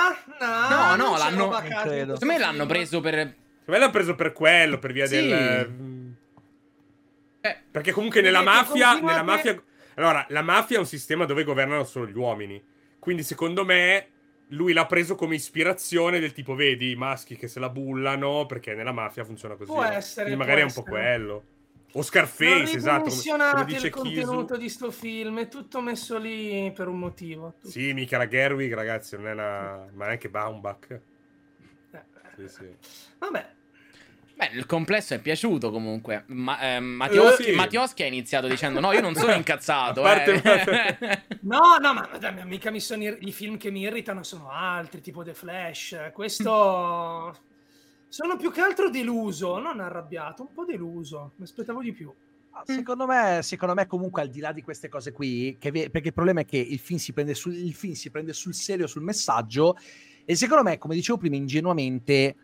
no, No, no, non c'è l'hanno- roba a non caso in credo. questo Secondo me l'hanno film. preso per... Secondo me l'hanno preso per quello, per via Sì. del... Eh, Perché comunque nella Perché mafia, continuate- nella mafia... Allora, la mafia è un sistema dove governano solo gli uomini. Quindi, secondo me, lui l'ha preso come ispirazione del tipo, vedi, i maschi che se la bullano, perché nella mafia funziona così. Può essere, Quindi magari è può un po' essere. quello. O Scarface, esatto. Come Ridimensionate dice il contenuto Kisu. di sto film, è tutto messo lì per un motivo. Tutto. Sì, mica la Gerwig, ragazzi, non è una... ma neanche Baumbach. Eh, Sì, sì. Vabbè. Beh, il complesso è piaciuto comunque. Ma, eh, Mattioschi, Eh, sì. Mattioschi ha iniziato dicendo no, io non sono incazzato. A parte- eh. No, no, ma dai, mica mi sono ir- i film che mi irritano sono altri, tipo The Flash. Questo sono più che altro deluso, non arrabbiato, un po' deluso. Mi aspettavo di più. Ah, Secondo me, secondo me, comunque, al di là di queste cose qui, che vi- perché il problema è che il film si prende sul, il film si prende sul serio, sul messaggio, e secondo me, come dicevo prima, ingenuamente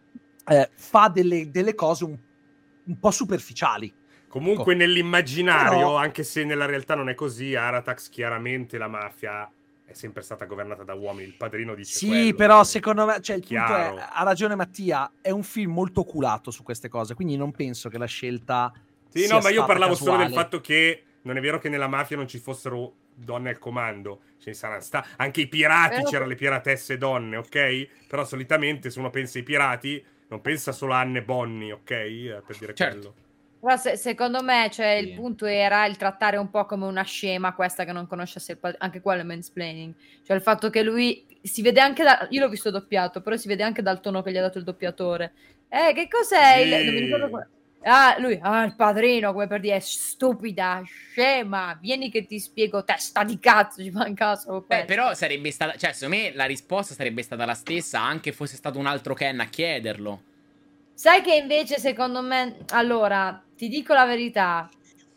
eh, fa delle, delle cose un, un po' superficiali. Comunque Ecco. nell'immaginario, Però- anche se nella realtà non è così, Aratax chiaramente la mafia è sempre stata governata da uomini. Il padrino dice Sì, quello, però quindi secondo me, cioè, il punto chiaro. è, ha ragione Mattia, è un film molto oculato su queste cose, quindi non penso che la scelta Sì, sia no, ma io stata parlavo solo del casuale. fatto che non è vero che nella mafia non ci fossero donne al comando. Ce ne saranno sta... Anche i pirati, Però- c'erano le piratesse donne, ok? Però solitamente se uno pensa ai pirati, non pensa solo a Anne Bonny, ok? Eh, Per dire Certo. quello. Però se- secondo me, cioè, Sì. il punto era il trattare un po' come una scema questa che non conoscesse il pa- anche quello è mansplaining. Cioè il fatto che lui si vede anche da... io l'ho visto doppiato, però si vede anche dal tono che gli ha dato il doppiatore. Eh, che cos'è il... Sì. non mi ricordo qual- Ah, lui, ah, il padrino, come per dire, stupida, scema, vieni che ti spiego, testa di cazzo, ci fa in caso. Beh, però sarebbe stata, cioè, secondo me la risposta sarebbe stata la stessa anche fosse stato un altro Ken a chiederlo. Sai che invece secondo me, allora, ti dico la verità,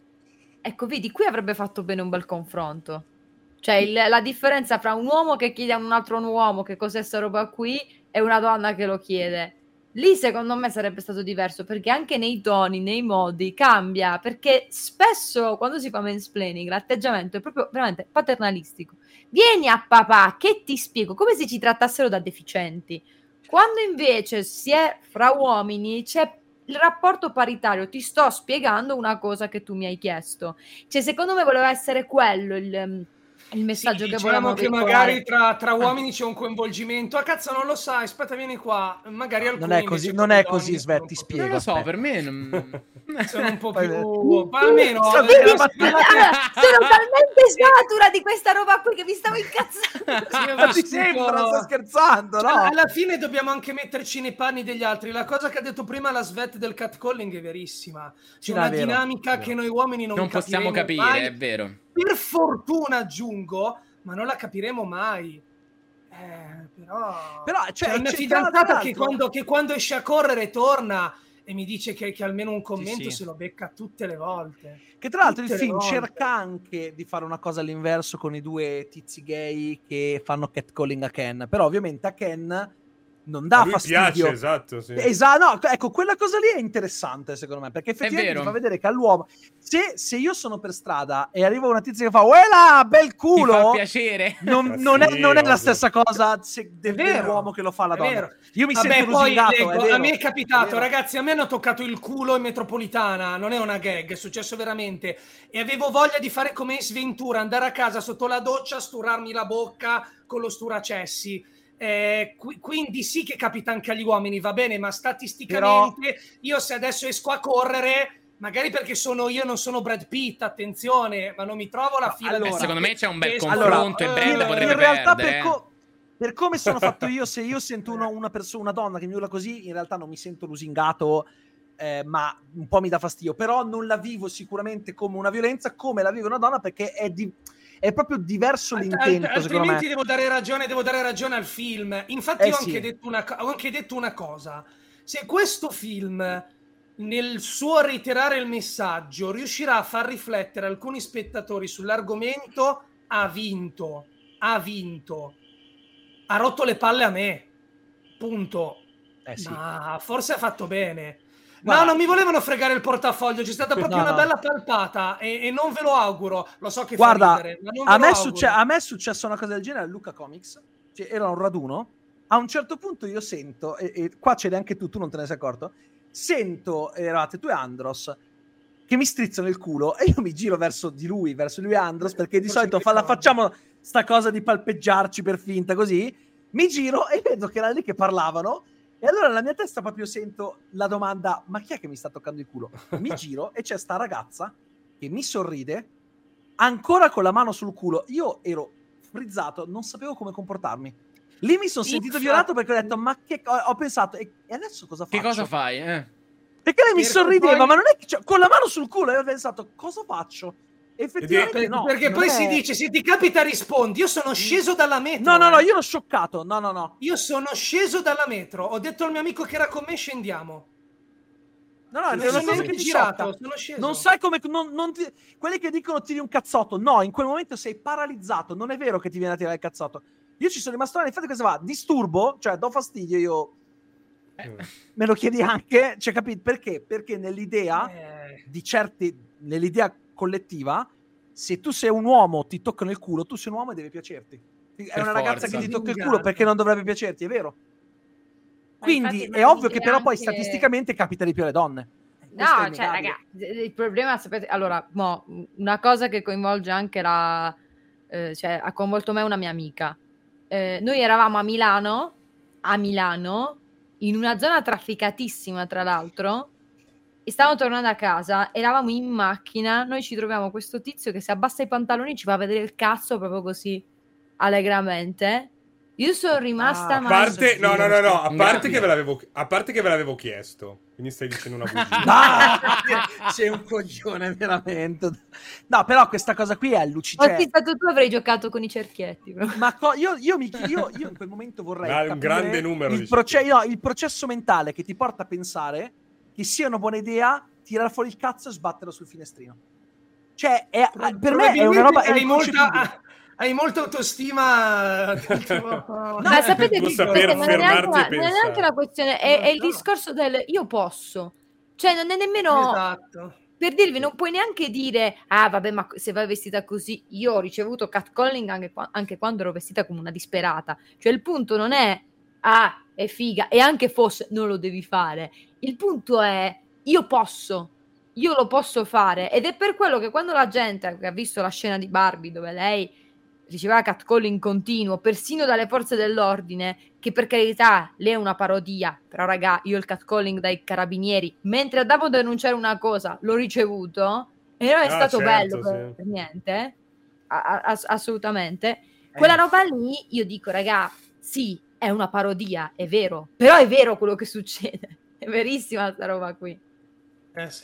ecco, vedi, qui avrebbe fatto bene un bel confronto. Cioè, il- la differenza fra un uomo che chiede a un altro uomo che cos'è sta roba qui e una donna che lo chiede. Lì secondo me sarebbe stato diverso, perché anche nei toni, nei modi, cambia, perché spesso quando si fa mansplaining l'atteggiamento è proprio veramente paternalistico. Vieni a papà, che ti spiego, come se ci trattassero da deficienti. Quando invece si è fra uomini c'è il rapporto paritario, ti sto spiegando una cosa che tu mi hai chiesto. Cioè, secondo me voleva essere quello il, il messaggio Sì, che diciamo volevano che veicolare. magari tra, tra uomini c'è un coinvolgimento. Ah, cazzo, non lo sai, aspetta, vieni qua. Magari alcuni Non è così, invece non con è le così, donne Svet, sono ti un po' spiego. Non lo so, aspetta. per me non... sono un po' Vai, più... Ma almeno... So, eh, vedi, la ma- settimana- allora, sono talmente satura di questa roba qui che mi stavo incazzando. Sì, ho Ma ti vissuto- sembra, sto scherzando, Cioè, no? alla fine dobbiamo anche metterci nei panni degli altri. La cosa che ha detto prima la Svet del catcalling è verissima. C'è Sì, no, una è vero, dinamica è che vero. noi uomini non, Non possiamo capiremo capire, mai. è vero. Per fortuna aggiungo, ma non la capiremo mai. Eh, però... Però, cioè, c'è una c'è- fidanzata tra che l'altro- quando, che quando esce a correre torna e mi dice che, che almeno un commento sì. se lo becca tutte le volte. Che tra l'altro il Tutte le film volte. cerca anche di fare una cosa all'inverso con i due tizi gay che fanno catcalling a Ken, però ovviamente a Ken non dà A lui fastidio. piace, esatto, sì. Esatto, no, ecco, quella cosa lì è interessante secondo me, perché effettivamente vero. ti fa vedere che all'uomo, se, se io sono per strada e arriva una tizia che fa uela, bel Ti fa culo, piacere. non, Ah, non è, sì, non è la ovvio. stessa cosa se, de- È vero, dell'uomo che lo fa alla è donna. vero. Io mi Vabbè, sento poi lusingato, leggo, è vero. a me è capitato, È vero. ragazzi, a me hanno toccato il culo in metropolitana, non è una gag, è successo veramente. E avevo voglia di fare come Ace Ventura, andare a casa sotto la doccia, sturarmi la bocca con lo sturacessi. Eh, qui- quindi sì che capita anche agli uomini, va bene, ma statisticamente io se adesso esco a correre, magari perché sono io non sono Brad Pitt, attenzione, ma non mi trovo la No, fila allora- Eh, secondo me c'è un bel Esco- confronto Allora, e Brand eh, potrebbe in realtà perdere. per, eh. co- per come sono fatto io, se io sento uno- una persona, una donna che mi urla così, in realtà non mi sento lusingato, eh, ma un po' mi dà fastidio, però non la vivo sicuramente come una violenza, come la vive una donna, perché è, di- è proprio diverso Alt- l'intento, alt- secondo me. altrimenti devo dare ragione, devo dare ragione al film. Infatti, Eh ho, sì. anche detto una, co- ho anche detto una cosa: se questo film, nel suo reiterare il messaggio, riuscirà a far riflettere alcuni spettatori sull'argomento, ha vinto. Ha vinto. Ha rotto le palle a me. Punto. Eh sì. Ma forse ha fatto bene. Guarda- No, non mi volevano fregare il portafoglio, c'è stata proprio No, una no. bella palpata e, e non ve lo auguro. Lo so che Guarda, fa ridere, ma non ve a lo me, auguro. succe- a me è successa una cosa del genere a Luca Comics, cioè, era un raduno, a un certo punto io sento, e, e qua c'eri anche tu, tu non te ne sei accorto, sento, eravate tu e Andros, che mi strizzano il culo e io mi giro verso di lui, verso lui e Andros, perché di Forse solito mi fa- la ricordo. facciamo sta cosa di palpeggiarci per finta così, mi giro e vedo che era lì che parlavano E allora nella mia testa proprio sento la domanda, ma chi è che mi sta toccando il culo? Mi giro e c'è sta ragazza che mi sorride, ancora con la mano sul culo. Io ero frizzato, non sapevo come comportarmi. Lì mi sono sentito Infatti. violato perché ho detto, ma che... Ho, ho pensato, e, e adesso cosa faccio? Che cosa fai? Eh? Perché lei mi Perché sorrideva, poi- ma non è che... Cioè, con la mano sul culo, e ho pensato, cosa faccio? Effettivamente Per- no. perché non poi è- si dice, se ti capita rispondi. Io sono sceso dalla metro. No, no, no, eh. io ero scioccato. No, no, no. Io sono sceso dalla metro. Ho detto al mio amico che era con me, scendiamo. No, no, è Non una sono cosa neanche che girato, sciocca. sono sceso. Non sai come... Non, non ti... Quelli che dicono tiri un cazzotto, no, in quel momento sei paralizzato. Non è vero che ti viene a tirare il cazzotto. Io ci sono rimasto male, infatti cosa va? Disturbo, cioè do fastidio io... Eh. Me lo chiedi anche, cioè capito perché? Perché nell'idea Eh, di certi, nell'idea collettiva, se tu sei un uomo, ti toccano il culo, tu sei un uomo e deve piacerti. È Per una ragazza forza. che ti tocca il Lungato. culo perché non dovrebbe piacerti, è vero? Ma Quindi infatti è ovvio che anche- però poi anche- statisticamente capita di più alle donne. Questo è No, cioè, innegabile. raga, il problema, sapete, allora, mo, una cosa che coinvolge anche la, eh, cioè, ha coinvolto me una mia amica. Eh, noi eravamo a Milano, a Milano, in una zona trafficatissima, tra l'altro, e stavamo tornando a casa, eravamo in macchina, noi ci troviamo questo tizio che si abbassa i pantaloni e ci fa vedere il cazzo proprio così, allegramente. Io sono rimasta Ah, A ma- parte, no, no, no, no, a Un parte, grande. che ve l'avevo, a parte che ve l'avevo chiesto, quindi stai dicendo una bugia. Ah, sei un coglione veramente. No, però questa cosa qui è allucinante. Fossi stato tu avrei giocato con i cerchietti. proprio. Ma co- io, io, mi, io, io in quel momento vorrei Ma è un capire grande numero il, di proce- cerchietti. no, il processo mentale che ti porta a pensare che sia una buona idea tirare fuori il cazzo e sbatterlo sul finestrino. Cioè, è- per me è una roba... È hai molta, inconcepibile. hai molta autostima. del tuo- Ma sapete tuo che saper questa non è neanche, fermarti la, e non è neanche pensare. la questione, è, è il No. discorso del io posso. Cioè, non è nemmeno Esatto. per dirvi, non puoi neanche dire, ah, vabbè, ma se vai vestita così, io ho ricevuto catcalling anche, qua- anche quando ero vestita come una disperata. Cioè, il punto non è, ah, è figa, e anche fosse, non lo devi fare. Il punto è, io posso. Io lo posso fare, ed è per quello che quando la gente che ha visto la scena di Barbie dove lei riceveva catcalling continuo, persino dalle forze dell'ordine, che per carità lei è una parodia, però raga, io il catcalling dai carabinieri, mentre andavo a denunciare una cosa, l'ho ricevuto, e non è Ah, stato certo, bello sì. per, per niente, a- a- ass- assolutamente. Quella roba lì, io dico, raga, sì, è una parodia, è vero, però è vero quello che succede, è verissima sta roba qui. Eh sì.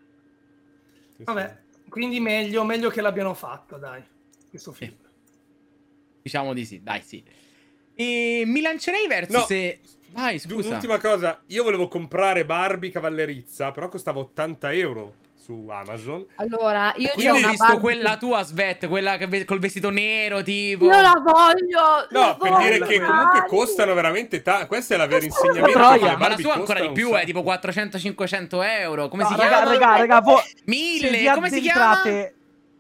Sì, sì. Vabbè, quindi meglio, meglio che l'abbiano fatto, dai, questo film. Diciamo di sì, dai, sì. E mi lancerei verso No. se... Vai, scusa. L'ultima cosa, io volevo comprare Barbie cavallerizza, però costava ottanta euro su Amazon. Allora, io c'ho Quindi hai una visto Barbie- quella tua, Svet, quella che ve- col vestito nero, tipo... Io la voglio! No, la per voglio, dire che Barbie! comunque costano veramente tanto. Questo è l'aver Costano insegnamento una che troia. le Ma la Barbie sua ancora di costano più, un è sacco. tipo quattrocento cinquecento euro. Come No, si raga, chiama? raga, raga, vo- se Mille, vi come si chiama? addentrate-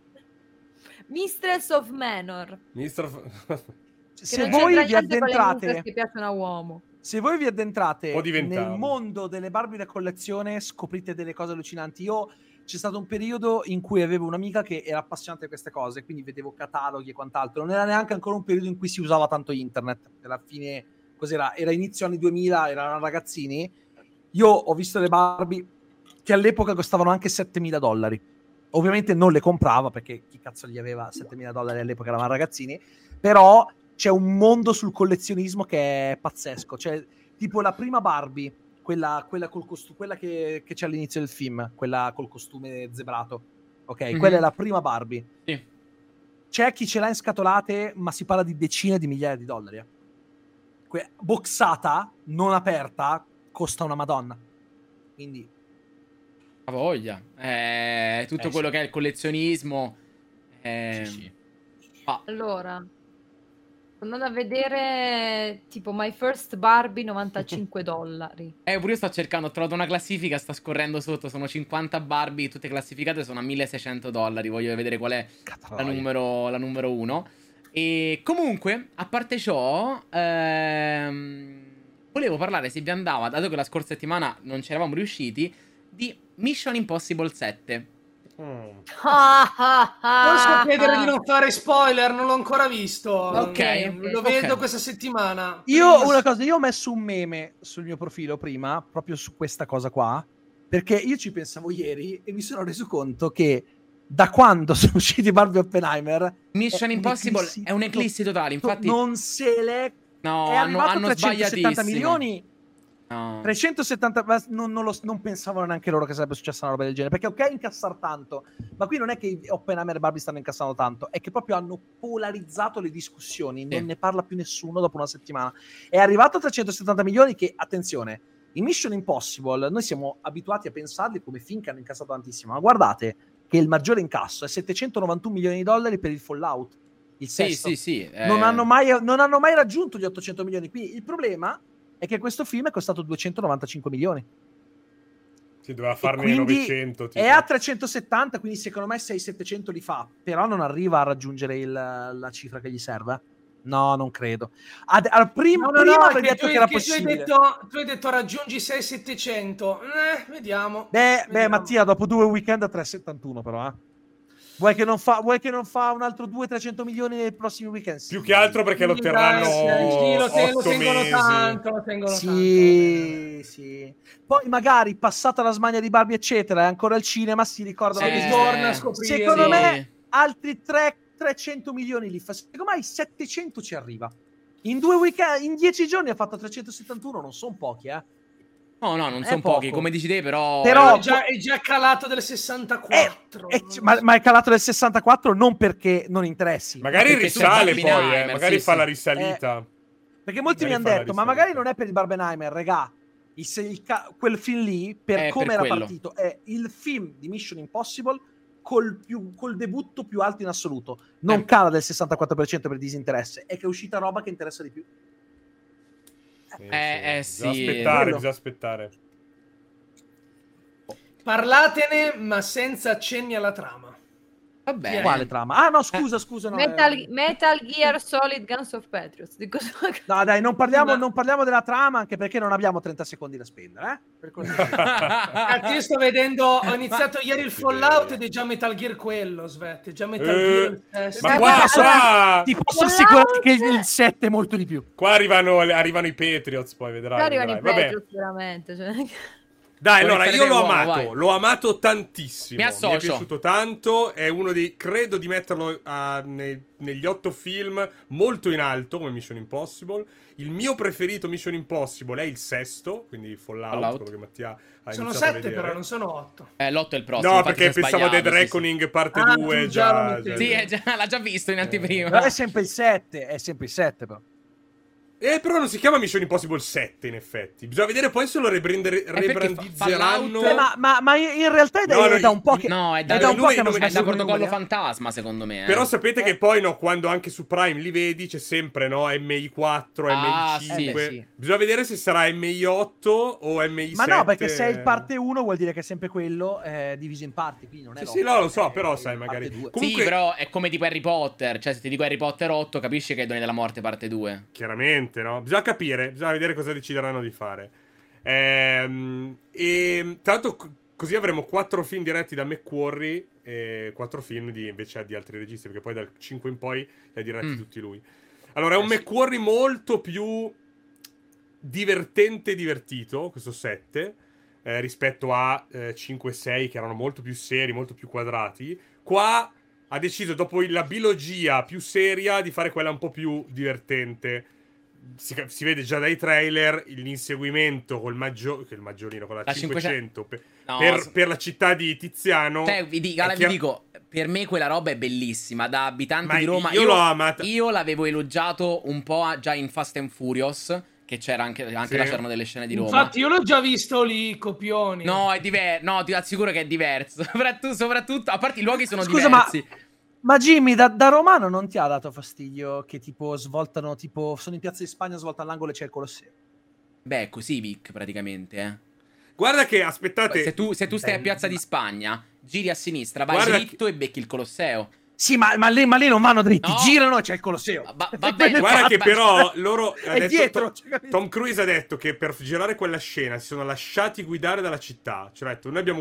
Mistress of Manor. Ministro... Che Se non voi c'entra vi niente con le mistress addentrate... che piacciono a uomo. Se voi vi addentrate Può diventare. nel mondo delle Barbie da collezione, scoprite delle cose allucinanti. Io c'è stato un periodo in cui avevo un'amica che era appassionata di queste cose, quindi vedevo cataloghi e quant'altro. Non era neanche ancora un periodo in cui si usava tanto internet. Alla fine, cos'era? Era inizio anni duemila, erano ragazzini. Io ho visto le Barbie che all'epoca costavano anche settemila dollari. Ovviamente non le comprava perché chi cazzo gli aveva settemila dollari all'epoca, eravamo ragazzini. Però c'è un mondo sul collezionismo che è pazzesco. Cioè, tipo la prima Barbie, quella, quella, col costu- quella che, che c'è all'inizio del film, quella col costume zebrato. Ok, Mhm. quella è la prima Barbie. Sì. C'è chi ce l'ha in scatolate, ma si parla di decine di migliaia di dollari. eh. Que- boxata, non aperta, costa una madonna. Quindi... Ha voglia. Eh, tutto Eh, quello sì. che è il collezionismo. eh, Sì, sì. ah, Allora, andando a vedere tipo My First Barbie novantacinque dollari. Eh, pure io sto cercando, ho trovato una classifica, sta scorrendo sotto, sono cinquanta Barbie, tutte classificate, sono a milleseicento dollari, voglio vedere qual è la numero, la numero uno. E comunque, a parte ciò, ehm, volevo parlare, se vi andava, dato che la scorsa settimana non ci eravamo riusciti, di Mission Impossible sette. Mm. Posso chiedere di non fare spoiler? Non l'ho ancora visto. Ok, Eh, lo vedo ok. questa settimana. Io Please. una cosa, io ho messo un meme sul mio profilo prima, proprio su questa cosa qua, perché io ci pensavo ieri e mi sono reso conto che da quando sono usciti Barbie e Oppenheimer Mission è Impossible un'eclissi è un'eclissi to- totale, to- infatti non se l'è no, è hanno, arrivato a hanno trecentosettanta sbagliatissimo. milioni. No. trecentosettanta, ma non, non, lo, non pensavano neanche loro che sarebbe successa una roba del genere, perché ok incassare tanto, ma qui non è che Oppenheimer e Barbie stanno incassando tanto, è che proprio hanno polarizzato le discussioni, non Sì. ne parla più nessuno dopo una settimana. È arrivato a trecentosettanta milioni che, attenzione, i Mission Impossible noi siamo abituati a pensarli come film che hanno incassato tantissimo, ma guardate che il maggiore incasso è settecentonovantuno milioni di dollari per il Fallout, il Sì, sesto. sì, sì. eh, Non, hanno mai, non hanno mai raggiunto gli ottocento milioni. Quindi il problema è che questo film è costato duecentonovantacinque milioni. Si doveva farne quindi novecento. Tipo. È a trecentosettanta, quindi secondo me sei settecento li fa, però non arriva a raggiungere il, la cifra che gli serve. No, non credo. Ad, al prim, No, no, prima no, avrei che detto tu, che era che tu hai possibile. detto, tu hai detto raggiungi sei settecento. Eh, vediamo. Beh, beh, Vediamo. Mattia, dopo due weekend a tre settantuno però, eh. Vuoi che non fa, vuoi che non fa un altro duecento trecento milioni nei prossimi weekend? Sì. Più che altro perché lo Sì, terranno dai, sì, lo, te- lo otto tengono mesi. tanto, lo tengono Sì, tanto. va bene. sì. Poi magari passata la smania di Barbie eccetera è ancora al cinema, si ricordano Eh, che Torna a scoprire. secondo sì. me altri tre, trecento milioni li fa. Secondo me ai settecento ci arriva. In due weekend, in dieci giorni ha fatto trecentosettantuno, non sono pochi, eh. No, no, non È sono poco. pochi, come dici te, però... Però- è, già, è già calato del sessantaquattro. Eh, ma, ma è calato del sessantaquattro non perché non interessi. Magari Perché tu risale Barbie poi, eh. Oppenheimer, magari sì, fa sì. la risalita. Perché molti Magari mi hanno fa la detto, ma risalita. magari non è per il Barbenheimer, regà. Il, se il ca- quel film lì, per È come per era quello. partito, è il film di Mission Impossible col, più, col debutto più alto in assoluto. Non Eh. cala del sessantaquattro per cento per disinteresse, è che è uscita roba che interessa di più. Sì, Eh, eh, Bisogna sì. aspettare, Quello. bisogna aspettare. Parlatene, ma senza accenni alla trama. Vabbè. Quale trama? Ah no, scusa, scusa. No, Metal, eh. Metal Gear Solid Guns of Patriots. Di cosa... No, dai, non parliamo, Ma- non parliamo della trama, anche perché non abbiamo trenta secondi da spendere, eh? Per cortesia. Cazzo, io sto vedendo, ho iniziato ieri il Sì, Fallout beh. ed è già Metal Gear quello, Svet, è già Metal Eh, Gear il sesto. ma Eh, qua, guarda, qua, Ti posso Fallout- assicurare che il sette è molto di più. qua arrivano, arrivano i Patriots, poi vedrai. arrivano i vedrai. Vabbè. Patriots, veramente. Cioè... Dai, Vuoi allora, fare io te l'ho uomo, amato, vai. l'ho amato tantissimo. Mi associo. Mi è piaciuto tanto, è uno dei, credo di metterlo ah, nei- negli otto film molto in alto, come Mission Impossible. Il mio preferito Mission Impossible è il sesto, quindi Fallout, Fallout. quello che Mattia ha Sono iniziato a sette vedere. però, non sono otto. Eh, l'otto è il prossimo. No, infatti perché si è pensavo a Dead sbagliato, sì, sì. Reckoning parte Ah, due, tu già lo già... mettevi. Sì, è già- l'ha già visto in anteprima. Però è sempre il sette, è sempre il sette però. Eh, però non si chiama Mission Impossible sette, in effetti. Bisogna vedere poi se lo rebrandere- perché fa- rebrandizzeranno. Fallout- Eh, ma, ma, ma in realtà è da, No, no, è da un po' i- che... No, è da, è da un il po' che nome- hanno il nome- è da smesso con i protocollo numeri, eh. fantasma, secondo me. eh. Però sapete che poi, no, quando anche su Prime li vedi, c'è sempre, no, M I quattro, Ah, M I cinque. sì. Eh, beh, sì. Bisogna vedere se sarà M I otto o M I sette. Ma no, perché se è il parte uno vuol dire che è sempre quello eh, diviso in parti, quindi non è Sì, l'otto, sì, no, lo so, è però, il sai, parte magari- due. Comunque- Sì, però è come tipo Harry Potter. Cioè, se ti dico Harry Potter otto, capisci che è Doni della Morte parte due. Chiaramente, no? Bisogna capire, bisogna vedere cosa decideranno di fare. Ehm, e tra l'altro c- così avremo quattro film diretti da McQuarrie e quattro film di, invece di altri registi, perché poi dal cinque in poi li ha diretti Mm. tutti lui. Allora, è un Eh sì. McQuarrie molto più divertente e divertito, questo sette, eh, rispetto a eh, cinque e sei, che erano molto più seri, molto più quadrati. Qua ha deciso, dopo la biologia più seria, di fare quella un po' più divertente. Si, si vede già dai trailer l'inseguimento col maggio, che è il maggiolino, con la, La cinquecento, per, No, per, s- per la città di Tiziano. Cioè, vi, dico, È vi chiar- dico, per me quella roba è bellissima. Da abitante Ma di Roma, io l'ho amata. io l'avevo elogiato un po' a- già in Fast and Furious. Che c'era anche, anche Sì. là c'erano delle scene di Roma. Infatti io l'ho già visto lì, copioni. No, è diverso. No, ti assicuro che è diverso. Soprattutto, soprattutto, a parte i luoghi sono Scusa, ma, diversi. ma Jimmy, da, da romano non ti ha dato fastidio che tipo svoltano, tipo sono in Piazza di Spagna, svoltano all'angolo e c'è il Colosseo? Beh, è così, Vic, praticamente. Eh. Guarda che, aspettate... Se tu, se tu stai a Beh, Piazza ma- di Spagna, giri a sinistra, vai Guarda dritto e becchi il Colosseo. Sì, ma, ma, lì, ma lì non vanno dritti, No. girano e c'è il Colosseo. Va- va E bene, quello è Guarda che fatta. però loro... ha È detto- dietro, Tom, cioè, capito? Tom Cruise ha detto che per girare quella scena si sono lasciati guidare dalla città. Cioè, ha detto, noi abbiamo...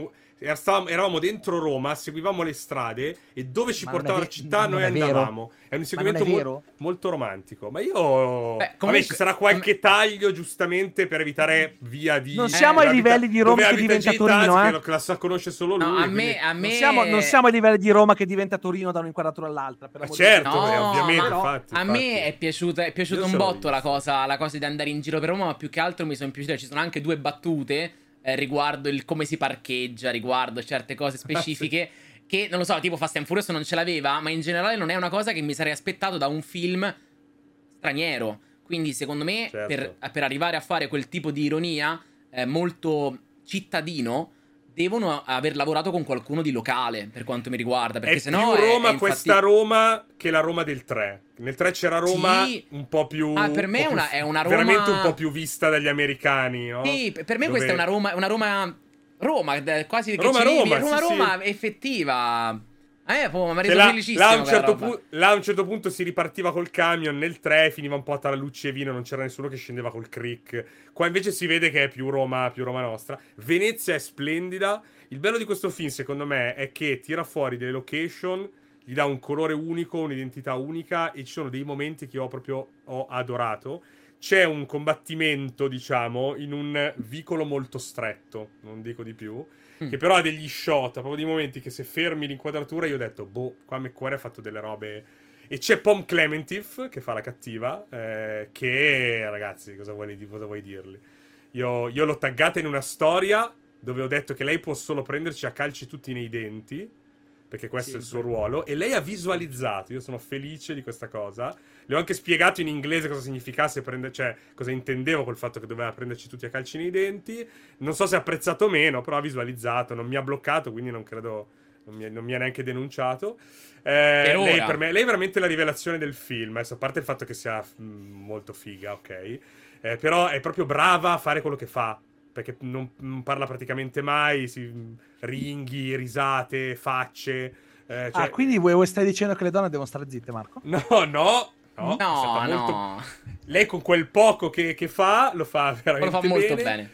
era- stavamo- eravamo dentro Roma, seguivamo le strade e dove ci Ma non è portava ve- la città non noi è vero? andavamo. È un Ma non inseguimento è mol- vero? molto romantico. Ma io... Beh, Vabbè, comunque- ci sarà qualche taglio giustamente per evitare via di... Non siamo dove ai abita- livelli di Roma dove che abita diventa Gitaz, Torino, che eh? lo- che la sa conosce solo lui. No, a quindi- me, a me... Non siamo, non siamo ai livelli di Roma che diventa Torino da un'inquadratura all'altra. Per Ma amor di certo, Dio. beh, No, ovviamente, ma infatti, a infatti. me è piaciuta, è piaciuta Io un ce l'ho botto la vista. cosa, la cosa di andare in giro per Roma, ma più che altro mi sono piaciute. Ci sono anche due battute eh, riguardo il come si parcheggia, riguardo certe cose specifiche. Che non lo so, tipo Fast and Furious non ce l'aveva, ma in generale non è una cosa che mi sarei aspettato da un film straniero. Quindi, secondo me, Certo. per, per arrivare a fare quel tipo di ironia eh, molto cittadino, devono aver lavorato con qualcuno di locale, per quanto mi riguarda. Perché È sennò più è- Roma è infatti- questa Roma che la Roma del tre. Nel tre c'era Roma Sì. un po' più... Ah, per me un po' è una- più- è una Roma- veramente un po' più vista dagli americani, no? Sì, per per me Dove- questa è una Roma, una Roma, Roma, eh, quasi che Roma, ci vivi, Roma, Roma, sì, Roma sì. effettiva. Eh, po', mi ha Che reso là, felicissimo là a un quella certo roba. pu- là a un certo punto si ripartiva col camion, nel tre finiva un po' a Tarallucci e Vino, non c'era nessuno che scendeva col crick. Qua invece si vede che è più Roma, più Roma nostra. Venezia è splendida. Il bello di questo film, secondo me, è che tira fuori delle location, gli dà un colore unico, un'identità unica e ci sono dei momenti che io proprio ho adorato. C'è un combattimento, diciamo, in un vicolo molto stretto, non dico di più, Mm. che però ha degli shot, proprio dei momenti che se fermi l'inquadratura io ho detto, boh, qua McQuarrie ha fatto delle robe... E c'è Pom Clementif, che fa la cattiva, eh, che, ragazzi, cosa vuoi, cosa vuoi dirgli? Io, io l'ho taggata in una storia dove ho detto che lei può solo prenderci a calci tutti nei denti, perché questo Sì, è il suo ruolo, e lei ha visualizzato, io sono felice di questa cosa. Le ho anche spiegato in inglese cosa significasse prendere, cioè cosa intendevo col fatto che doveva prenderci tutti a calci nei denti. Non so se ha apprezzato o meno, però ha visualizzato, non mi ha bloccato, quindi non credo, non mi, non mi ha neanche denunciato. Eh, Per lei, ora. per me, lei è veramente la rivelazione del film, adesso, a parte il fatto che sia mh, molto figa, ok? Eh, però è proprio brava a fare quello che fa, perché non, non parla praticamente mai, si, ringhi, risate, facce. eh, cioè- Ah, quindi vuoi, vuoi stai dicendo che le donne devono stare zitte, Marco? No, no, no. No, è stata no, molto- Lei con quel poco che, che fa, lo fa veramente lo fa molto bene.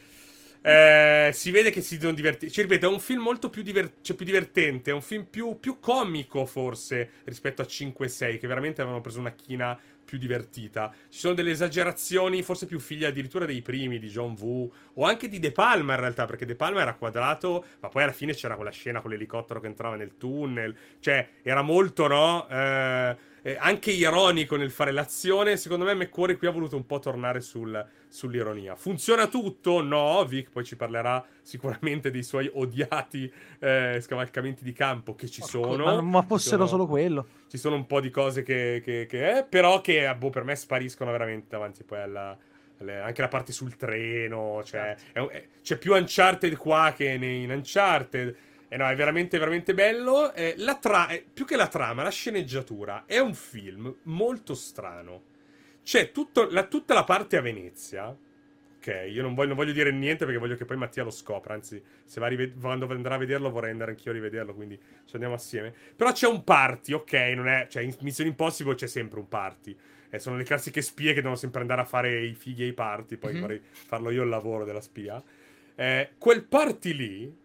Eh, si vede che si devono divertire. Ci ripeto, è un film molto più, diver- cioè, più divertente. È un film più, più comico, forse, rispetto a cinque e sei, che veramente avevano preso una china più divertita. Ci sono delle esagerazioni, forse più figlie addirittura dei primi, di John Woo, o anche di De Palma in realtà, perché De Palma era quadrato, ma poi alla fine c'era quella scena con l'elicottero che entrava nel tunnel. Cioè, era molto, no? Eh, eh, anche ironico nel fare l'azione. Secondo me McQuarrie qui ha voluto un po' tornare sul, sull'ironia. Funziona tutto? No, Vic poi ci parlerà sicuramente dei suoi odiati eh, scavalcamenti di campo che ci sono. Ma, ma fossero Ci sono- solo quello. Ci sono un po' di cose che, che, che è, però che boh, per me spariscono veramente davanti poi alla... alle- anche la parte sul treno, cioè è un- è- c'è più Uncharted qua che nei- in Uncharted. E no, è veramente, veramente bello. Eh, la tra- eh, più che la trama, la sceneggiatura. È un film molto strano. C'è tutto, la, tutta la parte a Venezia. Ok, io non voglio, non voglio dire niente perché voglio che poi Mattia lo scopra. Anzi, se va a rived- quando andrà a vederlo vorrei andare anch'io a rivederlo. Quindi ci andiamo assieme. Però c'è un party, ok? Non è, cioè, in Mission Impossible c'è sempre un party. Eh, sono le classiche spie che devono sempre andare a fare i fighi e i party. Poi Mhm. vorrei farlo io il lavoro della spia. Eh, quel party lì,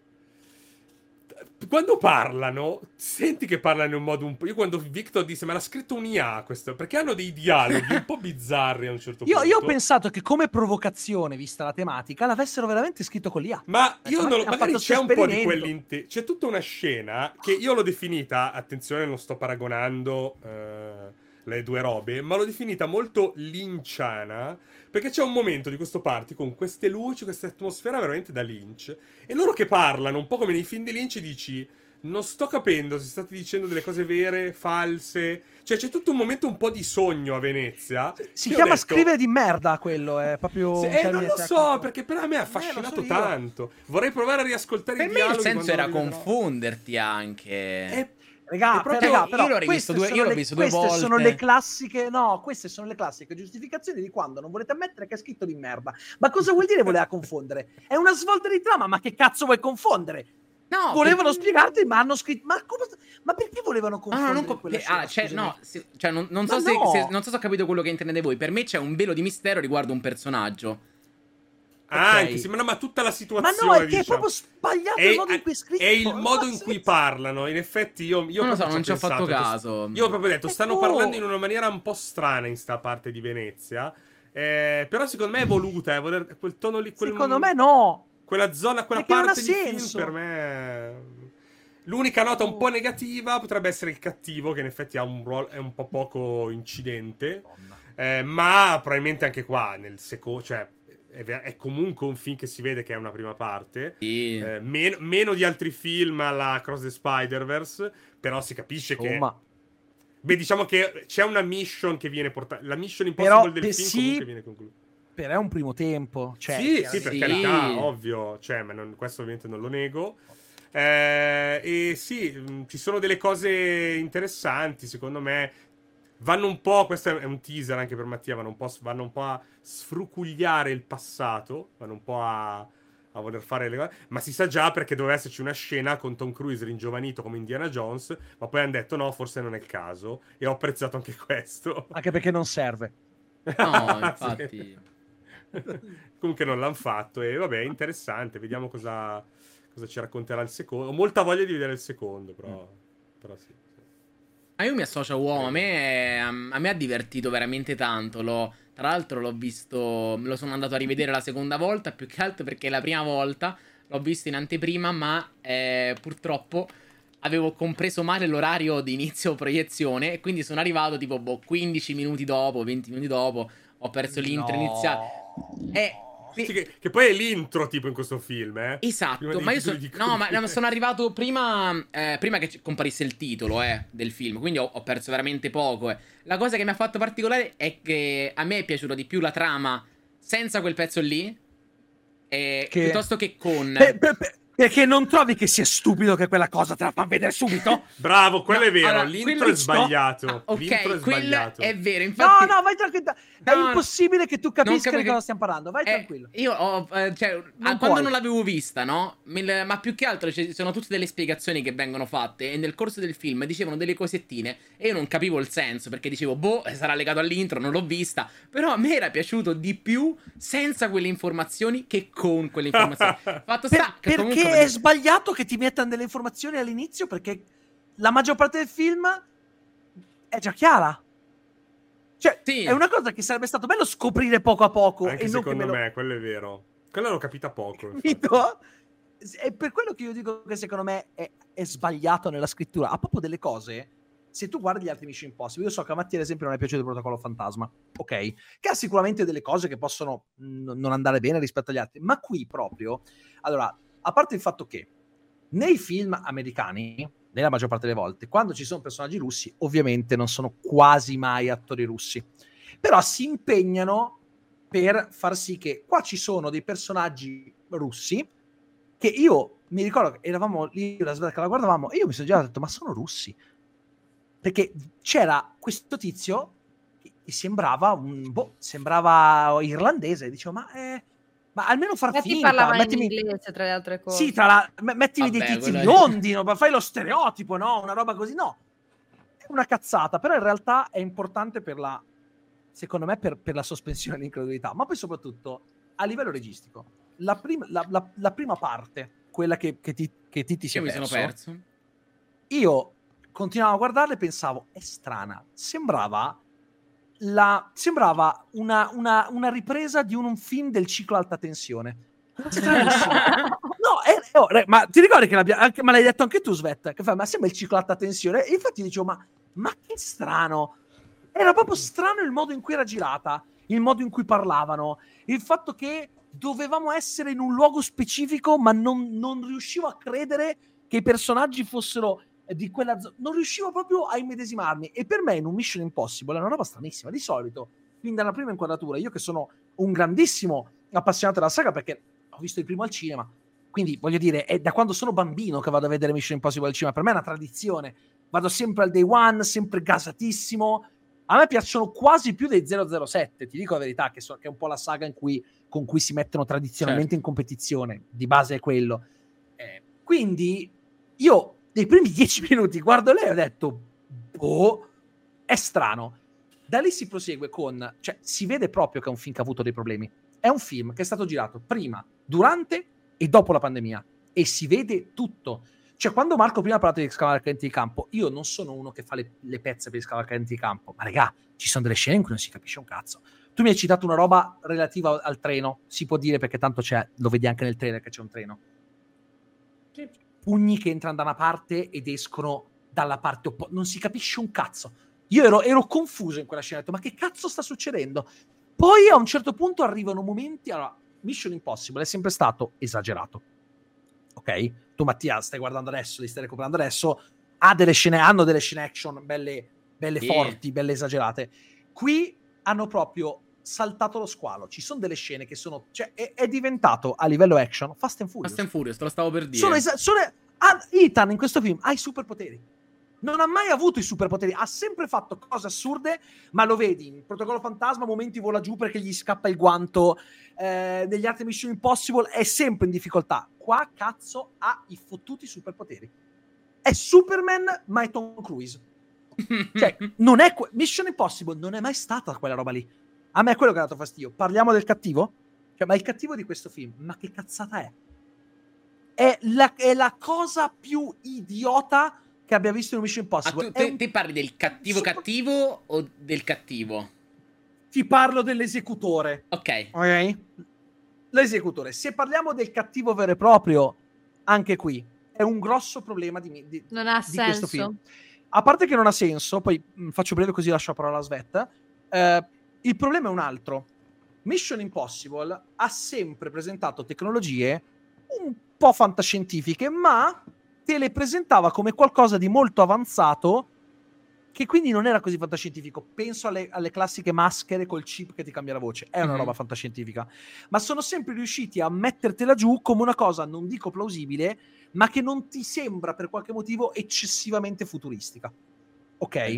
quando parlano, senti che parlano in un modo un po'... Io quando Victor disse, ma l'ha scritto un I A questo, perché hanno dei dialoghi un po' bizzarri a un certo Io, punto. io ho pensato che come provocazione, vista la tematica, l'avessero veramente scritto con l'I A. Ma io Ecco, non, ha magari fatto c'è un questo po' di esperimento. quell'inte... C'è tutta una scena che io l'ho definita, attenzione, non sto paragonando eh, le due robe, ma l'ho definita molto linciana, perché c'è un momento di questo party con queste luci, questa atmosfera veramente da Lynch, e loro che parlano, un po' come nei film di Lynch, dici... Non sto capendo se state dicendo delle cose vere, false. Cioè, c'è tutto un momento un po' di sogno a Venezia. Si Io ho chiama detto- scrivere di merda quello, è proprio... Se- un eh, non termine lo tecnico. so, perché per me ha Eh, lo so affascinato io. tanto. Vorrei provare a riascoltare Per i me il dialoghi senso quando era lo rivedrò. confonderti anche. Eh, Regà, È proprio- regà, io però l'ho rivisto queste due- sono io l'ho le- visto due queste sono volte. le classiche, no, queste sono le classiche giustificazioni di quando non volete ammettere che è scritto di merda. Ma cosa vuol dire voleva confondere? È una svolta di trama, ma che cazzo vuoi confondere? No, Volevano per- spiegarti, ma hanno scritto... Ma, come... ma perché volevano No, confondere no, non co- quella che- scena, ah, cioè, scusami? no, se- cioè, non, non so Ma se, no! se- non so se ho capito quello che intendete voi. Per me c'è un velo di mistero riguardo un personaggio. Anche, Ok. sì, ma, no, ma tutta la Ma situazione, no, è che è diciamo. proprio sbagliato È, il modo in cui è scritto. è il non modo ha in cui senso. parlano. In effetti, io, io Non lo so, proprio non ci ho pensato fatto che- caso. Io ho proprio detto, Eh, stanno oh. parlando in una maniera un po' strana in sta parte di Venezia. Eh, però secondo me è voluta, è voler, quel tono lì, quel, Secondo me no. quella zona, quella Perché non parte ha di film senso. per me. L'unica nota un po' negativa potrebbe essere il cattivo, che in effetti ha un ruolo, è un po' poco incidente. Eh, ma probabilmente anche qua nel secondo, cioè è, ver- è comunque un film che si vede che è una prima parte. Sì. Eh, men- meno di altri film alla Cross the Spider-Verse, però si capisce che. Insomma. Beh, diciamo che c'è una mission che viene portata. La mission impossible Però, del beh, film sì, comunque viene conclusa. però è un primo tempo. Cioè, sì, sì, chiaramente- per Sì. carità, ovvio. Cioè, ma non- questo ovviamente non lo nego. Eh, e sì, mh, ci sono delle cose interessanti, secondo me. Vanno un po', questo è un teaser anche per Mattia, vanno un po', vanno un po' a sfrucugliare il passato, vanno un po' a, a voler fare le cose, ma si sa già perché doveva esserci una scena con Tom Cruise ringiovanito come Indiana Jones, ma poi hanno detto no, forse non è il caso, e ho apprezzato anche questo. Anche perché non serve. No, Sì. infatti. Comunque non l'hanno fatto e vabbè, è interessante, vediamo cosa, cosa ci racconterà il secondo. Ho molta voglia di vedere il secondo, però, però sì. Ma io mi associo a uomo, a me, a me ha divertito veramente tanto. L'ho, tra l'altro l'ho visto, me lo sono andato a rivedere la seconda volta, più che altro perché la prima volta l'ho visto in anteprima, ma eh, purtroppo avevo compreso male l'orario di inizio proiezione e quindi sono arrivato tipo boh, quindici minuti dopo, venti minuti dopo, ho perso l'intro No. iniziale. E Sì, che, che poi è l'intro tipo in questo film, eh? Prima esatto, dei ma io titoli sono di no, ma coda. no, sono arrivato prima eh, prima che ci- comparisse il titolo eh, del film, quindi ho, ho perso veramente poco. eh. La cosa che mi ha fatto particolare è che a me è piaciuta di più la trama senza quel pezzo lì, eh, Che- piuttosto che con. Pe- pe- pe- perché non trovi che sia stupido che quella cosa te la fa vedere subito? Bravo, quello No, è vero, allora, l'intro quello- è sbagliato. Ah, ok, L'intro è quello sbagliato. è vero, infatti. No, no, vai tranquillo. È No, impossibile che tu non capisca di capisco- cosa stiamo parlando. Vai Eh, tranquillo. io ho, eh, cioè, Non ah, quando puoi. non l'avevo vista, no? Me le- ma più che altro ci sono tutte delle spiegazioni che vengono fatte e nel corso del film dicevano delle cosettine e io non capivo il senso perché dicevo, boh, sarà legato all'intro, non l'ho vista. Però a me era piaciuto di più senza quelle informazioni che con quelle informazioni. Fatto Per- sta che comunque perché è sbagliato che ti mettano delle informazioni all'inizio? Perché la maggior parte del film è già chiara. Cioè, Sì. è una cosa che sarebbe stato bello scoprire poco a poco. Anche e non che secondo me me, lo... quello è vero. Quello l'ho capita poco. infatti. Capito? È per quello che io dico che secondo me è, è sbagliato nella scrittura. Ha proprio delle cose. Se tu guardi gli altri Mission Impossible, io so che a Mattia, ad esempio, non è piaciuto il Protocollo Fantasma, ok? Che ha sicuramente delle cose che possono mh, non andare bene rispetto agli altri, ma qui proprio, allora, a parte il fatto che nei film americani, nella maggior parte delle volte, quando ci sono personaggi russi, ovviamente non sono quasi mai attori russi, però si impegnano per far sì che qua ci sono dei personaggi russi che io mi ricordo che eravamo lì la Sveta che la guardavamo e io mi sono già detto ma sono russi, perché c'era questo tizio che che sembrava un boh, sembrava irlandese, dicevo ma, eh, ma almeno far Infatti finta, parlava mettimi... in inglese, tra le altre cose. Sì, tra la... me- mettimi Vabbè, dei tizi quello è- biondi, no? Ma fai lo stereotipo, no? Una roba così, no. È una cazzata, però in realtà è importante per la, secondo me, per, per la sospensione dell'incredulità, ma poi soprattutto a livello registico. La, prim- la, la, la prima parte, quella che, che, ti, che ti, ti si è Io mi sono perso, perso. io continuavo a guardarla e pensavo, è strana, sembrava... La, sembrava una, una, una ripresa di un, un film del ciclo alta tensione. Stranissimo. No, è- oh, re- ma ti ricordi che l'abbia- anche, me l'hai detto anche tu, Svet? Che fa, ma sembra il ciclo alta tensione. E infatti dicevo, ma, ma che strano. Era proprio strano il modo in cui era girata, il modo in cui parlavano, il fatto che dovevamo essere in un luogo specifico, ma non, non riuscivo a credere che i personaggi fossero di quella zona. Non riuscivo proprio a immedesimarmi. E per me in un Mission Impossible è una roba stranissima. Di solito, fin dalla prima inquadratura, io che sono un grandissimo appassionato della saga, perché ho visto il primo al cinema, quindi voglio dire, è da quando sono bambino che vado a vedere Mission Impossible al cinema. Per me è una tradizione. Vado sempre al day one, sempre gasatissimo. A me piacciono quasi più dei zero zero sette, ti dico la verità, che, so, che è un po' la saga in cui, con cui si mettono tradizionalmente Certo. in competizione. Di base è quello. Eh, quindi io nei primi dieci minuti guardo lei e ho detto, boh, è strano. Da lì si prosegue con, cioè si vede proprio che è un film che ha avuto dei problemi. è un film che è stato girato prima, durante e dopo la pandemia, e si vede tutto. Cioè, quando Marco prima ha parlato di scavalcamenti di campo, io non sono uno che fa le, le pezze per gli scavalcamenti di campo, ma regà, ci sono delle scene in cui non si capisce un cazzo. Tu mi hai citato una roba relativa al treno, si può dire perché tanto c'è, lo vedi anche nel trailer che c'è un treno. Sì. Pugni che entrano da una parte ed escono dalla parte opposta, non si capisce un cazzo. Io ero, ero confuso in quella scena, ho detto, ma che cazzo sta succedendo? Poi a un certo punto arrivano momenti, allora, Mission Impossible è sempre stato esagerato, ok? Tu Mattia stai guardando adesso, li stai recuperando adesso, ha delle scene, hanno delle scene action belle, belle Sì. forti, belle esagerate. Qui hanno proprio saltato lo squalo, ci sono delle scene che sono, cioè è, è diventato a livello action Fast and Furious. Fast and Furious, te lo stavo per dire. Sono esa- sono, ah, Ethan in questo film ha i superpoteri. Non ha mai avuto i superpoteri, ha sempre fatto cose assurde, ma lo vedi in Protocollo Fantasma, momenti vola giù perché gli scappa il guanto, eh, negli altri Mission Impossible è sempre in difficoltà. Qua, cazzo, ha i fottuti superpoteri. È Superman, ma è Tom Cruise. Cioè, non è que- Mission Impossible non è mai stata quella roba lì. A me è quello che ha dato fastidio. Parliamo del cattivo? Cioè, ma il cattivo di questo film, ma che cazzata è? È la, è la cosa più idiota che abbia visto in Mission Ah, Impossible. tu, È te, un- te parli del cattivo super- cattivo o del cattivo? Ti parlo dell'esecutore, Ok. ok? L'esecutore. Se parliamo del cattivo vero e proprio, anche qui è un grosso problema di, di, Non ha di questo senso. film. A parte che non ha senso, poi mh, faccio breve così lascio la parola alla Svetta. Eh, il problema è un altro. Mission Impossible ha sempre presentato tecnologie un po' fantascientifiche, ma te le presentava come qualcosa di molto avanzato, che quindi non era così fantascientifico. Penso alle, alle classiche maschere col chip che ti cambia la voce. È una Mhm. roba fantascientifica. Ma sono sempre riusciti a mettertela giù come una cosa, non dico plausibile, ma che non ti sembra per qualche motivo eccessivamente futuristica. Ok?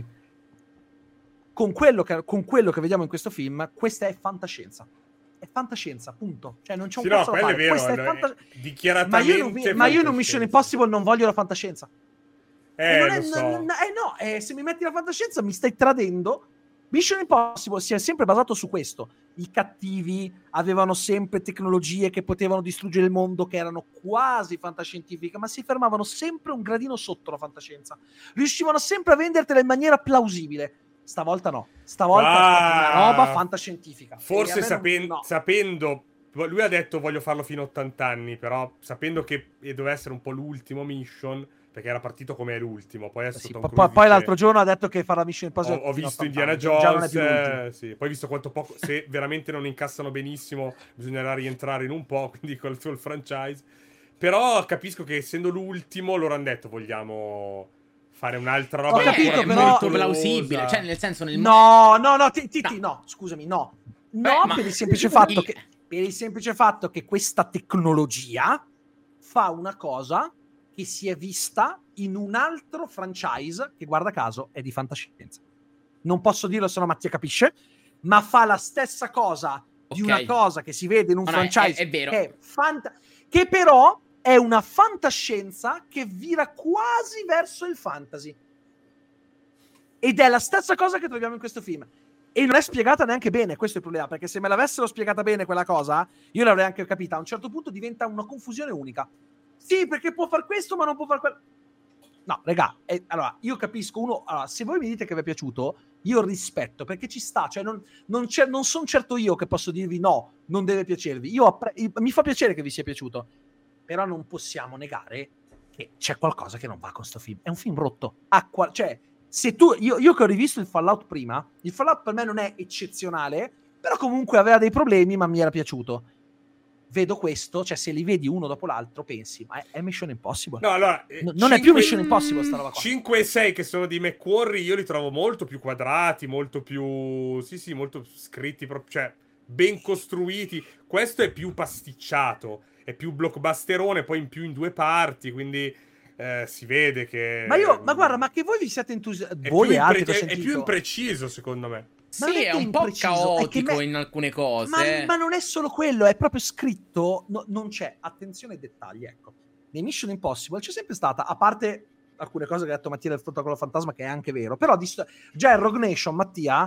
Con quello che, con quello che vediamo in questo film, questa è fantascienza. È fantascienza, punto. Cioè non c'è un Sì, no, cazzo da quello è fare. vero, Questa è è fanta- ma dichiaratamente io, non, vi- ma io in un Mission fantascienza. Impossible non voglio la fantascienza. Eh, E non lo è- so. non- non- eh no, eh, se mi metti la fantascienza mi stai tradendo. Mission Impossible si è sempre basato su questo. I cattivi avevano sempre tecnologie che potevano distruggere il mondo, che erano quasi fantascientifiche, ma si fermavano sempre un gradino sotto la fantascienza. Riuscivano sempre a vendertela in maniera plausibile. Stavolta no. Stavolta è stata Ah, una roba fantascientifica. E a Forse me non- sapen- no. sapendo, lui ha detto voglio farlo fino a ottanta anni, però sapendo che doveva essere un po' l'ultimo mission, perché era partito come l'ultimo, poi adesso Sì, Tom po- Cruise poi dice, l'altro giorno ha detto che farà Mission ho, Impossible ho fino a visto ottanta Indiana anni, già non è Jones, più l'ultimo. eh, sì. Poi visto quanto poco, se veramente non incassano benissimo bisognerà rientrare in un po', quindi col suo franchise. Però capisco che essendo l'ultimo loro hanno detto vogliamo fare un'altra roba Ho capito, ancora è però- molto pericolosa. plausibile. Cioè, nel senso, nel No, no, no, ti, ti, ti, no, scusami, no. No, Beh, ma- per il semplice fatto il- che per il semplice fatto che questa tecnologia fa una cosa che si è vista in un altro franchise che, guarda caso, è di fantascienza. Non posso dirlo, se no Mattia capisce, ma fa la stessa cosa di Ok. una cosa che si vede in un No, no, è- franchise è vero. che è fanta- che però è una fantascienza che vira quasi verso il fantasy. Ed è la stessa cosa che troviamo in questo film. E non è spiegata neanche bene, questo è il problema, perché se me l'avessero spiegata bene quella cosa, io l'avrei anche capita. A un certo punto diventa una confusione unica. Sì, perché può far questo, ma non può far quello. No, regà, eh, allora, io capisco, uno, allora, se voi mi dite che vi è piaciuto, io rispetto, perché ci sta, cioè non, non, c'è, non sono certo io che posso dirvi no, non deve piacervi. Io appre- mi fa piacere che vi sia piaciuto, però non possiamo negare che c'è qualcosa che non va con sto film. È un film rotto. Acqua, cioè, se tu, io, io che ho rivisto il Fallout prima, il Fallout per me non è eccezionale, però comunque aveva dei problemi, ma mi era piaciuto. Vedo questo, cioè se li vedi uno dopo l'altro pensi, ma è, è Mission Impossible. No, allora, eh, N- non è più cinque- Mission Impossible sta roba qua. cinque e sei che sono di McQuarrie io li trovo molto più quadrati, molto più sì sì, molto scritti, pro- cioè ben costruiti. Questo è più pasticciato, è più blockbusterone, poi in più in due parti, quindi eh, si vede che Ma io, ma guarda, ma che voi vi siete entusiasmati, è voi più e altri impre- che ho è- è più sentito. impreciso secondo me. Ma non Sì, è è che un po' impreciso, è che caotico me- in alcune cose. Ma, ma non è solo quello, è proprio scritto, no- non c'è, attenzione ai dettagli, ecco. Nei Mission Impossible c'è sempre stata, a parte alcune cose che ha detto Mattia del Protocollo Fantasma, che è anche vero, però di sto- già in Rogue Nation, Mattia,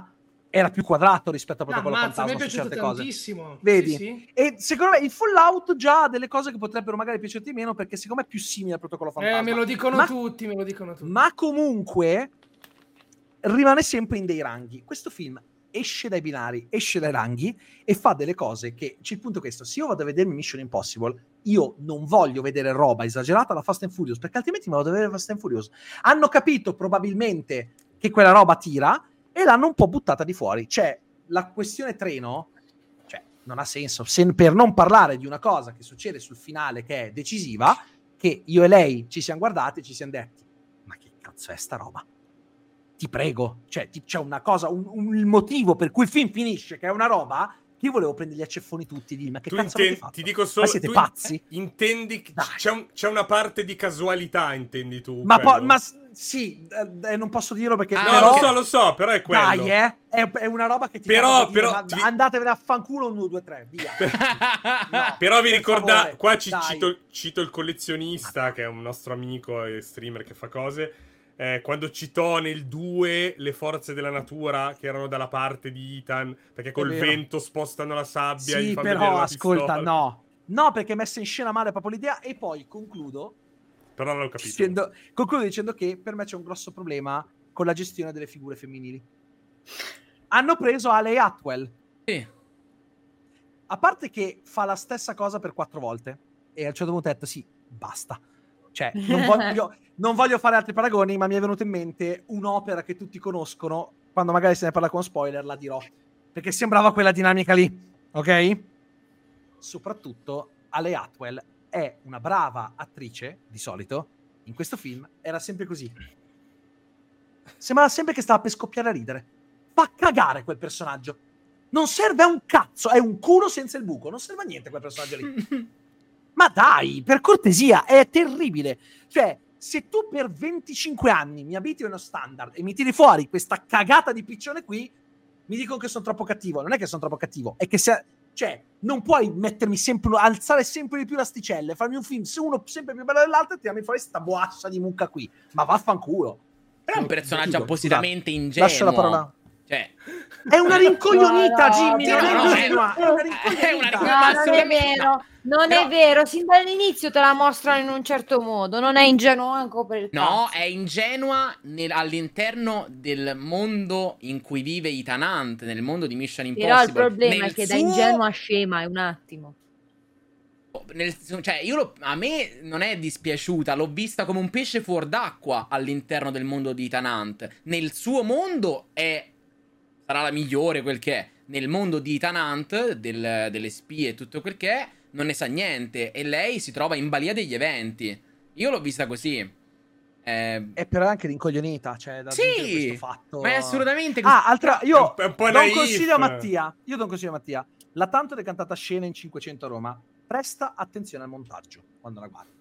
era più quadrato rispetto a No, Protocollo ammazza, a me è Fantasma su piaciuto certe cose. tantissimo. Vedi? Sì, sì. E secondo me il Fallout già ha delle cose che potrebbero magari piacerti meno, perché secondo me è più simile al Protocollo Fantasma. Eh, me lo dicono ma, tutti, me lo dicono tutti. ma comunque rimane sempre in dei ranghi. Questo film esce dai binari, esce dai ranghi e fa delle cose che, cioè, il punto è questo: se io vado a vedermi Mission Impossible, io non voglio vedere roba esagerata da Fast and Furious, perché altrimenti me vado a vedere Fast and Furious. Hanno capito probabilmente che quella roba tira e l'hanno un po' buttata di fuori. Cioè, la questione treno, cioè, non ha senso, se, per non parlare di una cosa che succede sul finale che è decisiva, che io e lei ci siamo guardati e ci siamo detti: ma che cazzo è sta roba? Ti prego, cioè ti, c'è una cosa, un, un il motivo per cui il film finisce, che è una roba che io volevo prendere gli acceffoni tutti, di ma che Tu cazzo inten- avete fatto? ti dico solo, Ma siete tu pazzi? intendi che Dai. c'è, un- c'è una parte di casualità, intendi tu? Ma, quello? poi, ma s- sì, eh, non posso dirlo perché Ah, No, però, lo so, lo so, però è quello. dai, eh, è, è una roba che ti Però- fa dire, però ma ti- andatevene a fanculo un due, due, tre, via. No, Però vi per ricordate, favore, qua ci dai. cito, cito il collezionista, che è un nostro amico e streamer che fa cose, eh, quando citò nel due le forze della natura che erano dalla parte di Ethan, perché col vero. vento spostano la sabbia e gli Sì, fanno vedere però la ascolta, pistola. no. No, perché è messa in scena male proprio l'idea. E poi concludo Però non l'ho capito. dicendo, concludo dicendo che per me c'è un grosso problema con la gestione delle figure femminili. Hanno preso Hayley Atwell. Sì. A parte che fa la stessa cosa per quattro volte. E a un certo punto ho detto, sì, basta. Cioè, non voglio, non voglio fare altri paragoni, ma mi è venuta in mente un'opera che tutti conoscono. Quando magari se ne parla con spoiler, la dirò. Perché sembrava quella dinamica lì. Ok? Soprattutto, Hayley Atwell è una brava attrice, di solito. In questo film era sempre così. Sembrava sempre che stava per scoppiare a ridere. Fa cagare quel personaggio. Non serve a un cazzo, è un culo senza il buco, non serve a niente quel personaggio lì. Ma dai, per cortesia, è terribile. Cioè, se tu per venticinque anni mi abiti uno standard e mi tiri fuori questa cagata di piccione qui, mi dicono che sono troppo cattivo. Non è che sono troppo cattivo, è che se, cioè, non puoi mettermi sempre, alzare sempre di più l'asticelle, farmi un film, se uno sempre più bello dell'altro, e tirarmi fuori sta boassa di mucca qui. Ma vaffanculo. Però è un personaggio Dico, appositamente scusate, ingenuo. lascio la parola. Cioè, È una rincoglionita, No, no, Jimmy, no, non è no, ingenua, è- è una è rincoglionita. una No, Ma non è assolutamente vero, no. non Però- è vero, sin dall'inizio te la mostrano in un certo modo, non è ingenuo anche per il no, cazzo. è ingenua nel- all'interno del mondo in cui vive Ethan Hunt, nel mondo di Mission Impossible. Però il problema Nel è che da suo- ingenua a scema è un attimo. nel- cioè, io lo- a me non è dispiaciuta, l'ho vista come un pesce fuor d'acqua all'interno del mondo di Ethan Hunt. Nel suo mondo è sarà la migliore, quel che è. Nel mondo di Ethan Hunt, del- delle spie e tutto quel che è, non ne sa niente. E lei si trova in balia degli eventi. Io l'ho vista così. Eh, È però anche rincoglionita, cioè da Sì, aggiungere questo fatto. ma è assolutamente così. Ah, altra, io È un po' do un naif. consiglio a Mattia. Io do un consiglio a Mattia. La tanto decantata scena in cinquecento a Roma. Presta attenzione al montaggio quando la guardi.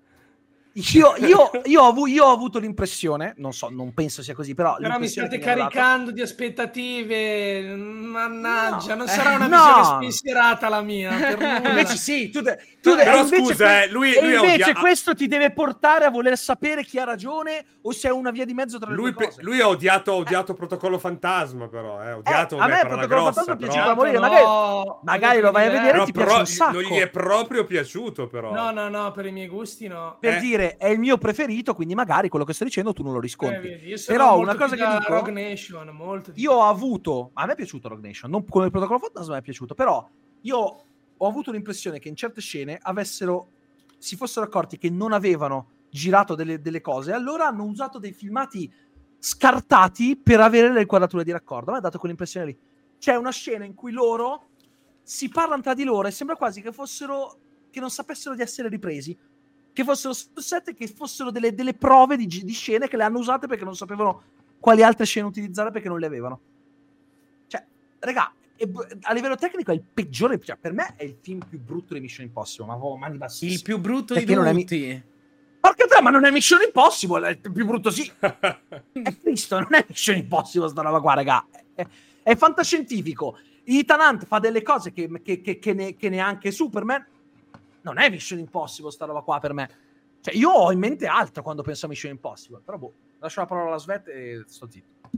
Io, io, io, ho, avu- io ho avuto l'impressione, non so, non penso sia così, però, Però mi l'impressione state che mi hanno dato- caricando di aspettative. Mannaggia, No, non sarà eh, una no. visione spensierata la mia. Per nulla. Invece sì, tu, de- tu de- Però e invece scusa, que- eh, lui- e lui ha invece odia- questo ti deve portare a voler sapere chi ha ragione o se è una via di mezzo tra le Lui, due pe- cose. lui ha odiato, ha odiato Protocollo Fantasma, però. Eh. Odiato, Eh, vabbè, a me parola Protocollo grossa, Fantasma però- piaceva da morire, No, magari, magari lo vai a vedere Però e ti piace pro- un sacco. non gli è proprio piaciuto, però. No, no, no, per i miei gusti no. Per Eh. dire, è il mio preferito, quindi magari quello che sto dicendo tu non lo Eh, riscontri. vedi, io sono Però molto una cosa più che da dico, Rogue Nation, molto di io ho avuto, a me è piaciuto Rogue Nation, non come il Protocollo Fantasma mi è piaciuto, però io ho avuto l'impressione che in certe scene avessero, si fossero accorti che non avevano girato delle, delle cose, allora hanno usato dei filmati scartati per avere le inquadrature di raccordo. A me ha dato quell'impressione lì. C'è una scena in cui loro si parlano tra di loro e sembra quasi che fossero, che non sapessero di essere ripresi, che fossero sul set e che fossero delle, delle prove di, di scene che le hanno usate perché non sapevano quali altre scene utilizzare perché non le avevano. Cioè, raga, è- a livello tecnico è il peggiore, cioè per me è il film più brutto di Mission Impossible, ma oh, mani bassissime. il più brutto di Perché non è mi- tutti. Porca te, ma non è Mission Impossible, è il più brutto sì. È Cristo, non è Mission Impossible sta roba qua, raga. È, è fantascientifico. Ethan Hunt fa delle cose che, che, che, che, ne, che neanche Superman. Non è Mission Impossible sta roba qua per me. Cioè, io ho in mente altro quando penso a Mission Impossible. Però boh, lascio la parola alla Svet e sto zitto.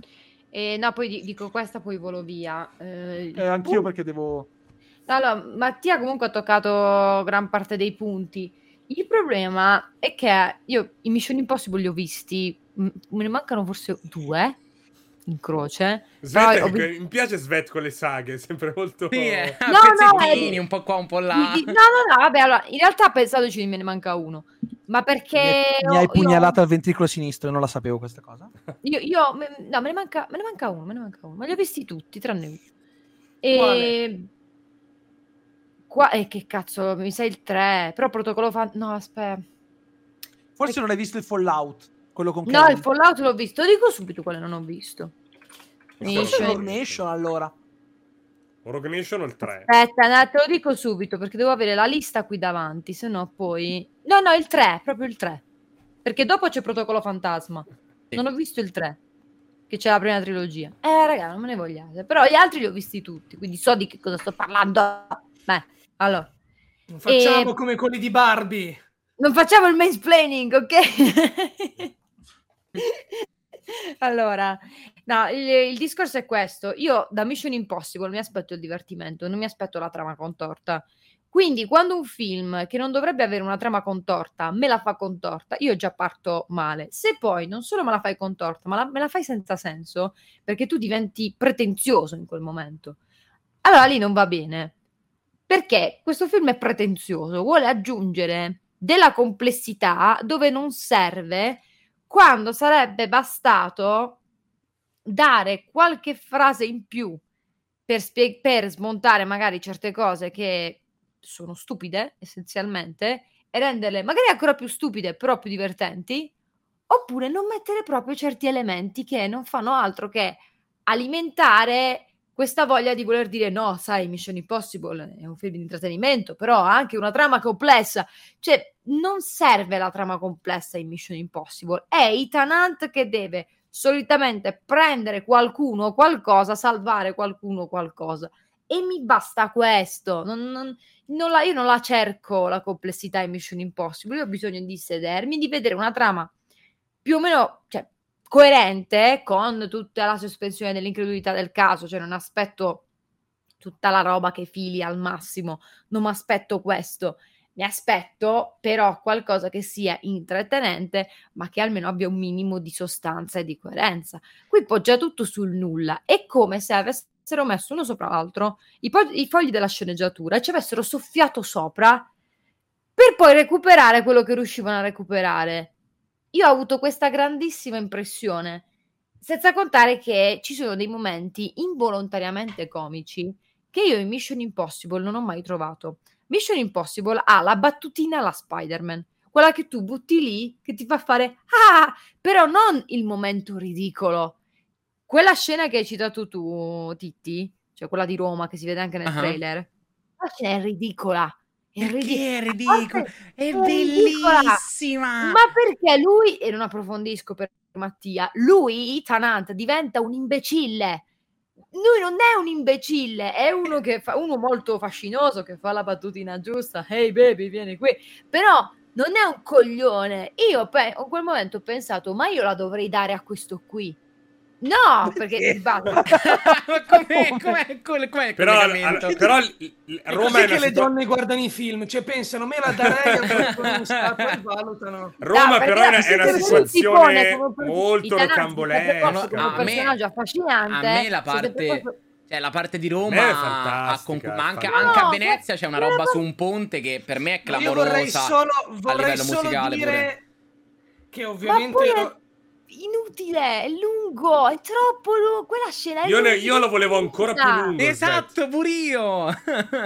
E no, poi di- dico questa, poi volo via. Eh, Eh, anch'io perché devo... Allora, Mattia comunque ha toccato gran parte dei punti. Il problema è che io i Mission Impossible li ho visti, m- me ne mancano forse due in croce. Svet, Però ho che- vi- mi piace Svet con le saghe, è sempre molto... Sì, eh, a No, no, pezzettini, eh, un po' qua, un po' di- là. di- no, no, no, vabbè, allora, in realtà pensateci me ne manca uno. Ma perché Mi hai, mi ho- hai io, pugnalato al ventricolo sinistro e non la sapevo questa cosa. io, io- me- no, me ne manca, me ne manca uno, me ne manca uno. Ma li ho visti tutti, tranne uno. Quale? E qua, e che cazzo, mi sa il tre, però protocollo fan... No, aspetta. Forse non hai visto il Fallout, quello con No, Kevin. il Fallout l'ho visto, dico subito quale non ho visto. Forse Mission- Rogue Nation, allora. Rogue Nation o il tre? Aspetta, no, te lo dico subito perché devo avere la lista qui davanti, se no poi... No, no, il tre, proprio il tre. Perché dopo c'è Protocollo Fantasma. Sì. Non ho visto il tre, che c'è la prima trilogia. Eh, raga, non me ne vogliate. Però gli altri li ho visti tutti, quindi so di che cosa sto parlando. Beh, allora... Non facciamo E- come quelli di Barbie. Non facciamo il mansplaining, ok? Allora, no, il, il discorso è questo. Io da Mission Impossible mi aspetto il divertimento, non mi aspetto la trama contorta. Quindi quando un film che non dovrebbe avere una trama contorta me la fa contorta, io già parto male. Se poi non solo me la fai contorta, ma la- me la fai senza senso, perché tu diventi pretenzioso in quel momento, allora lì non va bene. Perché questo film è pretenzioso, vuole aggiungere della complessità dove non serve, quando sarebbe bastato dare qualche frase in più per, spie- per smontare magari certe cose che sono stupide, essenzialmente, e renderle magari ancora più stupide, però più divertenti, oppure non mettere proprio certi elementi che non fanno altro che alimentare questa voglia di voler dire no, sai, Mission Impossible è un film di intrattenimento, però ha anche una trama complessa. Cioè, non serve la trama complessa in Mission Impossible. È Ethan Hunt che deve solitamente prendere qualcuno o qualcosa, salvare qualcuno o qualcosa. E mi basta questo. Non, non, non la, io non la cerco la complessità in Mission Impossible. Io ho bisogno di sedermi, di vedere una trama più o meno, cioè, coerente con tutta la sospensione dell'incredulità del caso, cioè non aspetto tutta la roba che fili al massimo, non mi aspetto questo, mi aspetto però qualcosa che sia intrattenente, ma che almeno abbia un minimo di sostanza e di coerenza. Qui poggia tutto sul nulla, è come se avessero messo uno sopra l'altro i, po- i fogli della sceneggiatura e ci avessero soffiato sopra per poi recuperare quello che riuscivano a recuperare. Io ho avuto questa grandissima impressione, senza contare che ci sono dei momenti involontariamente comici che io in Mission Impossible non ho mai trovato. Mission Impossible ha la battutina alla Spider-Man, quella che tu butti lì, che ti fa fare ah, però non il momento ridicolo. Quella scena che hai citato tu, Titti, cioè quella di Roma che si vede anche nel Ah. trailer, la scena è ridicola. È Perché ridicola. è A ridicolo? parte- È ridicola. bellissima! Ma perché lui, e non approfondisco per Mattia, lui, Ethan Hunt, diventa un imbecille. Lui non è un imbecille, è uno che fa, uno molto fascinoso che fa la battutina giusta. Hey baby, vieni qui. Però non è un coglione. Io pe- in quel momento ho pensato, ma io la dovrei dare a questo qui. No, perché basta. Ma com'è, com'è, com'è, com'è il Però, collegamento? allora, però l- l- È Roma così è una che le situa- donne guardano i film, cioè pensano, me la darei a qualcuno stato e valutano. Roma No, però perché è una, è una siete situazione venuti come per- molto Ethan Hunt si è rocambolesca. proposto come No, un a me- personaggio affascinante. A me la si è parte, proposto- cioè la parte di A me Roma, è ha fantastica, concu- ma anche, è anche a fantastica. Venezia c'è una No, roba ma- su un ponte che per me è Ma io vorrei clamorosa solo, a vorrei livello solo musicale dire pure. che Ma ovviamente... poi è inutile, è lungo, è troppo lungo. Quella scena è Io, ne- lunga. io lo volevo ancora più lungo. Esatto, pure io. Io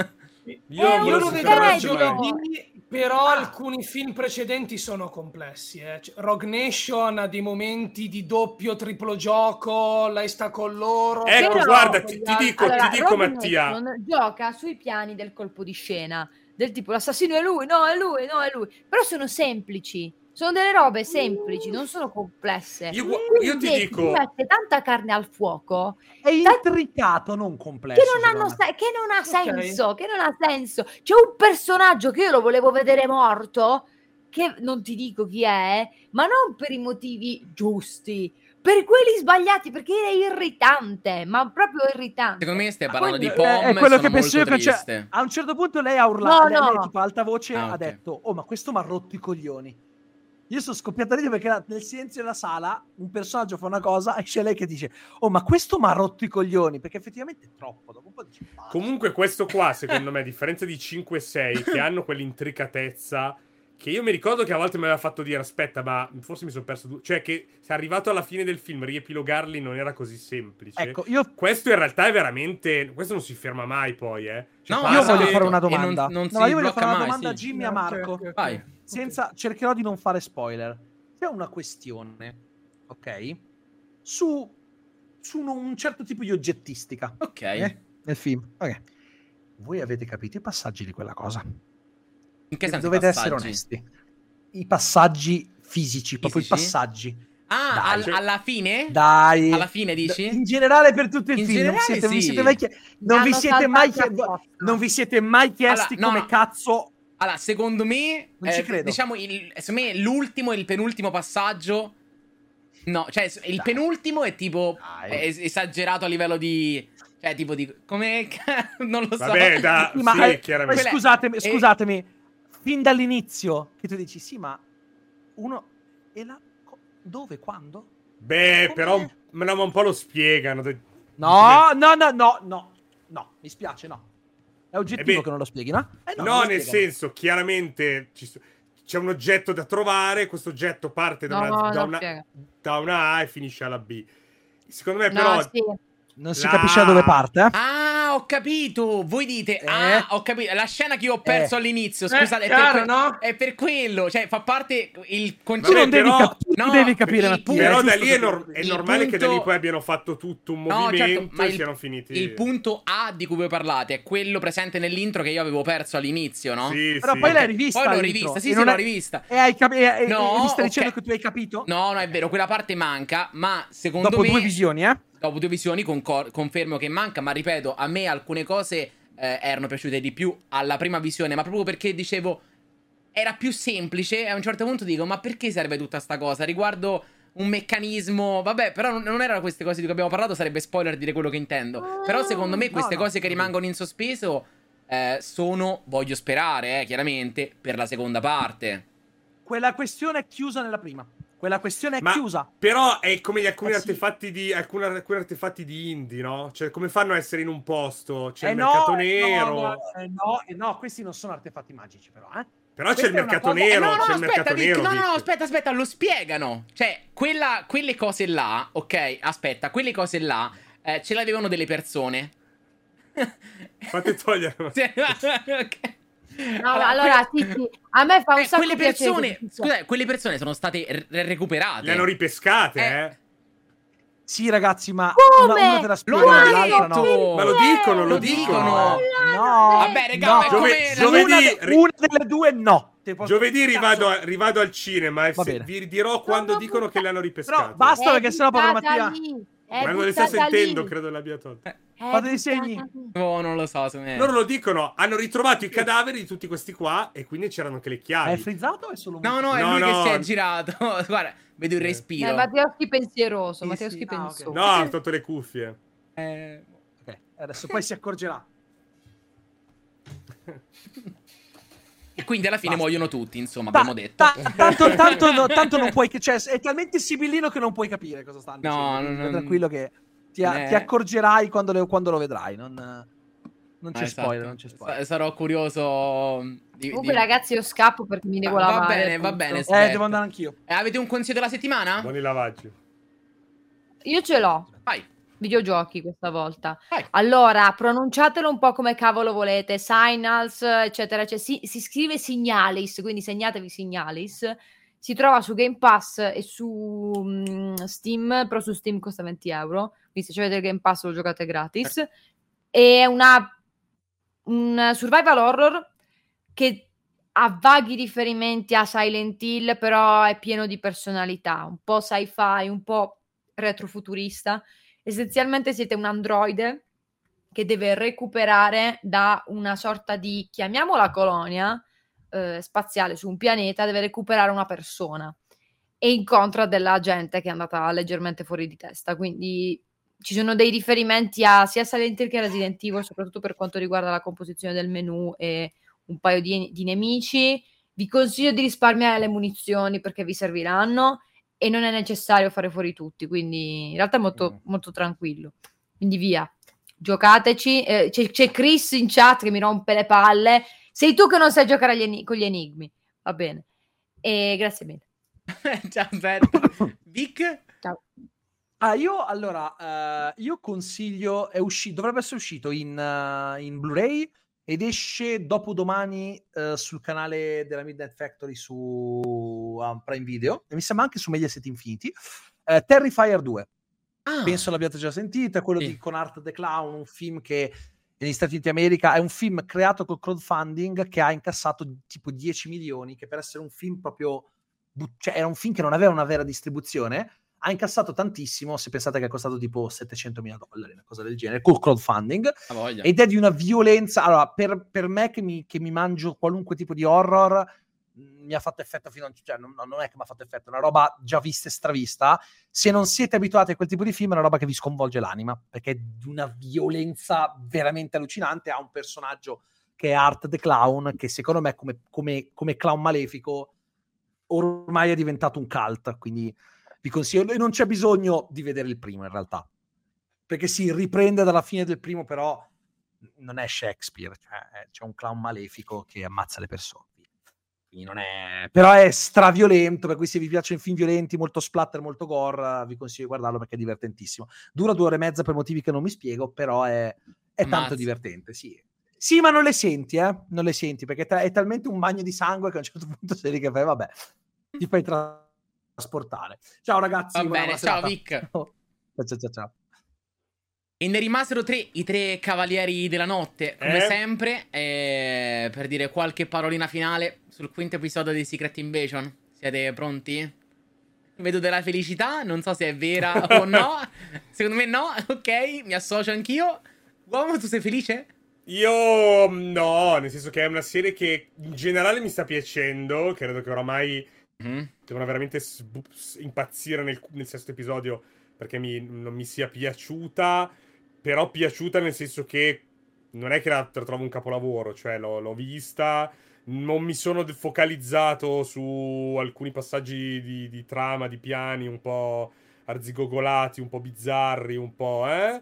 È Io volevo lo un vedo superare scheleto. giovedì, però Ah. alcuni film precedenti sono complessi. Eh. Cioè, Rogue Nation ha dei momenti di doppio, triplo gioco, lei sta con loro. Ecco, Però- guarda, ti, ti dico, Allora, ti dico Rogue Mattia. Nation gioca sui piani del colpo di scena, del tipo l'assassino è lui, no è lui, no è lui, però sono semplici, sono delle robe semplici, non sono complesse. Io, gu- Quindi io ti invece dico, ti mette tanta carne al fuoco È intricato, non complesso. che non, hanno secondo me. se- che non ha Ok. senso, che non ha senso. C'è un personaggio che io lo volevo vedere morto, che non ti dico chi è, ma non per i motivi giusti, per quelli sbagliati, perché è irritante, ma proprio irritante. Secondo me stai Ma parlando di quello- Pom, è, è quello sono che penso io, molto che, cioè, triste. a un certo punto lei ha urlato, No, lei, no. lei tipo a alta voce Ah, ha ok. detto, oh ma questo mi ha rotto i coglioni. Io sono scoppiato a ridere perché era nel silenzio della sala un personaggio fa una cosa e c'è lei che dice, oh ma questo mi ha rotto i coglioni, perché effettivamente è troppo, dopo un po' dici, basta. Comunque questo qua, secondo me, a differenza di cinque e sei, che hanno quell'intricatezza, che io mi ricordo che a volte mi aveva fatto dire, aspetta, ma forse mi sono perso due... Cioè che se arrivato alla fine del film riepilogarli non era così semplice. Ecco, io, Questo in realtà è veramente... Questo non si ferma mai poi, eh. Cioè, No, parte- io esatto. voglio fare una E non- domanda. non No, si io voglio blocca fare una mai, domanda a sì. Jimmy e a No, ok, Marco. ok, ok. Vai. Senza, cercherò di non fare spoiler. C'è una questione, ok? Su, su un, un certo tipo di oggettistica. Ok. eh, nel film. Ok. Voi avete capito i passaggi di quella cosa. In che senso Dovete essere passaggi? onesti. I passaggi fisici, proprio i Fisici? passaggi. Ah, Dai. al- alla fine? Dai. Alla fine dici? In generale per tutto il In film. Non, generale siete, vi sì. siete mai, chie- non vi L'hanno siete mai, saltati chie- apposta. non vi siete mai chiesti Allora, no, come no. cazzo... Allora, secondo me, Non ci eh, credo. diciamo, il, secondo me l'ultimo e il penultimo passaggio... No, cioè, il Dai. penultimo è tipo Dai. es- esagerato a livello di... Cioè, tipo di... Come... non lo so. Vabbè, da... Sì, ma sì, eh, chiaramente. poi scusatemi, E- scusatemi, fin dall'inizio che tu dici sì, ma uno e la co- dove, quando? Beh, Come- però un, ma no, ma un po' lo spiegano. No, no, no, no, no, no, mi spiace, no. È oggettivo Eh beh, che non lo spieghi, no? Eh No, non lo nel spiegano. senso, chiaramente ci so- c'è un oggetto da trovare, questo oggetto parte da, No, una, da, non una, spiega. da una A e finisce alla B. Secondo me No, però... sì. Non si la- capisce da dove parte, eh? Ah, ho capito. Voi dite... Eh? Ah, ho capito. La scena che io ho perso Eh. all'inizio, Eh, scusate. è, chiaro, per, que- no? è per quello. Cioè, fa parte il Tu concetto... non devi, però- cap- tu no, devi capire, il Mattia, punto- Però è da giusto lì è, che- nor- è il normale che da lì punto- poi abbiano fatto tutto un No, movimento certo, ma e il, siano finiti... il punto A di cui voi parlate è quello presente nell'intro che io avevo perso all'inizio, no? Sì, Però sì. poi l'hai rivista. Poi l'ho l'intro, rivista, sì, e sì, non l'ho è- rivista. E, hai cap- e, e- No, e mi stai ok. dicendo che tu hai capito? No, no, è vero, quella parte manca, ma secondo Dopo me... due visioni, eh? Dopo due visioni concor- confermo che manca, ma ripeto, a me alcune cose eh, erano piaciute di più alla prima visione, ma proprio perché dicevo era più semplice e a un certo punto dico ma perché serve tutta sta cosa? Riguardo un meccanismo, vabbè, però non, non erano queste cose di cui abbiamo parlato, sarebbe spoiler dire quello che intendo. Però secondo me No, queste no. cose che rimangono in sospeso eh, sono, voglio sperare, eh, chiaramente, per la seconda parte. Quella questione è chiusa nella prima. Quella questione è Ma- chiusa. Però è come gli alcuni Eh sì. artefatti di alcuni, alcuni artefatti di indie, no? Cioè, come fanno a essere in un posto? C'è Eh il no, mercato eh nero. No, no, eh no, eh no, questi non sono artefatti magici, però, eh. Però c'è Questa il è una mercato cosa- Eh, nero, no, no, c'è il aspetta, mercato Vic, nero. no, no, no, Vic. aspetta, aspetta, lo spiegano. Cioè, quella, quelle cose là, ok, aspetta, quelle cose là eh, ce l'avevano delle persone. Fate togliere. Sì, ok. No, allora, sì, sì, a me fa un eh, sacco quelle piacere persone, che- scusate, quelle persone sono state re- recuperate. Le hanno ripescate, Eh, eh. Sì, ragazzi, ma Come? una, una te la Lo spiego, hanno l'altra no. detto! Ma lo dicono, lo Lo dicono. No, Vabbè, raga, no. ma è come Giove- la- giovedì- una, de- ri- una delle due no. Te posso- Giovedì Cazzo. rivado, a- rivado al cinema e Va se- bene. vi dirò quando No, dicono no, che le hanno ripescate. Però basta È perché sennò povero buttata Mattia. lì, è Ma non le sta buttata sentendo, lì. credo l'abbia tolto. È Fate dei segni. buttata lì. Oh, non lo so, secondo me. Loro lo dicono, hanno ritrovato i cadaveri di tutti questi qua e quindi c'erano anche le È chiavi. frizzato o è solo No, no, è No, lui no. che si è girato. Guarda, vedo il Eh. respiro. Eh, Matteoschi pensieroso, Sì, Matteoschi sì, ah, ok. pensoso. No, ha tolto le cuffie. Eh, Ok, adesso poi si accorgerà. E quindi alla fine Basta. muoiono tutti, insomma, Ta- abbiamo detto. ta- tanto, tanto, no- tanto non puoi, cioè, è talmente sibillino che non puoi capire cosa stanno No, dicendo. non- quindi non- tranquillo che ti, non è- ti accorgerai quando, le- quando lo vedrai. Non, non c'è Ah, esatto. spoiler, non c'è spoiler. Sa- Sarò curioso di, Comunque, di- ragazzi, io scappo perché mi devo Va- va lavare. bene, va tutto. bene. Eh, aspetta. devo andare anch'io. Eh, avete un consiglio della settimana? Buoni lavaggi. Io ce l'ho. Vai. Videogiochi questa volta. Vai. Allora, pronunciatelo un po' come cavolo volete, Signals, eccetera, cioè, si, si scrive Signalis, quindi segnatevi Signalis. Si trova su Game Pass e su mm, Steam, però su Steam costa venti euro, quindi se avete il Game Pass lo giocate gratis. È una un survival horror che ha vaghi riferimenti a Silent Hill, però è pieno di personalità, un po' sci-fi, un po' retrofuturista. Essenzialmente siete un androide che deve recuperare da una sorta di, chiamiamola colonia, eh, spaziale su un pianeta, deve recuperare una persona. e incontra della gente che è andata leggermente fuori di testa, quindi ci sono dei riferimenti a sia Silent Hill che Resident Evil, soprattutto per quanto riguarda la composizione del menu e un paio di, di nemici. Vi consiglio di risparmiare le munizioni perché vi serviranno e non è necessario fare fuori tutti, quindi in realtà è molto, Mm. molto tranquillo. Quindi via, giocateci. Eh, c'è, c'è Chris in chat che mi rompe le palle. Sei tu che non sai giocare agli eni- con gli enigmi, va bene. E grazie mille. Ciao, aspetta. Vic? Ciao. Ah, io allora, eh, io consiglio, è uscito, dovrebbe essere uscito in, eh, in Blu-ray ed esce dopodomani eh, sul canale della Midnight Factory su um, Prime Video e mi sembra anche su Mediaset Infinity. Eh, Terrifier due, Ah, penso l'abbiate già sentito, è quello sì. di Con Art the Clown, un film che negli Stati Uniti d'America è un film creato col crowdfunding che ha incassato tipo dieci milioni, che per essere un film proprio, bu- cioè era un film che non aveva una vera distribuzione, ha incassato tantissimo, se pensate che è costato tipo settecentomila dollari, una cosa del genere, col crowdfunding, Ha voglia. ed è di una violenza, allora, per, per me che mi, che mi mangio qualunque tipo di horror, mh, mi ha fatto effetto fino a, cioè non, non è che mi ha fatto effetto, è una roba già vista e stravista. Se non siete abituati a quel tipo di film è una roba che vi sconvolge l'anima, perché è di una violenza veramente allucinante, ha un personaggio che è Art the Clown, che secondo me come, come, come clown malefico ormai è diventato un cult, quindi vi consiglio, e non c'è bisogno di vedere il primo in realtà, perché si riprende dalla fine del primo, però non è Shakespeare, cioè, c'è un clown malefico che ammazza le persone. Quindi non è... Però è straviolento, per cui se vi piacciono i film violenti, molto splatter, molto gore, vi consiglio di guardarlo perché è divertentissimo. Dura due ore e mezza per motivi che non mi spiego, però è, è tanto Ammazza. divertente, sì. Sì, ma non le senti, eh? Non le senti, perché tra- è talmente un bagno di sangue che a un certo punto sei lì che fai, vabbè, ti fai tra- trasportare. Ciao ragazzi, Va buona bene, serata. ciao Vic. Ciao, ciao, ciao, ciao. E ne rimasero tre, i tre cavalieri della notte, come Eh? sempre, eh, per dire qualche parolina finale sul quinto episodio di Secret Invasion. Siete pronti? Vedo della felicità, non so se è vera o no. Secondo me no, ok, mi associo anch'io. Uomo, tu sei felice? Io no, nel senso che è una serie che in generale mi sta piacendo. Credo che oramai Mhm. devono veramente sbu- s- impazzire nel, nel sesto episodio perché mi- non mi sia piaciuta. Però piaciuta nel senso che non è che la, la trovo un capolavoro, cioè l'ho, l'ho vista, non mi sono de- focalizzato su alcuni passaggi di, di trama, di piani un po' arzigogolati, un po' bizzarri, un po', eh?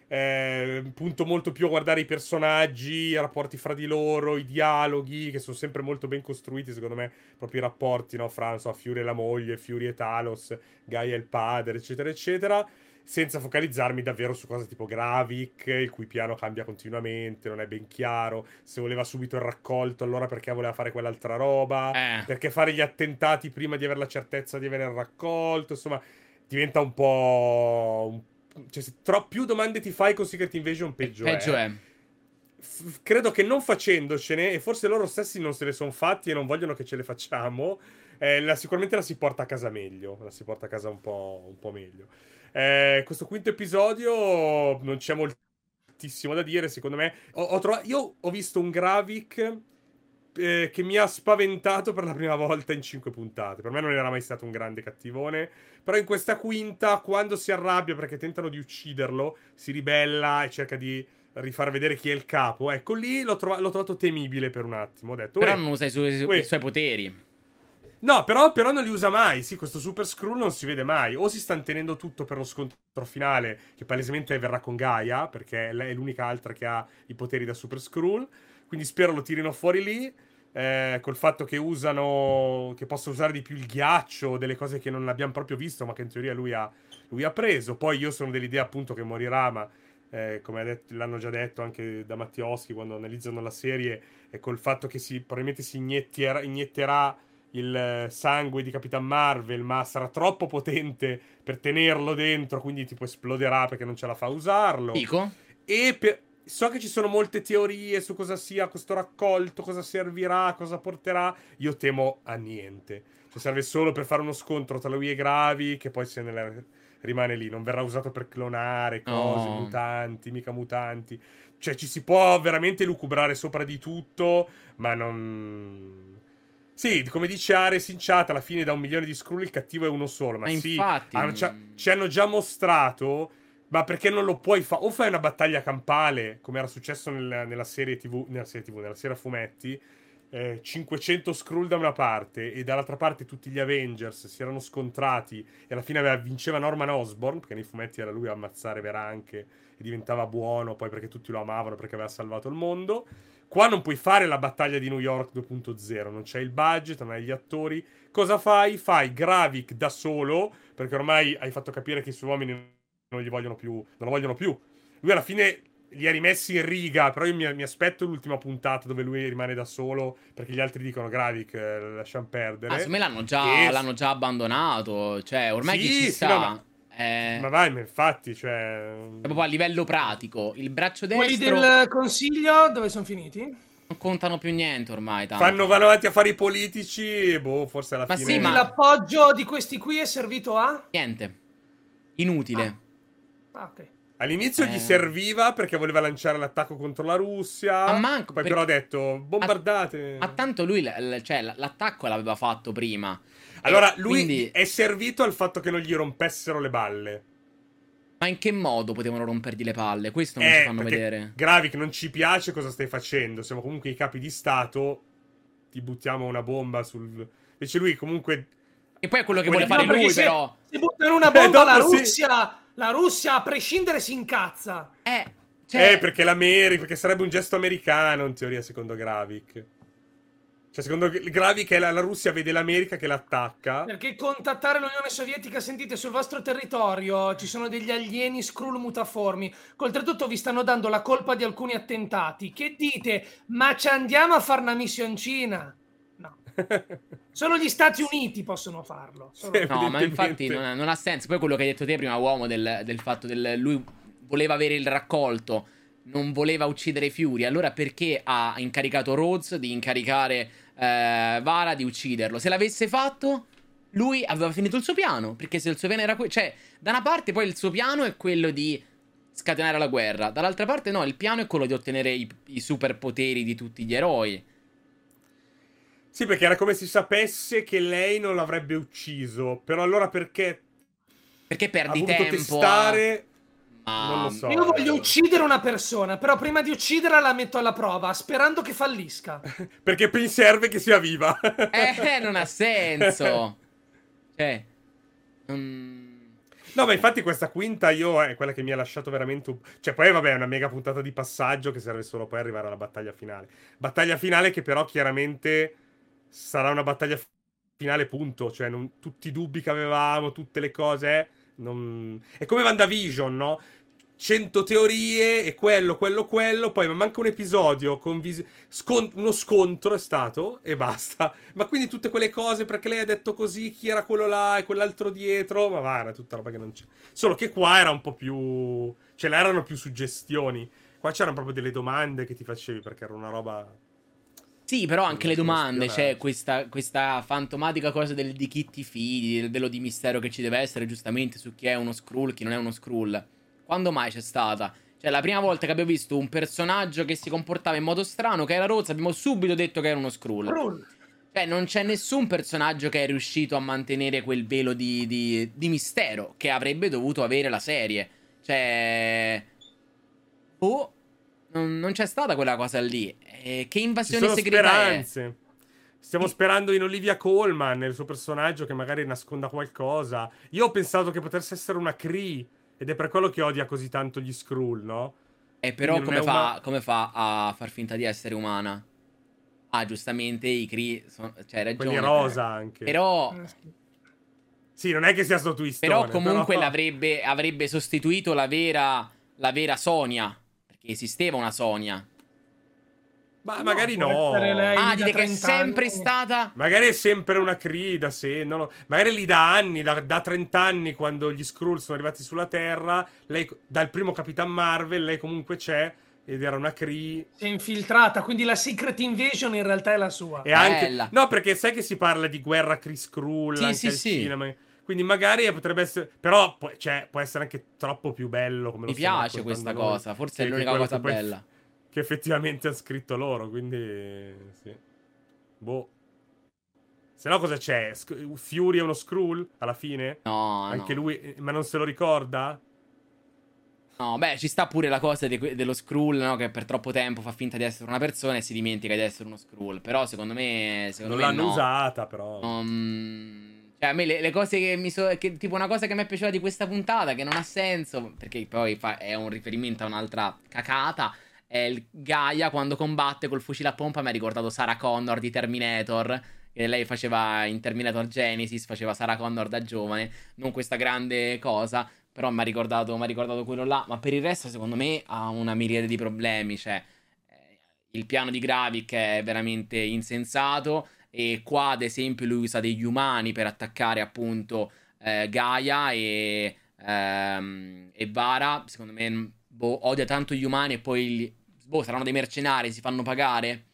Eh, punto molto più a guardare i personaggi, i rapporti fra di loro, i dialoghi, che sono sempre molto ben costruiti, secondo me, proprio i rapporti, no? Fra, non so, Fury e la moglie, Fury e Talos, Gaia e il padre, eccetera, eccetera. Senza focalizzarmi davvero su cose tipo Gravik, il cui piano cambia continuamente, non è ben chiaro. Se voleva subito il raccolto, allora perché voleva fare quell'altra roba? Eh. Perché fare gli attentati prima di avere la certezza di avere il raccolto? Insomma, diventa un po'... un- Cioè, se tro- più domande ti fai con Secret Invasion, peggio, Peggio è. è. F- credo che non facendocene, e forse loro stessi non se le sono fatti e non vogliono che ce le facciamo, eh, la- sicuramente la si porta a casa meglio. La si porta a casa un po', un po' meglio. Eh, questo quinto episodio non c'è moltissimo da dire, secondo me. Ho, ho trova- Io ho visto un Gravik eh, che mi ha spaventato per la prima volta in cinque puntate. Per me non era mai stato un grande cattivone. Però in questa quinta, quando si arrabbia perché tentano di ucciderlo, si ribella e cerca di rifar vedere chi è il capo. Ecco, lì l'ho, trova- l'ho trovato temibile per un attimo. Ho detto, Però "Uè, non usa i, suoi- i uè." suoi poteri. No, però, però non li usa mai. Sì, questo Super Skrull non si vede mai. O si stanno tenendo tutto per lo scontro finale, che palesemente verrà con Gaia, perché lei è l'unica altra che ha i poteri da Super Skrull. Quindi spero lo tirino fuori lì. Eh, col fatto che usano, che possa usare di più il ghiaccio, delle cose che non abbiamo proprio visto, ma che in teoria lui ha, lui ha preso. Poi io sono dell'idea appunto che morirà, ma eh, come ha detto- l'hanno già detto anche da Mattioschi quando analizzano la serie, e col fatto che si, probabilmente si inietterà, inietterà il eh, sangue di Capitan Marvel, ma sarà troppo potente per tenerlo dentro, quindi tipo esploderà perché non ce la fa a usarlo. Dico? E per- so che ci sono molte teorie su cosa sia questo raccolto, cosa servirà, cosa porterà. Io temo a niente. Cioè serve solo per fare uno scontro tra lui e Gravi, che poi se ne la- rimane lì. Non verrà usato per clonare cose, No. mutanti, mica mutanti. Cioè ci si può veramente lucubrare sopra di tutto, ma non... Sì, come dice Ares in chat, alla fine da un milione di Skrull il cattivo è uno solo. Ma, Ma sì, infatti, hanno- mm. ci, ci hanno già mostrato. Ma perché non lo puoi fare? O fai una battaglia campale, come era successo nel- nella serie tivù, nella serie tivù, nella serie a fumetti, eh, cinquecento Skrull da una parte e dall'altra parte tutti gli Avengers si erano scontrati e alla fine aveva- vinceva Norman Osborn, perché nei fumetti era lui a ammazzare Veranche e diventava buono, poi perché tutti lo amavano, perché aveva salvato il mondo. Qua non puoi fare la battaglia di New York due punto zero, non c'è il budget, non hai gli attori. Cosa fai? Fai Gravik da solo, perché ormai hai fatto capire che i suoi uomini non gli vogliono più, non lo vogliono più. Lui alla fine li ha rimessi in riga, però io mi, mi aspetto l'ultima puntata dove lui rimane da solo, perché gli altri dicono Gravik, eh, lasciamo perdere. Ah, secondo me l'hanno già, E- l'hanno già abbandonato, cioè ormai Sì, chi ci sì, sta? no, ma- è... Ma vai, ma infatti, cioè... è proprio a livello pratico. Il braccio Quelli destro del consiglio dove sono finiti? non contano più niente ormai, tanto. Fanno, vanno avanti a fare i politici e boh, forse alla Ma fine... sì, Quindi ma- l'appoggio di questi qui è servito a? Niente. Inutile. Ah, ok. All'inizio Eh. gli serviva perché voleva lanciare l'attacco contro la Russia. Ma manco Poi per- però ha detto bombardate. Ma tanto lui, l- l- cioè, l- l'attacco l'aveva fatto prima. Allora, E lui quindi- è servito al fatto che non gli rompessero le balle. Ma in che modo potevano rompergli le palle? Questo non Eh, ci fanno perché vedere. Gravik, non ci piace cosa stai facendo. Siamo comunque i capi di Stato. Ti buttiamo una bomba sul... Invece lui comunque... E poi è quello che Quelli- vuole fare No, perché lui, se- però. Se buttano una bomba, Eh, la dopo sì. Russia, la Russia a prescindere si incazza. Eh, cioè, Eh, perché l'America... Perché sarebbe un gesto americano, in teoria, secondo Gravik. Cioè, secondo Gravik, è la, la Russia vede l'America che l'attacca. Perché contattare l'Unione Sovietica, sentite, sul vostro territorio ci sono degli alieni Skrull mutaformi. Oltretutto vi stanno dando la colpa di alcuni attentati. Che dite? Ma ci andiamo a fare una missioncina? No. Solo gli Stati Uniti possono farlo. Solo- Sì. no, ma infatti evidentemente. non ha, non ha senso. Poi quello che hai detto te prima, uomo, del, del fatto del lui voleva avere il raccolto, non voleva uccidere Fury. Allora perché ha incaricato Rhodes di incaricare eh, Vara di ucciderlo? Se l'avesse fatto, lui aveva finito il suo piano. Perché se il suo piano era quello... Cioè, da una parte poi il suo piano è quello di scatenare la guerra. Dall'altra parte no, il piano è quello di ottenere i, i superpoteri di tutti gli eroi. Sì, perché era come se sapesse che lei non l'avrebbe ucciso. Però allora perché Perché ha perdi voluto tempo testare... a... Non lo so. Io voglio eh. uccidere una persona, però prima di ucciderla la metto alla prova, sperando che fallisca. Perché poi serve che sia viva. Eh, non ha senso. Cioè... non- No, ma infatti questa quinta io è quella che mi ha lasciato veramente un... Cioè, poi vabbè, è una mega puntata di passaggio che serve solo poi arrivare alla battaglia finale. Battaglia finale che però chiaramente sarà una battaglia finale, punto. Cioè, non... tutti i dubbi che avevamo, tutte le cose... Non... È come WandaVision, no? cento teorie e quello, quello, quello. Poi ma manca un episodio con vis- scon- uno scontro è stato e basta. Ma quindi tutte quelle cose perché lei ha detto così, chi era quello là e quell'altro dietro. Ma va, era tutta roba che non c'è. Solo che qua era un po' più... Cioè, là erano più suggestioni. Qua c'erano proprio delle domande che ti facevi perché era una roba... Sì, però anche le Sono domande, spionati. c'è questa, questa fantomatica cosa del di chi ti fidi, del velo di mistero che ci deve essere giustamente su chi è uno Skrull, chi non è uno Skrull. Quando mai c'è stata? Cioè, la prima volta che abbiamo visto un personaggio che si comportava in modo strano, che era Rhodes, abbiamo subito detto che era uno Skrull. Skrull. Cioè, non c'è nessun personaggio che è riuscito a mantenere quel velo di, di, di mistero che avrebbe dovuto avere la serie. Cioè... Oh, non, non c'è stata quella cosa lì. Eh, che Ci invasione sono segreta speranze. Stiamo Sì. sperando in Olivia Colman, nel suo personaggio che magari nasconda qualcosa. Io ho pensato che potesse essere una Kree, ed è per quello che odia così tanto gli Skrull, no? è? E però Quindi non come è fa, uma- come fa a far finta di essere umana? Ah, giustamente i Kree sono... Cioè, hai ragione. Quelli rosa anche. Però... Eh, sì. Sì, non è che sia sto twistone. Però comunque però- l'avrebbe avrebbe sostituito la vera, la vera Sonia. Perché esisteva una Sonia. Ma No, magari può no. essere lei. Ah, da dite che è trenta sempre anni. stata... Magari è sempre una Kree da sé. non lo- Magari lì da anni, da, da trenta anni, quando gli Skrull sono arrivati sulla Terra, lei, dal primo Capitan Marvel, lei comunque c'è, ed era una Kree. Si è infiltrata, quindi la Secret Invasion in realtà è la sua. E anche... Bella. No, perché sai che si parla di guerra Kree Skrull Sì, anche sì, al sì. cinema. Quindi magari potrebbe essere... Però può, cioè, può essere anche troppo più bello. Come Mi lo stiamo piace raccontando questa noi, cosa. Forse che- è che l'unica quello cosa che poi- bella. Che effettivamente ha scritto loro, quindi... Sì. Boh. Se no cosa c'è? Sc- Fury è uno Skrull alla fine? No, Anche no. lui, ma non se lo ricorda? No, beh, ci sta pure la cosa de- dello Skrull, no? Che per troppo tempo fa finta di essere una persona e si dimentica di essere uno Skrull. Però secondo me, secondo Non me l'hanno no. usata, però. Um, cioè, a me le, le cose che mi sono. Tipo, una cosa che mi è piaciuta di questa puntata, che non ha senso, perché poi fa, è un riferimento a un'altra cacata. È il Gaia quando combatte col fucile a pompa. Mi ha ricordato Sarah Connor di Terminator. Che lei faceva in Terminator Genesis, faceva Sarah Connor da giovane. Non questa grande cosa. Però mi ha ricordato, m'ha ricordato quello là. Ma per il resto, secondo me, ha una miriade di problemi. Cioè, eh, il piano di Gravik è veramente insensato. E qua, ad esempio, lui usa degli umani per attaccare, appunto, eh, Gaia e, ehm, e Vara. Secondo me, boh, odia tanto gli umani e poi, li- boh, saranno dei mercenari, si fanno pagare.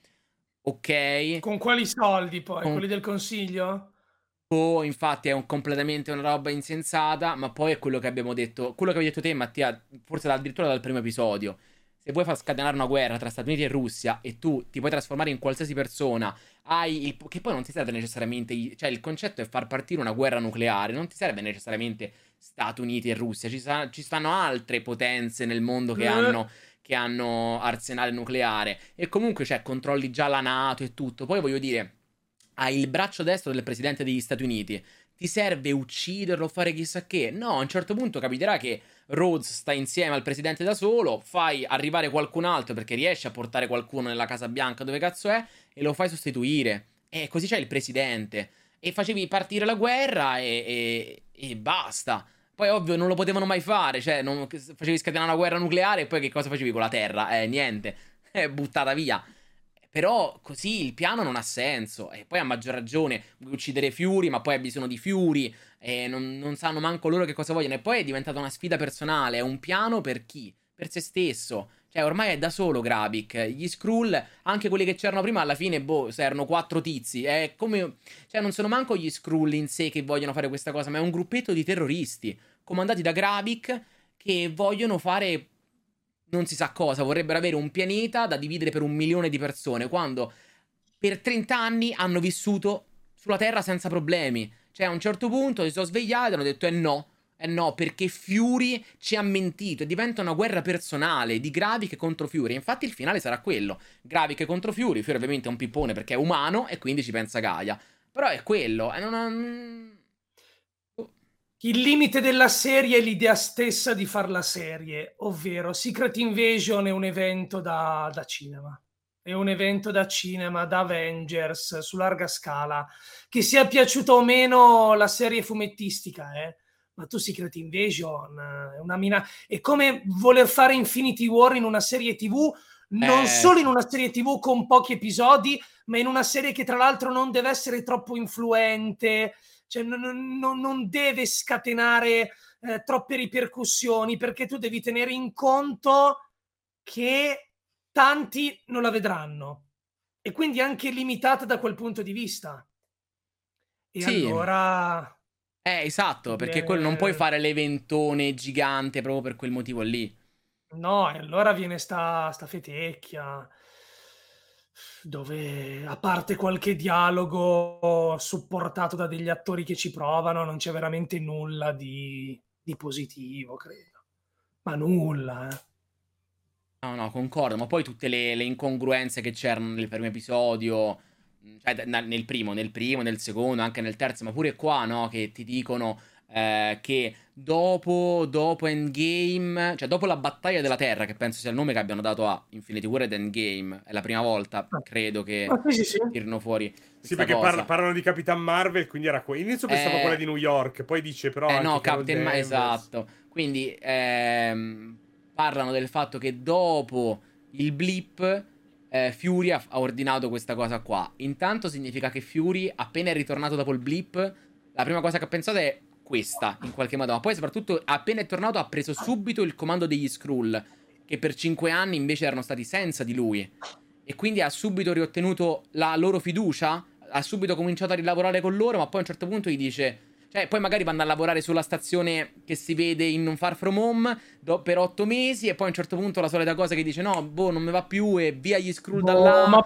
Ok. Con quali soldi poi? Con- Quelli del consiglio? Oh, infatti è un- completamente una roba insensata, ma poi è quello che abbiamo detto, quello che avevi detto te, Mattia, forse addirittura dal primo episodio. Se vuoi far scatenare una guerra tra Stati Uniti e Russia e tu ti puoi trasformare in qualsiasi persona, hai il, che poi non ti serve necessariamente, cioè il concetto è far partire una guerra nucleare, non ti serve necessariamente Stati Uniti e Russia, ci, sa- ci stanno altre potenze nel mondo che Eh. hanno che hanno arsenale nucleare e comunque cioè controlli già la NATO e tutto. Poi voglio dire, hai il braccio destro del presidente degli Stati Uniti. Ti serve ucciderlo o fare chissà che? No, a un certo punto capiterà che Rhodes sta insieme al presidente da solo, fai arrivare qualcun altro perché riesci a portare qualcuno nella Casa Bianca dove cazzo è e lo fai sostituire. E così c'è il presidente. E facevi partire la guerra e, e, e basta. Poi ovvio non lo potevano mai fare, cioè non, facevi scatenare una guerra nucleare e poi che cosa facevi con la terra? Eh, niente, è buttata via. Però così il piano non ha senso. E poi a maggior ragione vuoi uccidere Fury, ma poi hai bisogno di Fury. E non, non sanno manco loro che cosa vogliono. E poi è diventata una sfida personale. È un piano per chi? Per se stesso. Cioè ormai è da solo Gravik. Gli Skrull, anche quelli che c'erano prima, alla fine, boh, erano quattro tizi. È come... Cioè non sono manco gli Skrull in sé che vogliono fare questa cosa, ma è un gruppetto di terroristi comandati da Gravik che vogliono fare... non si sa cosa, vorrebbero avere un pianeta da dividere per un milione di persone, quando per trenta anni hanno vissuto sulla Terra senza problemi. Cioè a un certo punto si sono svegliati e hanno detto eh no, eh no, perché Fury ci ha mentito e diventa una guerra personale di Gravik contro Fury. Infatti il finale sarà quello, Gravik contro Fury. Fury ovviamente è un pippone perché è umano e quindi ci pensa Gaia. Però è quello, e non ha... Il limite della serie è l'idea stessa di far la serie, ovvero Secret Invasion è un evento da, da cinema, è un evento da cinema, da Avengers, su larga scala. Che sia piaciuta o meno la serie fumettistica, eh? Ma tu Secret Invasion è una mina... È come voler fare Infinity War in una serie tivù, non Eh, solo in sì. una serie tivù con pochi episodi, ma in una serie che tra l'altro non deve essere troppo influente, cioè non, non, non deve scatenare eh, troppe ripercussioni, perché tu devi tenere in conto che tanti non la vedranno e quindi anche limitata da quel punto di vista. E Sì. allora... Eh, esatto, perché Eh, quello non puoi fare l'eventone gigante proprio per quel motivo lì. No, e allora viene sta, sta fetecchia dove, a parte qualche dialogo supportato da degli attori che ci provano, non c'è veramente nulla di, di positivo, credo. Ma nulla, eh. No, no, concordo, ma poi tutte le, le incongruenze che c'erano nel primo episodio, cioè d- nel primo, nel primo, nel secondo, anche nel terzo, ma pure qua, no, che ti dicono eh, che dopo, dopo Endgame, cioè dopo la battaglia della Terra, che penso sia il nome che abbiano dato a Infinity War ed Endgame, è la prima volta, credo, che Ah, sì, sì, sì. tirano fuori Sì, questa perché cosa. parla- parlano di Capitan Marvel, quindi era quello. Inizio pensavo Eh, quella di New York, poi dice però Eh anche no, Carol Captain Ma- Danvers. esatto. Quindi ehm, parlano del fatto che dopo il blip eh, Fury ha, ha ordinato questa cosa qua. Intanto significa che Fury, appena è ritornato dopo il blip, la prima cosa che ha pensato è questa, in qualche modo. Ma poi soprattutto, appena è tornato, ha preso subito il comando degli Skrull, che per cinque anni invece erano stati senza di lui. E quindi ha subito riottenuto la loro fiducia, ha subito cominciato a rilavorare con loro, ma poi a un certo punto gli dice... Cioè, poi magari vanno a lavorare sulla stazione che si vede in Non Far From Home do- per otto mesi e poi a un certo punto la solita cosa che dice no, boh, non mi va più e via gli Skrull da Boh, là. ma, pa-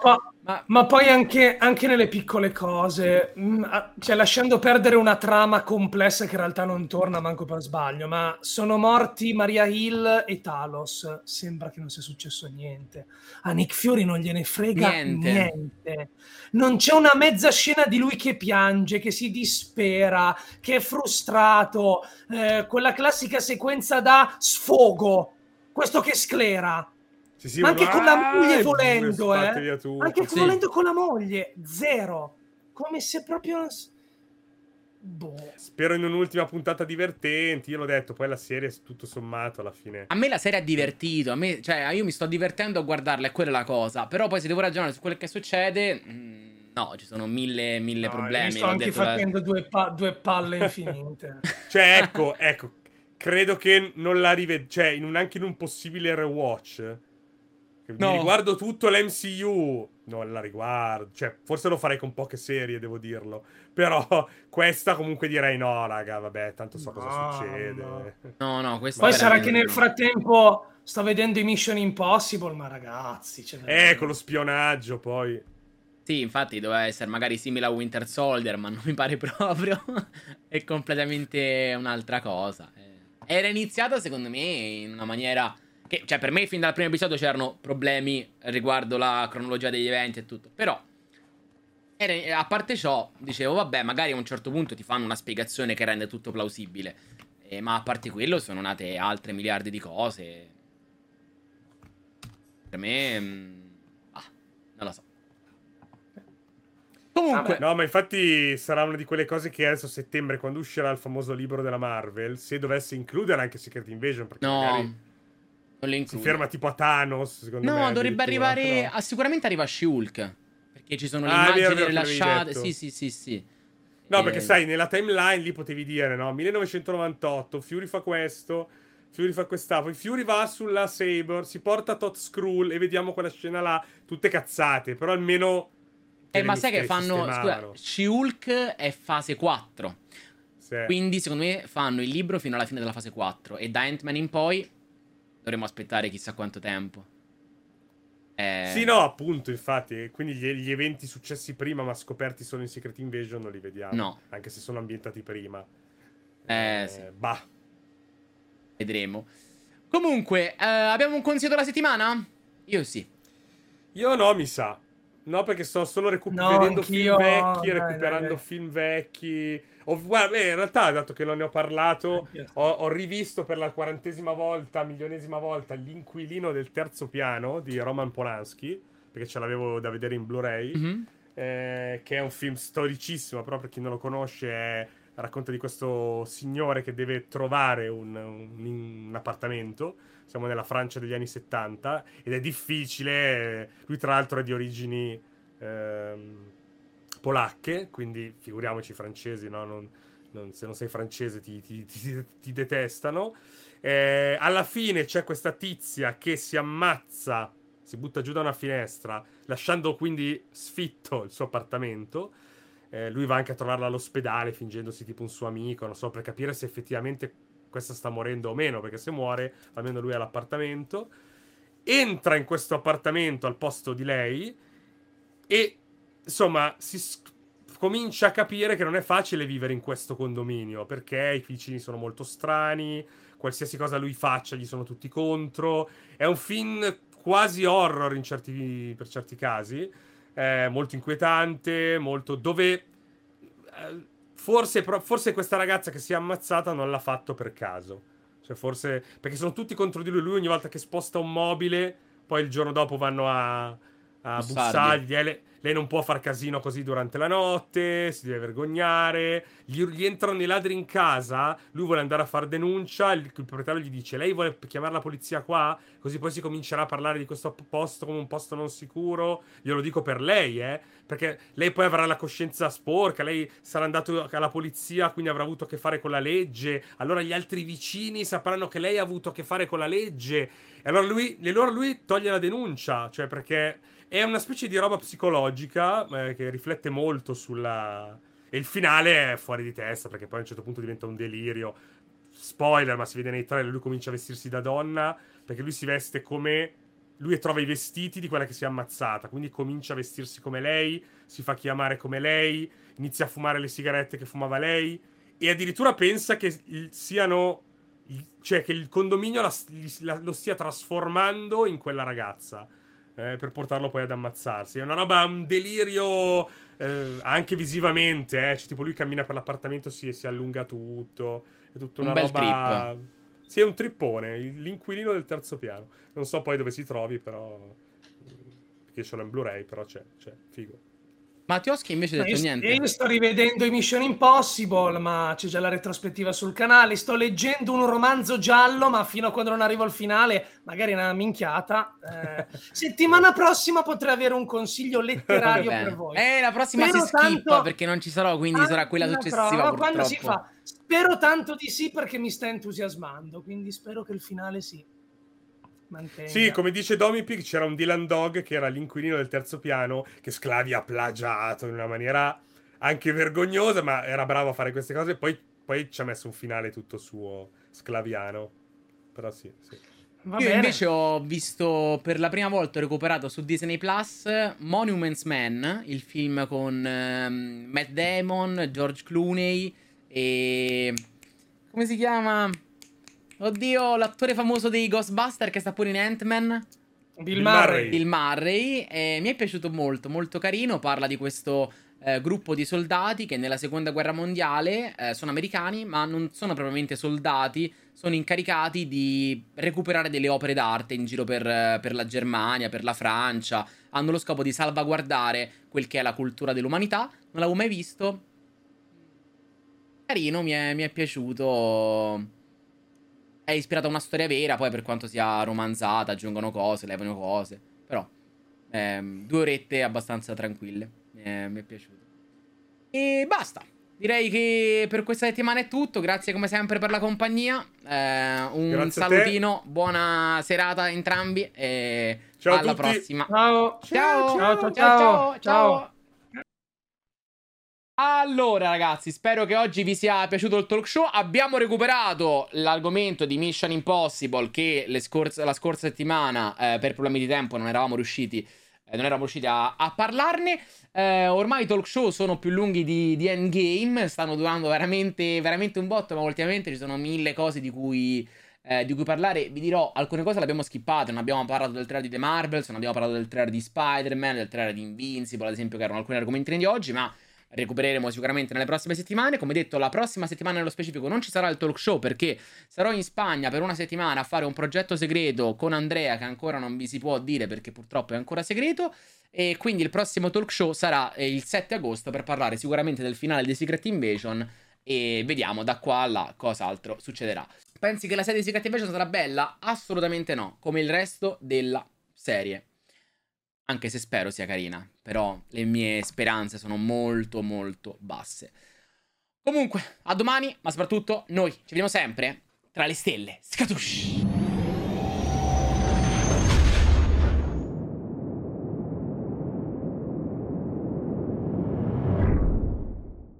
Ma... Ma poi anche, anche nelle piccole cose, mh, a- cioè lasciando perdere una trama complessa che in realtà non torna manco per sbaglio, ma sono morti Maria Hill e Talos, sembra che non sia successo niente. A Nick Fury non gliene frega Niente. niente. Non c'è una mezza scena di lui che piange, che si dispera, che è frustrato, eh, quella classica sequenza da sfogo, questo che sclera. Sì, sì, Ma anche uno, con la "Ah", moglie e volendo, spatte eh. via tutto. Anche Sì. volendo con la moglie, zero. Come se proprio... Boh. Spero in un'ultima puntata divertente. Io l'ho detto, poi la serie è tutto sommato alla fine. A me la serie ha divertito, a me, cioè io mi sto divertendo a guardarla, è quella la cosa. Però poi se devo ragionare su quello che succede, mh, no, ci sono mille, mille No, problemi. io sto l'ho anche detto la- facendo due, pa- due palle infinite. Cioè, ecco, ecco, credo che non la rived... Cioè, in un- anche in un possibile rewatch, che No. mi riguardo tutto l'M C U, non la riguardo. Cioè, forse lo farei con poche serie, devo dirlo. Però questa comunque direi no, raga, vabbè, tanto so cosa No, succede. no. No, no, questo Poi è sarà che veramente nel no. frattempo sto vedendo i Mission Impossible, ma ragazzi... Cioè, Eh, con lo spionaggio, poi. Sì, infatti doveva essere magari simile a Winter Soldier, ma non mi pare proprio. È completamente un'altra cosa. Eh, Era iniziata secondo me in una maniera che, cioè, per me fin dal primo episodio c'erano problemi riguardo la cronologia degli eventi e tutto. Però era- a parte ciò, dicevo, vabbè, magari a un certo punto ti fanno una spiegazione che rende tutto plausibile. Eh, ma a parte quello sono nate altre miliardi di cose. Per me, mm, ah, non lo so. Comunque, No, ma infatti sarà una di quelle cose che adesso a settembre, quando uscirà il famoso libro della Marvel, se dovesse includere anche Secret Invasion, perché no, magari non le si includo. ferma tipo a Thanos, secondo me. No, dovrebbe addirittura, arrivare. però. Ah, sicuramente arriva She-Hulk. Perché ci sono le Ah, è vero, immagini è vero che l'avevi rilasciate. detto. Sì, sì, sì, sì. No, Eh, perché sai, nella timeline lì potevi dire, no, millenovecentonovantotto, Fury fa questo, Fury fa quest'altro, poi Fury va sulla Saber, si porta Todd Skrull e vediamo quella scena là, tutte cazzate, però almeno... te Eh, le ma mi- sai te che le fanno. Scusa, sistemavano. She-Hulk è fase quattro. Sì. Quindi, secondo me, fanno il libro fino alla fine della fase quattro. E da Ant-Man in poi dovremo aspettare chissà quanto tempo. Eh, Sì, no, appunto, infatti, quindi gli, gli eventi successi prima ma scoperti solo in Secret Invasion non li vediamo, No. anche se sono ambientati prima. Eh, sì. Bah. Vedremo. Comunque, eh, abbiamo un consiglio della settimana? Io sì. Io no, mi sa. No, perché sto solo recu- No, vedendo anch'io, film vecchi, dai, recuperando dai, dai. film vecchi. Ho- guarda, beh, in realtà, dato che non ne ho parlato, Anch'io. ho, ho rivisto per la quarantesima volta, milionesima volta, L'inquilino del terzo piano di Roman Polanski, perché ce l'avevo da vedere in Blu-ray, Mhm. eh, che è un film storicissimo, però per chi non lo conosce è- racconta di questo signore che deve trovare un, un- un appartamento. Siamo nella Francia degli anni settanta ed è difficile. Lui tra l'altro è di origini ehm, polacche, quindi figuriamoci i francesi, no? Non- non- se non sei francese ti, ti- ti- ti detestano. Eh, alla fine c'è questa tizia che si ammazza, si butta giù da una finestra, lasciando quindi sfitto il suo appartamento. Eh, lui va anche a trovarla all'ospedale fingendosi tipo un suo amico, non so, per capire se effettivamente questa sta morendo o meno, perché se muore almeno lui è all'appartamento. Entra in questo appartamento al posto di lei e insomma si s- comincia a capire che non è facile vivere in questo condominio, perché i vicini sono molto strani, qualsiasi cosa lui faccia gli sono tutti contro. È un film quasi horror in certi, per certi casi, eh, molto inquietante, molto dove eh, forse, pro- forse questa ragazza che si è ammazzata non l'ha fatto per caso. Cioè forse perché sono tutti contro di lui. Lui ogni volta che sposta un mobile, poi il giorno dopo vanno a, a Bussargli. bussargli. Eh, le- lei non può far casino così durante la notte, si deve vergognare. Gli, gli entrano i ladri in casa, lui vuole andare a far denuncia, il, il proprietario gli dice lei vuole chiamare la polizia qua? Così poi si comincerà a parlare di questo posto come un posto non sicuro. Glielo dico per lei, eh, perché lei poi avrà la coscienza sporca, lei sarà andato alla polizia, quindi avrà avuto a che fare con la legge. Allora gli altri vicini sapranno che lei ha avuto a che fare con la legge. E allora lui, e allora lui toglie la denuncia, cioè perché è una specie di roba psicologica eh, che riflette molto sulla... E il finale è fuori di testa, perché poi a un certo punto diventa un delirio. Spoiler, ma si vede nei trailer, lui comincia a vestirsi da donna, perché lui si veste come lui trova i vestiti di quella che si è ammazzata, quindi comincia a vestirsi come lei, si fa chiamare come lei, inizia a fumare le sigarette che fumava lei, e addirittura pensa che siano, cioè che il condominio la, la, lo stia trasformando in quella ragazza, eh, per portarlo poi ad ammazzarsi. È una roba, un delirio, eh, anche visivamente, eh. Cioè, tipo lui cammina per l'appartamento, si, si allunga tutto, è tutta una Un bel roba... trip. Sì, è un trippone, l'inquilino del terzo piano. Non so poi dove si trovi, però... Perché ce l'ho in Blu-ray, però c'è, c'è, figo. Mattioschi invece ha detto io, niente. Io sto rivedendo i Mission Impossible, ma c'è già la retrospettiva sul canale. Sto leggendo un romanzo giallo, ma fino a quando non arrivo al finale, magari una minchiata. Eh, settimana prossima potrei avere un consiglio letterario per voi. Eh, la prossima Spero si skippa tanto... perché non ci sarò, quindi Ah, sarà quella la successiva, prova, purtroppo. quando si fa? Spero tanto di sì, perché mi sta entusiasmando, quindi spero che il finale si mantenga. Sì, come dice Domipig, c'era un Dylan Dog che era l'inquilino del terzo piano che Sclavi ha plagiato in una maniera anche vergognosa, ma era bravo a fare queste cose. Poi, poi ci ha messo un finale tutto suo, sclaviano. Però sì, sì. Va Io bene. invece ho visto per la prima volta, ho recuperato su Disney Plus Monuments Man, il film con um, Matt Damon, George Clooney e... come si chiama? Oddio, l'attore famoso dei Ghostbusters che sta pure in Ant-Man. Bill Murray. Bill Murray. E mi è piaciuto molto, molto carino. Parla di questo eh, gruppo di soldati che nella seconda guerra mondiale eh, sono americani, ma non sono propriamente soldati, sono incaricati di recuperare delle opere d'arte in giro per, per la Germania, per la Francia. Hanno lo scopo di salvaguardare quel che è la cultura dell'umanità. Non l'avevo mai visto. Carino, mi è, mi è piaciuto. È ispirata a una storia vera, poi per quanto sia romanzata, aggiungono cose, levano cose. Però, ehm, due orette abbastanza tranquille. Mi è, mi è piaciuto. E basta. Direi che per questa settimana è tutto. Grazie come sempre per la compagnia. Eh, un Grazie a salutino, buona serata a entrambi. E Ciao a alla tutti. prossima. Ciao. Ciao, Ciao, ciao, ciao, ciao. ciao. Allora ragazzi, spero che oggi vi sia piaciuto il talk show. Abbiamo recuperato l'argomento di Mission Impossible che le scorse, la scorsa settimana eh, per problemi di tempo non eravamo riusciti, eh, non eravamo riusciti a, a parlarne. eh, Ormai i talk show sono più lunghi di, di Endgame, stanno durando veramente, veramente un botto, ma ultimamente ci sono mille cose di cui... Eh, di cui parlare. Vi dirò, alcune cose le abbiamo skippate. Non abbiamo parlato del trailer di The Marvels, non abbiamo parlato del trailer di Spider-Man, del trailer di Invincible, ad esempio, che erano alcuni argomenti di oggi, ma recupereremo sicuramente nelle prossime settimane. Come detto, la prossima settimana nello specifico non ci sarà il talk show perché sarò in Spagna per una settimana a fare un progetto segreto con Andrea che ancora non vi si può dire perché purtroppo è ancora segreto. E quindi il prossimo talk show sarà il sette agosto per parlare sicuramente del finale di Secret Invasion e vediamo da qua a là cosa altro succederà. Pensi che la serie di Secret Invasion sarà bella? Assolutamente no, come il resto della serie. Anche se spero sia carina, però le mie speranze sono molto molto basse. Comunque, a domani, ma soprattutto noi ci vediamo sempre tra le stelle. Scatush!